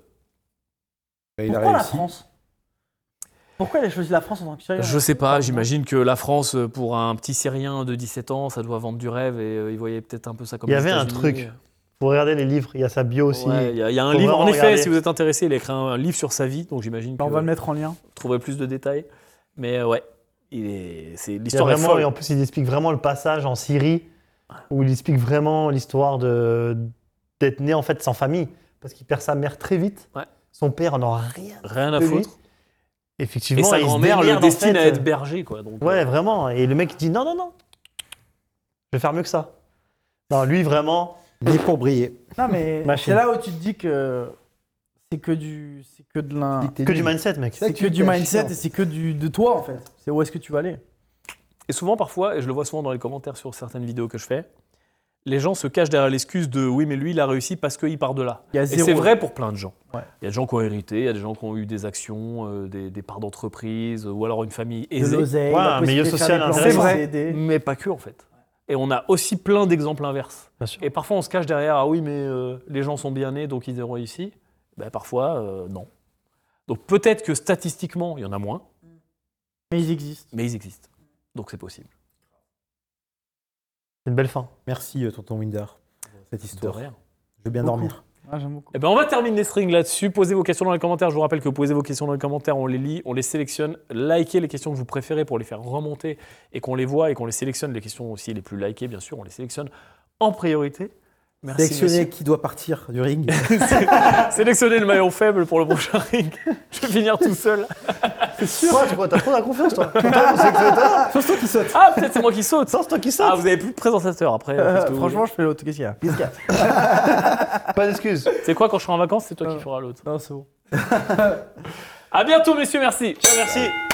Et il a Pourquoi la réussi. France? Pourquoi il a choisi la France en tant que citoyen? Je sais pas, j'imagine que la France, pour un petit Syrien de dix-sept ans, ça doit vendre du rêve et euh, il voyait peut-être un peu ça comme Il y les avait un États-Unis. truc. Faut regarder les livres, il y a sa bio aussi. Ouais, il y, a- il y a un Faut livre, en vraiment effet, regarder. si vous êtes intéressé, il a écrit un livre sur sa vie, donc j'imagine que On va le mettre en lien. vous trouverez plus de détails. Mais euh, ouais, il est, c'est, Il y a l'histoire est vraiment, folle. et en plus, il explique vraiment le passage en Syrie, où il explique vraiment l'histoire de d'être né en fait sans famille, parce qu'il perd sa mère très vite. Ouais. Son père en aura rien. Rien à de lui. foutre. Effectivement, Et sa il se grand-mère le démerde, en destine fait. à être berger, quoi. Donc, Ouais, euh, vraiment. Et le mec il dit non, non, non. Je vais faire mieux que ça. Non, lui vraiment. Né pour briller. Non, mais Machine. c'est là où tu te dis que c'est que du, c'est que de l'un. Que du mindset, mec. C'est que du mindset et c'est que du, de toi en fait. C'est où est-ce que tu vas aller. Et souvent, parfois, et je le vois souvent dans les commentaires sur certaines vidéos que je fais, les gens se cachent derrière l'excuse de oui, mais lui, il a réussi parce qu'il part de là. Il y a Et zéro. c'est vrai pour plein de gens. Ouais. Il y a des gens qui ont hérité, il y a des gens qui ont eu des actions, euh, des, des parts d'entreprise, ou alors une famille De aisée. l'oseille, Ouais, la un milieu possibilité de social faire des plans, intéressant. c'est C'est aider. Mais pas que, en fait. Et on a aussi plein d'exemples inverses. Bien sûr. Et parfois, on se cache derrière ah oui, mais euh, les gens sont bien nés, donc ils ont réussi. Ben, parfois, euh, non. Donc peut-être que statistiquement, il y en a moins, Mais ils existent. mais ils existent. Donc c'est possible. C'est une belle fin. Merci, euh, tonton Windar, pour cette De histoire. rien. Je vais bien Beaucoup. dormir. Ah, j'aime beaucoup. Eh ben, on va terminer les strings là-dessus. Posez vos questions dans les commentaires. Je vous rappelle que vous posez vos questions dans les commentaires, on les lit, on les sélectionne. Likez les questions que vous préférez pour les faire remonter et qu'on les voit et qu'on les sélectionne. Les questions aussi les plus likées, bien sûr, on les sélectionne en priorité. Merci. Sélectionner qui doit partir du ring. messieurs. Sélectionnez le maillon faible pour le prochain ring. Je vais finir tout seul. C'est sûr. Toi, tu crois, t'as trop la confiance, toi. Toi, c'est que c'est toi. C'est toi qui saute. Ah, peut-être c'est moi qui saute. C'est toi qui saute. Ah, vous avez plus de présentateur après. Euh, faites ce que vous franchement, je fais l'autre. Qu'est-ce qu'il y a Qu'est-ce qu'il y a Pas d'excuses. voulez. C'est quoi quand je serai en vacances, c'est toi Euh. qui feras l'autre. Non, c'est bon. À bientôt, messieurs. Merci. Ciao, merci.